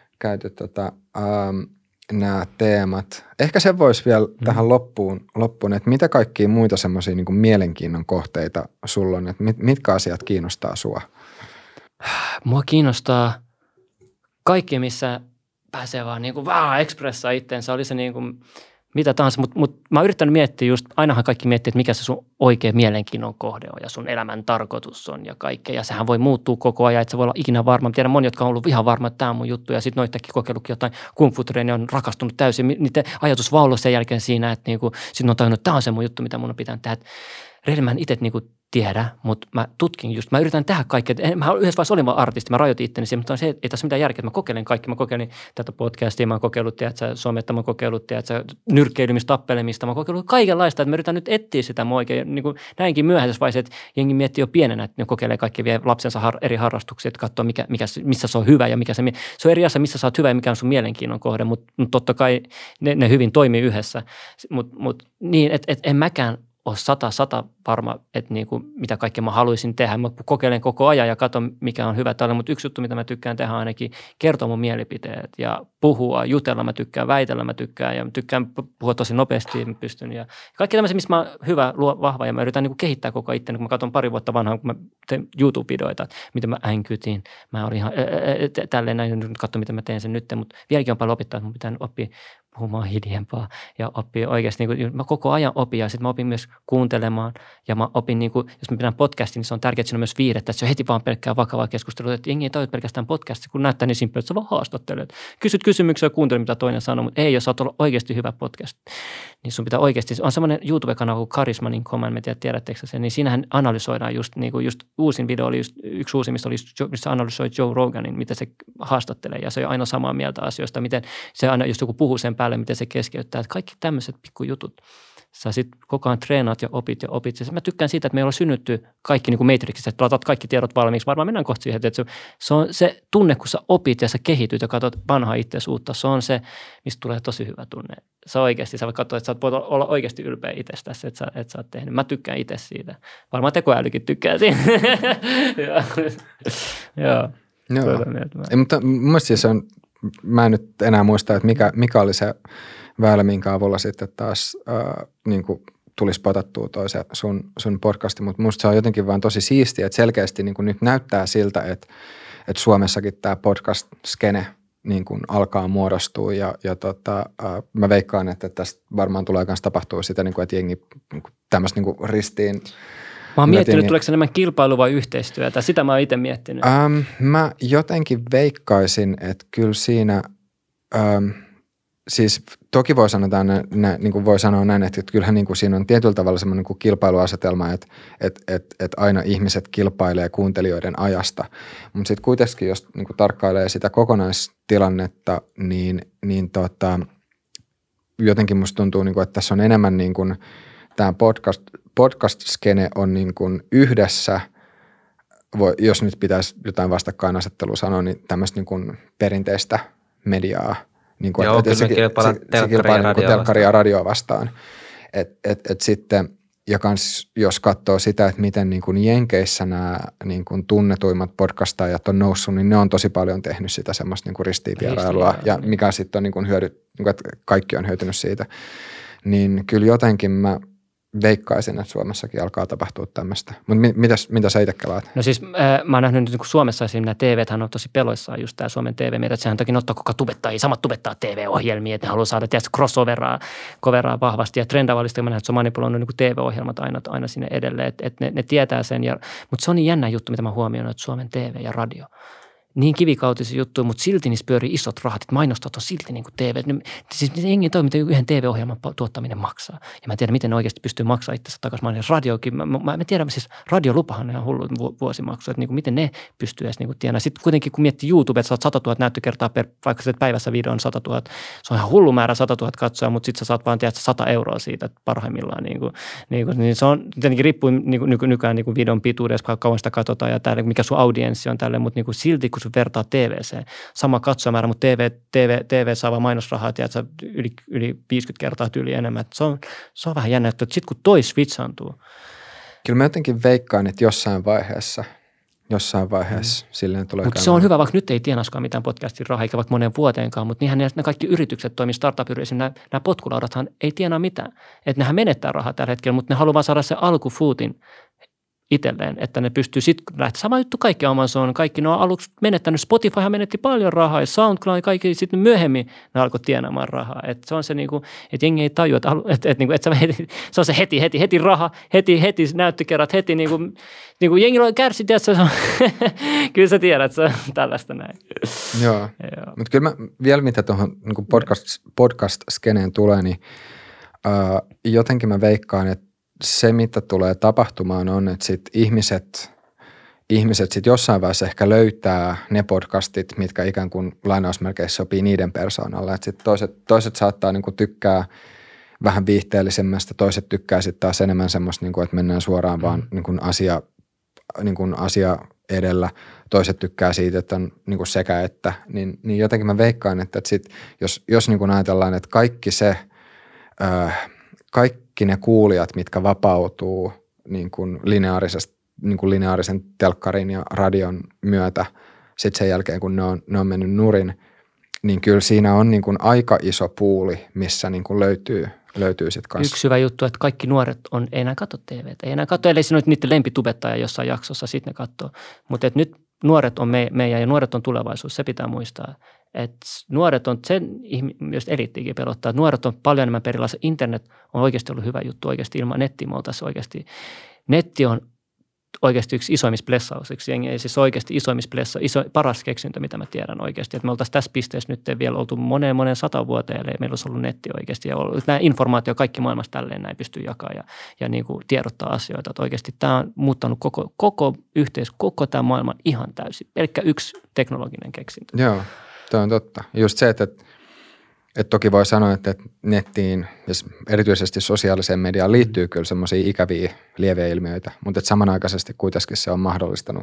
nämä teemat. Ehkä se voisi vielä tähän loppuun, että mitä kaikkia muita semmoisia niin kuin mielenkiinnon kohteita sulla on, että mitkä asiat kiinnostaa sua? Mua kiinnostaa kaikki, missä pääsee vaan niin kuin vähän ekspressaa itteensä, oli se niin kuin mitä tahansa, mutta mä oon yrittänyt miettiä just, ainahan kaikki miettii, että mikä se sun oikea mielenkiinnon kohde on ja sun elämän tarkoitus on ja kaikkea. Ja sehän voi muuttua koko ajan, että se voi olla ikinä varma. Mä tiedän moni, jotka on ollut ihan varma, että tämä on mun juttu ja sitten noittakin kokeillutkin jotain kung fu treeniä, on rakastunut täysin. Niiden ajatus vaan ollut sen jälkeen siinä, että niinku, sitten on tajunnut, että tämä on se mun juttu, mitä mun on pitänyt tehdä. Reilin mä en itse niinku tiedä, mutta mä tutkin just, mä yritän tehdä kaikkea. Mä yhdessä vaiheessa olin vaan artisti, mä rajoitin itteni siihen, mutta se ei tässä mitään järkeä, että mä kokeilen kaikki. Mä kokeilin tätä podcastia, mä oon kokeillut, tiedätkö, sometta, mä oon kokeillut, tiedätkö, nyrkkeilymistä, tappelemista, mä oon kokeillut kaikenlaista, että mä yritän nyt etsiä sitä mun oikein, niin kuin näinkin myöhäisessä vaiheessa, että jengi miettii jo pienenä, että ne kokeilee kaikki, vie lapsensa eri harrastuksia, että katsoo, missä se on hyvä ja mikä se on eri asia, missä sä oot hyvä ja mikä on sun mielenkiinnon kohde, mutta totta kai ne hyvin toimii yhdessä, mutta niin, että en mäkään ole 100 varma, että niinku, mitä kaikkea mä haluaisin tehdä. Mä kokeilen koko ajan ja katson, mikä on hyvä tällä, mutta yksi juttu, mitä mä tykkään tehdä on ainakin kertoa mun mielipiteet ja puhua, jutella, mä tykkään väitellä, mä tykkään puhua tosi nopeasti, mä pystyn. Ja kaikki tämmöisiä, missä mä oon hyvä, vahva ja mä yritän niinku kehittää koko itteni, kun mä katson pari vuotta vanhaa, kun mä teen YouTube-videoita, miten mä änkytin. Mä olin ihan tälleen näin, nyt katso, miten mä teen sen nyt, mutta vieläkin on paljon opittaa, että mun pitää oppia puhumaan hiljempaa ja oppia oikeasti, niin kuin, mä koko ajan opin ja sitten mä opin myös kuuntelemaan ja mä opin, niin kuin, jos mä pidän podcastin, niin se on tärkeää, että siinä on myös viihdettä, että se on heti vaan pelkkää vakavaa keskustelua, että jengi ei tajua pelkästään podcastia, kun näyttää niin simpeliä, että sä vaan haastattelet. Kysyt kysymyksiä ja kuuntelet, mitä toinen sanoo, mutta ei, jos sä oot ollut oikeasti hyvä podcast, niin sun pitää oikeasti, on semmoinen YouTube-kanava kuin Charisma in Common, mä tiedättekö sen, niin siinähän analysoidaan just, niin kuin just uusin video oli just, yksi uusimmista oli just, missä analysoi Joe Roganin, mitä se haastattelee ja se on aina samaa mieltä asioista, miten se aina, jos joku puhuu sen päälle, miten se keskeyttää, että kaikki tämmöiset pikkujutut, sä sit koko ajan treenaat ja opit. Mä tykkään siitä, että me ollaan synnytty kaikki niin kuin Matrixissa, että laitat kaikki tiedot valmiiksi. Varmaan mennään kohta siihen, että se on se tunne, kun sä opit ja sä kehityt ja katsot vanhaa itseäsi uutta. Se on se, mistä tulee tosi hyvä tunne. Se oikeasti, sä voit katsoa, että sä voit olla oikeasti ylpeä itsestäsi, että sä oot tehnyt. Mä tykkään itse siitä. Varmaan tekoälykin tykkää siitä. Joo. Mutta mun mielestä se on, mä en nyt enää muista, että mikä oli se väylä, minkä avulla sitten taas niin kuin tulisi potattua toi se sun podcasti, mutta musta se on jotenkin vaan tosi siistiä, että selkeästi niin kuin nyt näyttää siltä, että Suomessakin tämä podcast-skene niin kuin alkaa muodostua ja mä veikkaan, että tästä varmaan tulee myös tapahtua sitä, niin kuin, että jengi niin kuin, tämmöistä niin kuin ristiin. Mä oon miettinyt, tuleeko se enemmän kilpailu vai yhteistyötä. Sitä mä oon itse miettinyt. Mä jotenkin veikkaisin, että kyllä siinä, siis toki voi sanoa, niin kuin voi sanoa näin, että kyllähän niin kuin siinä on tietyllä tavalla semmoinen niin kilpailuasetelma, että aina ihmiset kilpailee kuuntelijoiden ajasta. Mutta sitten kuitenkin, jos niin kuin tarkkailee sitä kokonaistilannetta, niin jotenkin musta tuntuu, niin kuin, että tässä on enemmän niin kuin tämä podcast-skene on niin kuin yhdessä, jos nyt pitäisi jotain vastakkainasettelua sanoa, niin tämmöistä niin kuin perinteistä mediaa. Niin kuin, joo, kyllä se kilpailee telkkaria ja radioa vastaan. Et sitten, ja kans, jos katsoo sitä, että miten niin kuin Jenkeissä nämä niin kuin tunnetuimmat podcastajat on noussut, niin ne on tosi paljon tehnyt sitä semmoista niin kuin ristiinvierailua, ja mikä sitten on niin kuin että kaikki on hyötynyt siitä. Niin kyllä jotenkin mä veikkaisin, että Suomessakin alkaa tapahtua tämmöistä. Mutta mitä sä itse kelaat? No siis mä oon nähnyt, että Suomessa esimerkiksi nämä TV:thän on tosi peloissaan just tämä Suomen TV-media, että sehän toki ottaa koko tubettajia, samat tubettaa TV-ohjelmia, että ne haluaa saada tietysti crossoveraa vahvasti ja trendavallista, mä näen, että se on manipuloinut niin TV-ohjelmat aina sinne edelleen, että ne tietää sen. Mutta se on niin jännä juttu, mitä mä huomioon, että Suomen TV ja radio. Niin kivikautisia juttuja, mutta silti niissä pyörii isot rahat, että mainostot on silti niin kuin TV. Siis jengi toi, mitä yhden TV-ohjelman tuottaminen maksaa. Ja mä en tiedä, miten ne oikeasti pystyy maksamaan itsensä takaisin. Mä radiokin, mä tiedän, siis radiolupahan on ihan hullu vuosimaksu, että niin kuin miten ne pystyy edes niin kuin tienaa. Sitten kuitenkin, kun miettii YouTube, että sä oot 100 000 näyttökertaa per, vaikka sä päivässä videon 100 000, se on ihan hullu määrä 100 000 katsoja, mutta sitten sä saat vaan 100 euroa siitä parhaimmillaan. Niin se on tietenkin riippuu nykyään niin kuin videon pituudessa, kuinka kauan sitä katsotaan ja tälle, mikä sun audienssi on tälle, mutta niin kuin silti, kun vertaa TV:seen. Sama katsojamäärä, mutta TV saa vaan mainosrahaa, tiedätkö, yli 50 kertaa tyyli enemmän. Se on vähän jännä, että sitten kun toi switchaantuu. Kyllä mä jotenkin veikkaan, että jossain vaiheessa silleen tulee. Mutta se on hyvä, vaikka nyt ei tienaskaan mitään podcastin rahaa, eikä vaikka monen vuoteenkaan, mutta niinhän ne kaikki yritykset toimii, startup-yritykset, nämä potkulaudathan ei tienaa mitään. Että nehän menettää rahaa tällä hetkellä, mutta ne haluaa saada se alkufuutin itselleen, että ne pystyy sitten lähteä. Sama juttu kaikki Amazon, kaikki ne on aluksi menettänyt. Spotifyhan menetti paljon rahaa ja SoundCloud, kaikki sitten myöhemmin ne alkoi tienaamaan rahaa. Että se on se niinku, että jengi ei tajua, että se on se heti raha, heti näyttökerrat, heti niinku jengi on kärsit, että se on, kyllä sä tiedät, se on tällaista näin. Joo. Mutta kyllä mä vielä mitä tuohon niinku podcast-skeneen tulee, niin jotenkin mä veikkaan, että se, mitä tulee tapahtumaan, on, että sit ihmiset sit jossain vaiheessa ehkä löytää ne podcastit, mitkä ikään kuin lainausmerkeissä sopii niiden persoonalle. Et sit toiset saattaa niinku tykkää vähän viihteellisemmästä, toiset tykkää sitten taas enemmän semmoista, niinku, että mennään suoraan vaan niinku asia edellä. Toiset tykkää siitä, että on niinku sekä että. Niin jotenkin mä veikkaan, että sit, jos niinku ajatellaan, että kaikki ne kuulijat, mitkä vapautuu niin kuin lineaarisen telkkarin ja radion myötä sitten sen jälkeen, kun ne on mennyt nurin, niin kyllä siinä on niin kuin aika iso puuli, missä niin kuin löytyy sitten kanssa. Yksi hyvä juttu, että kaikki nuoret ei enää katso TVtä, ei enää katso, ellei siinä ole niiden lempitubettaja jossain jaksossa, sitten ne katsoo. Mutta nyt nuoret on meidän ja nuoret on tulevaisuus, se pitää muistaa. Että nuoret on, sen myös eliittiikin pelottaa, että nuoret on paljon enemmän perilaisia. Internet on oikeasti ollut hyvä juttu, oikeasti ilman nettiä me oltaisiin oikeasti. Netti on oikeasti yksi isoimmista blessauksiksi, siis oikeasti isoimmista paras keksintö, mitä mä tiedän oikeasti. Että me oltaisiin tässä pisteessä nyt vielä oltu moneen 100 vuoteen, eli meillä olisi ollut netti oikeasti. Ja nämä informaatio kaikki maailmassa tälleen näin pystyy jakamaan ja niin kuin tiedottaa asioita. Että oikeasti tämä on muuttanut koko tämä maailman ihan täysin. Pelkkä yksi teknologinen keksintö. Joo, tämä on totta. Just se, että Et toki voi sanoa, että nettiin ja erityisesti sosiaaliseen mediaan liittyy kyllä semmoisia ikäviä lieveilmiöitä, mutta samanaikaisesti kuitenkin se on mahdollistanut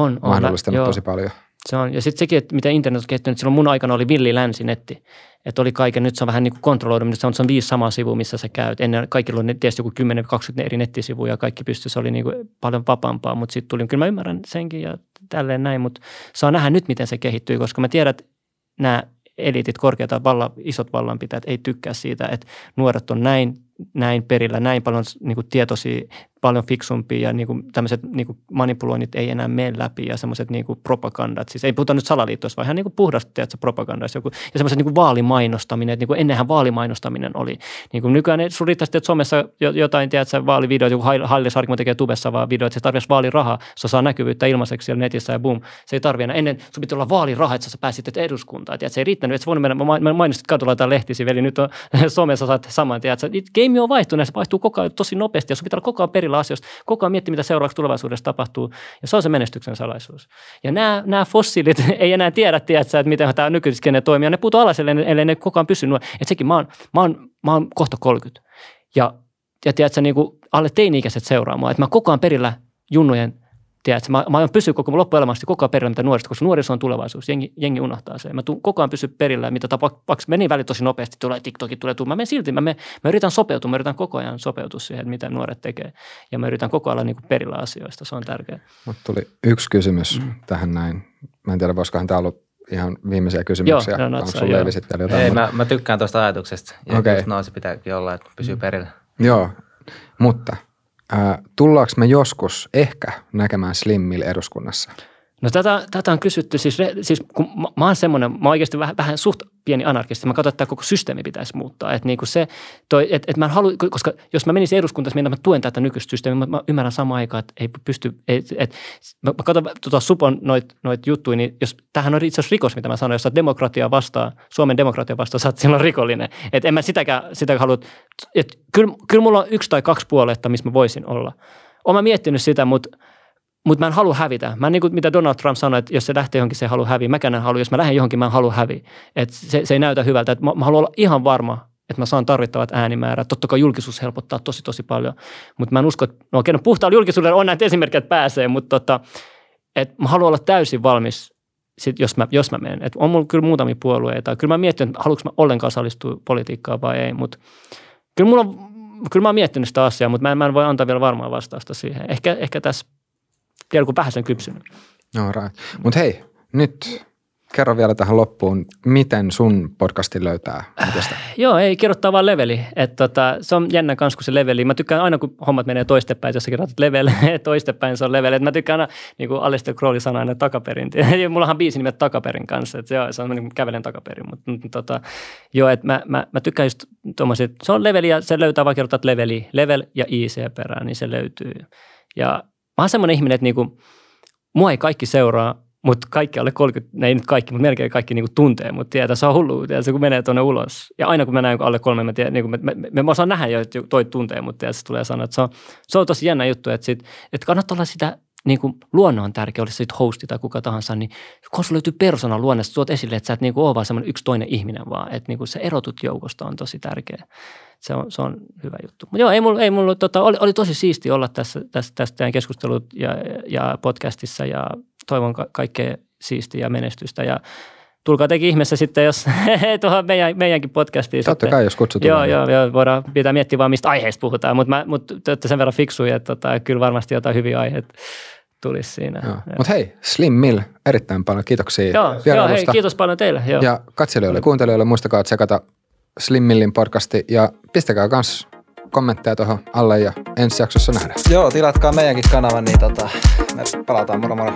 tosi paljon. Se on. Ja sitten sekin, että miten internet on kehittynyt, silloin mun aikana oli villi länsinetti. Että oli kaiken, nyt se on vähän niin kuin kontrolloidu, nyt se on 5 samaa sivua, missä sä käyt. Ennen kaikilla oli tietysti joku 10-20 eri nettisivuja ja kaikki pystyi, se oli niin kuin paljon vapaampaa, mutta sitten tuli, kyllä mä ymmärrän senkin ja tälleen näin, mutta saa nähdä nyt, miten se kehittyy, koska mä tiedän, että nämä eliitit, korkeat isot vallanpitäjät ei tykkää siitä, että nuoret on näin perillä, näin paljon niin kuin tietoisia, paljon fiksumpia ja niin kuin tämmöiset niin kuin manipuloinnit ei enää mene läpi ja semmoiset niin kuin propagandat. Siis ei puhuta nyt salaliittoista, vaan ihan niin kuin puhdasta propagandasta. Ja semmoiset niin kuin vaalimainostaminen, että niin kuin ennenhän vaalimainostaminen oli. Niin kuin nykyään sun riittäisi, että somessa jotain, tiedätkö, vaalivideoita, joku Haile Sarkimo tekee tubessa vaan videoita, että se tarvitsisi vaalirahaa, se saa näkyvyyttä ilmaiseksi siellä netissä ja boom. Se ei tarvitse enää. Ennen sun piti olla vaaliraha, että sä pääsit eduskuntaan. Tiedätkö, se ei riittänyt, että sä voinut mennä, mä mainostin kadulla jotain lehtisiä, veli nyt on somessa saat saman, tiedätkö. Game on vaihtunut, se vaihtuu koko ajan tosi nopeasti ja sun pitää olla koko ajan perillä asioista, koko ajan miettiä, mitä seuraavaksi tulevaisuudessa tapahtuu. Ja se on se menestyksen salaisuus. Ja nämä fossiilit ei enää tiedä, että miten tämä nykyiseskene toimii. Ja ne puuttuu alas, ellei ne koko ajan pysy nuo. Että sekin, mä oon kohta 30. Ja tiedätkö, niin kuin alle teini-ikäiset seuraa mua. Että mä koko ajan perillä junnujen, tiedätkö, mä oon pysyä koko loppuelämästi koko ajan perillä, mitä nuorista, koska nuoriso on tulevaisuus. Jengi unohtaa sen. Mä tuun koko ajan pysyä perillä, mitä tapahtuu. Meni väli tosi nopeasti, tulee TikTokit, tulee. Mä menen silti, mä yritän sopeutua, mä yritän koko ajan sopeutua siihen, mitä nuoret tekee. Ja mä yritän koko ajan niin kuin perillä asioista, se on tärkeää. Mut tuli yksi kysymys tähän näin. Mä en tiedä, voisikohan tämä ollut ihan viimeisiä kysymyksiä. Joo, onko sulla Leevi sitten vielä jotain? Ei, mä tykkään tuosta ajatuksesta. Ja just noin se pitääkin olla, että pysyy perillä. Joo, mutta tullaanko me joskus ehkä näkemään Slimmillä eduskunnassa? No tätä on kysytty, siis kun mä oon semmoinen, mä oon oikeasti vähän suht pieni anarkisti, mä katson, että tämä koko systeemi pitäisi muuttaa, että niinku se, että mä en halua, koska jos mä menisin eduskuntaan, mä tuen tätä nykyistä systeemiä, mä ymmärrän samaan aikaan, että ei pysty, että mä katson Supon noit juttuja, niin jos, tämähän on itse asiassa rikos, mitä mä sanoin, jos sä oot demokratia vastaan, Suomen demokratia vastaan, sä oot silloin rikollinen, että en mä sitäkään halua, että kyllä mulla on 1 tai 2 puoletta, missä mä voisin olla. Oon mä miettinyt sitä, mutta mä en halua hävitä. Mä en niin kuin mitä Donald Trump sanoi, että jos se lähtee johonkin, se ei halua häviä. Mäkään en halua. Jos mä lähden johonkin, mä en halua häviä. Että se ei näytä hyvältä. Että mä haluan olla ihan varma, että mä saan tarvittavat äänimäärät. Totta kai julkisuus helpottaa tosi paljon. Mutta mä en usko, että puhtaalla julkisuudella on näitä esimerkkejä, että pääsee. Mutta että mä haluan olla täysin valmis, sit, jos mä menen. Että on mulla kyllä muutamia puolueita. Kyllä mä mietin, että haluanko mä ollenkaan osallistua politiikkaan vai ei. Mutta kyllä mä oon miettinyt sitä asiaa, mutta mä en voi antaa vielä varmaa vastausta siihen. Ehkä tässä vielä kun vähäsen kypsynyt. No right. Mutta hei, nyt kerro vielä tähän loppuun, miten sun podcastin löytää? Joo, ei kirjoittaa vaan leveli. Se on jännä kans, kun se leveli. Mä tykkään aina, kun hommat menee toistepäin, jos sä kirjoitat level, toistepäin se on leveli. Mä tykkään aina, niin kuin Aleister Crowley sanoi aina takaperin. Mullahan biisi nimet takaperin kanssa, että se on niin kuin kävelen takaperin. Mutta joo, että mä tykkään just tommosia, se on leveli ja se löytää, vaan kirjoitat leveli, level ja IC perään, niin se löytyy. Ja mä oon semmoinen ihminen, että niinku, mua ei kaikki seuraa, mutta kaikki alle 30, ei nyt kaikki, mutta melkein kaikki niinku tuntee, mutta tietää, se on hullu, se kun menee tuonne ulos. Ja aina kun mä näen alle 3, mä tiedän, niinku, mä osaan nähdä jo, että toi tuntee, mutta tietää, se tulee sanoa, että se on tosi jännä juttu, että kannattaa olla sitä, niinku luonne on tärkeä, olisi sit hosti tai kuka tahansa, niin kun sulla löytyy persoonan luonnesta, tuot esille, että sä et niinku ole vaan semmoinen yksi toinen ihminen vaan, että niinku se erotut joukosta on tosi tärkeä. Se on hyvä juttu. Mutta joo, ei mulla oli tosi siisti olla tästä teidän keskustelut ja podcastissa ja toivon kaikkea siistiä ja menestystä ja tulkaa tekin ihmeessä sitten, jos tuohon meidänkin podcastiin. Totta kai, jos kutsutaan. Joo, voidaan pitää miettiä vaan, mistä aiheista puhutaan, mutta te olette sen verran fiksuja, että kyllä varmasti jotain hyviä aiheita tulisi siinä. Mutta hei, Slim Mill, erittäin paljon kiitoksia Joo, hei, kiitos paljon teille. Joo. Ja katselijoille ja kuuntelijoille muistakaa tsekata Slim Millin podcasti ja pistäkää kans kommentteja tuohon alle ja ensi jaksossa nähdään. Joo, tilatkaa meidänkin kanavan, niin me palataan moro.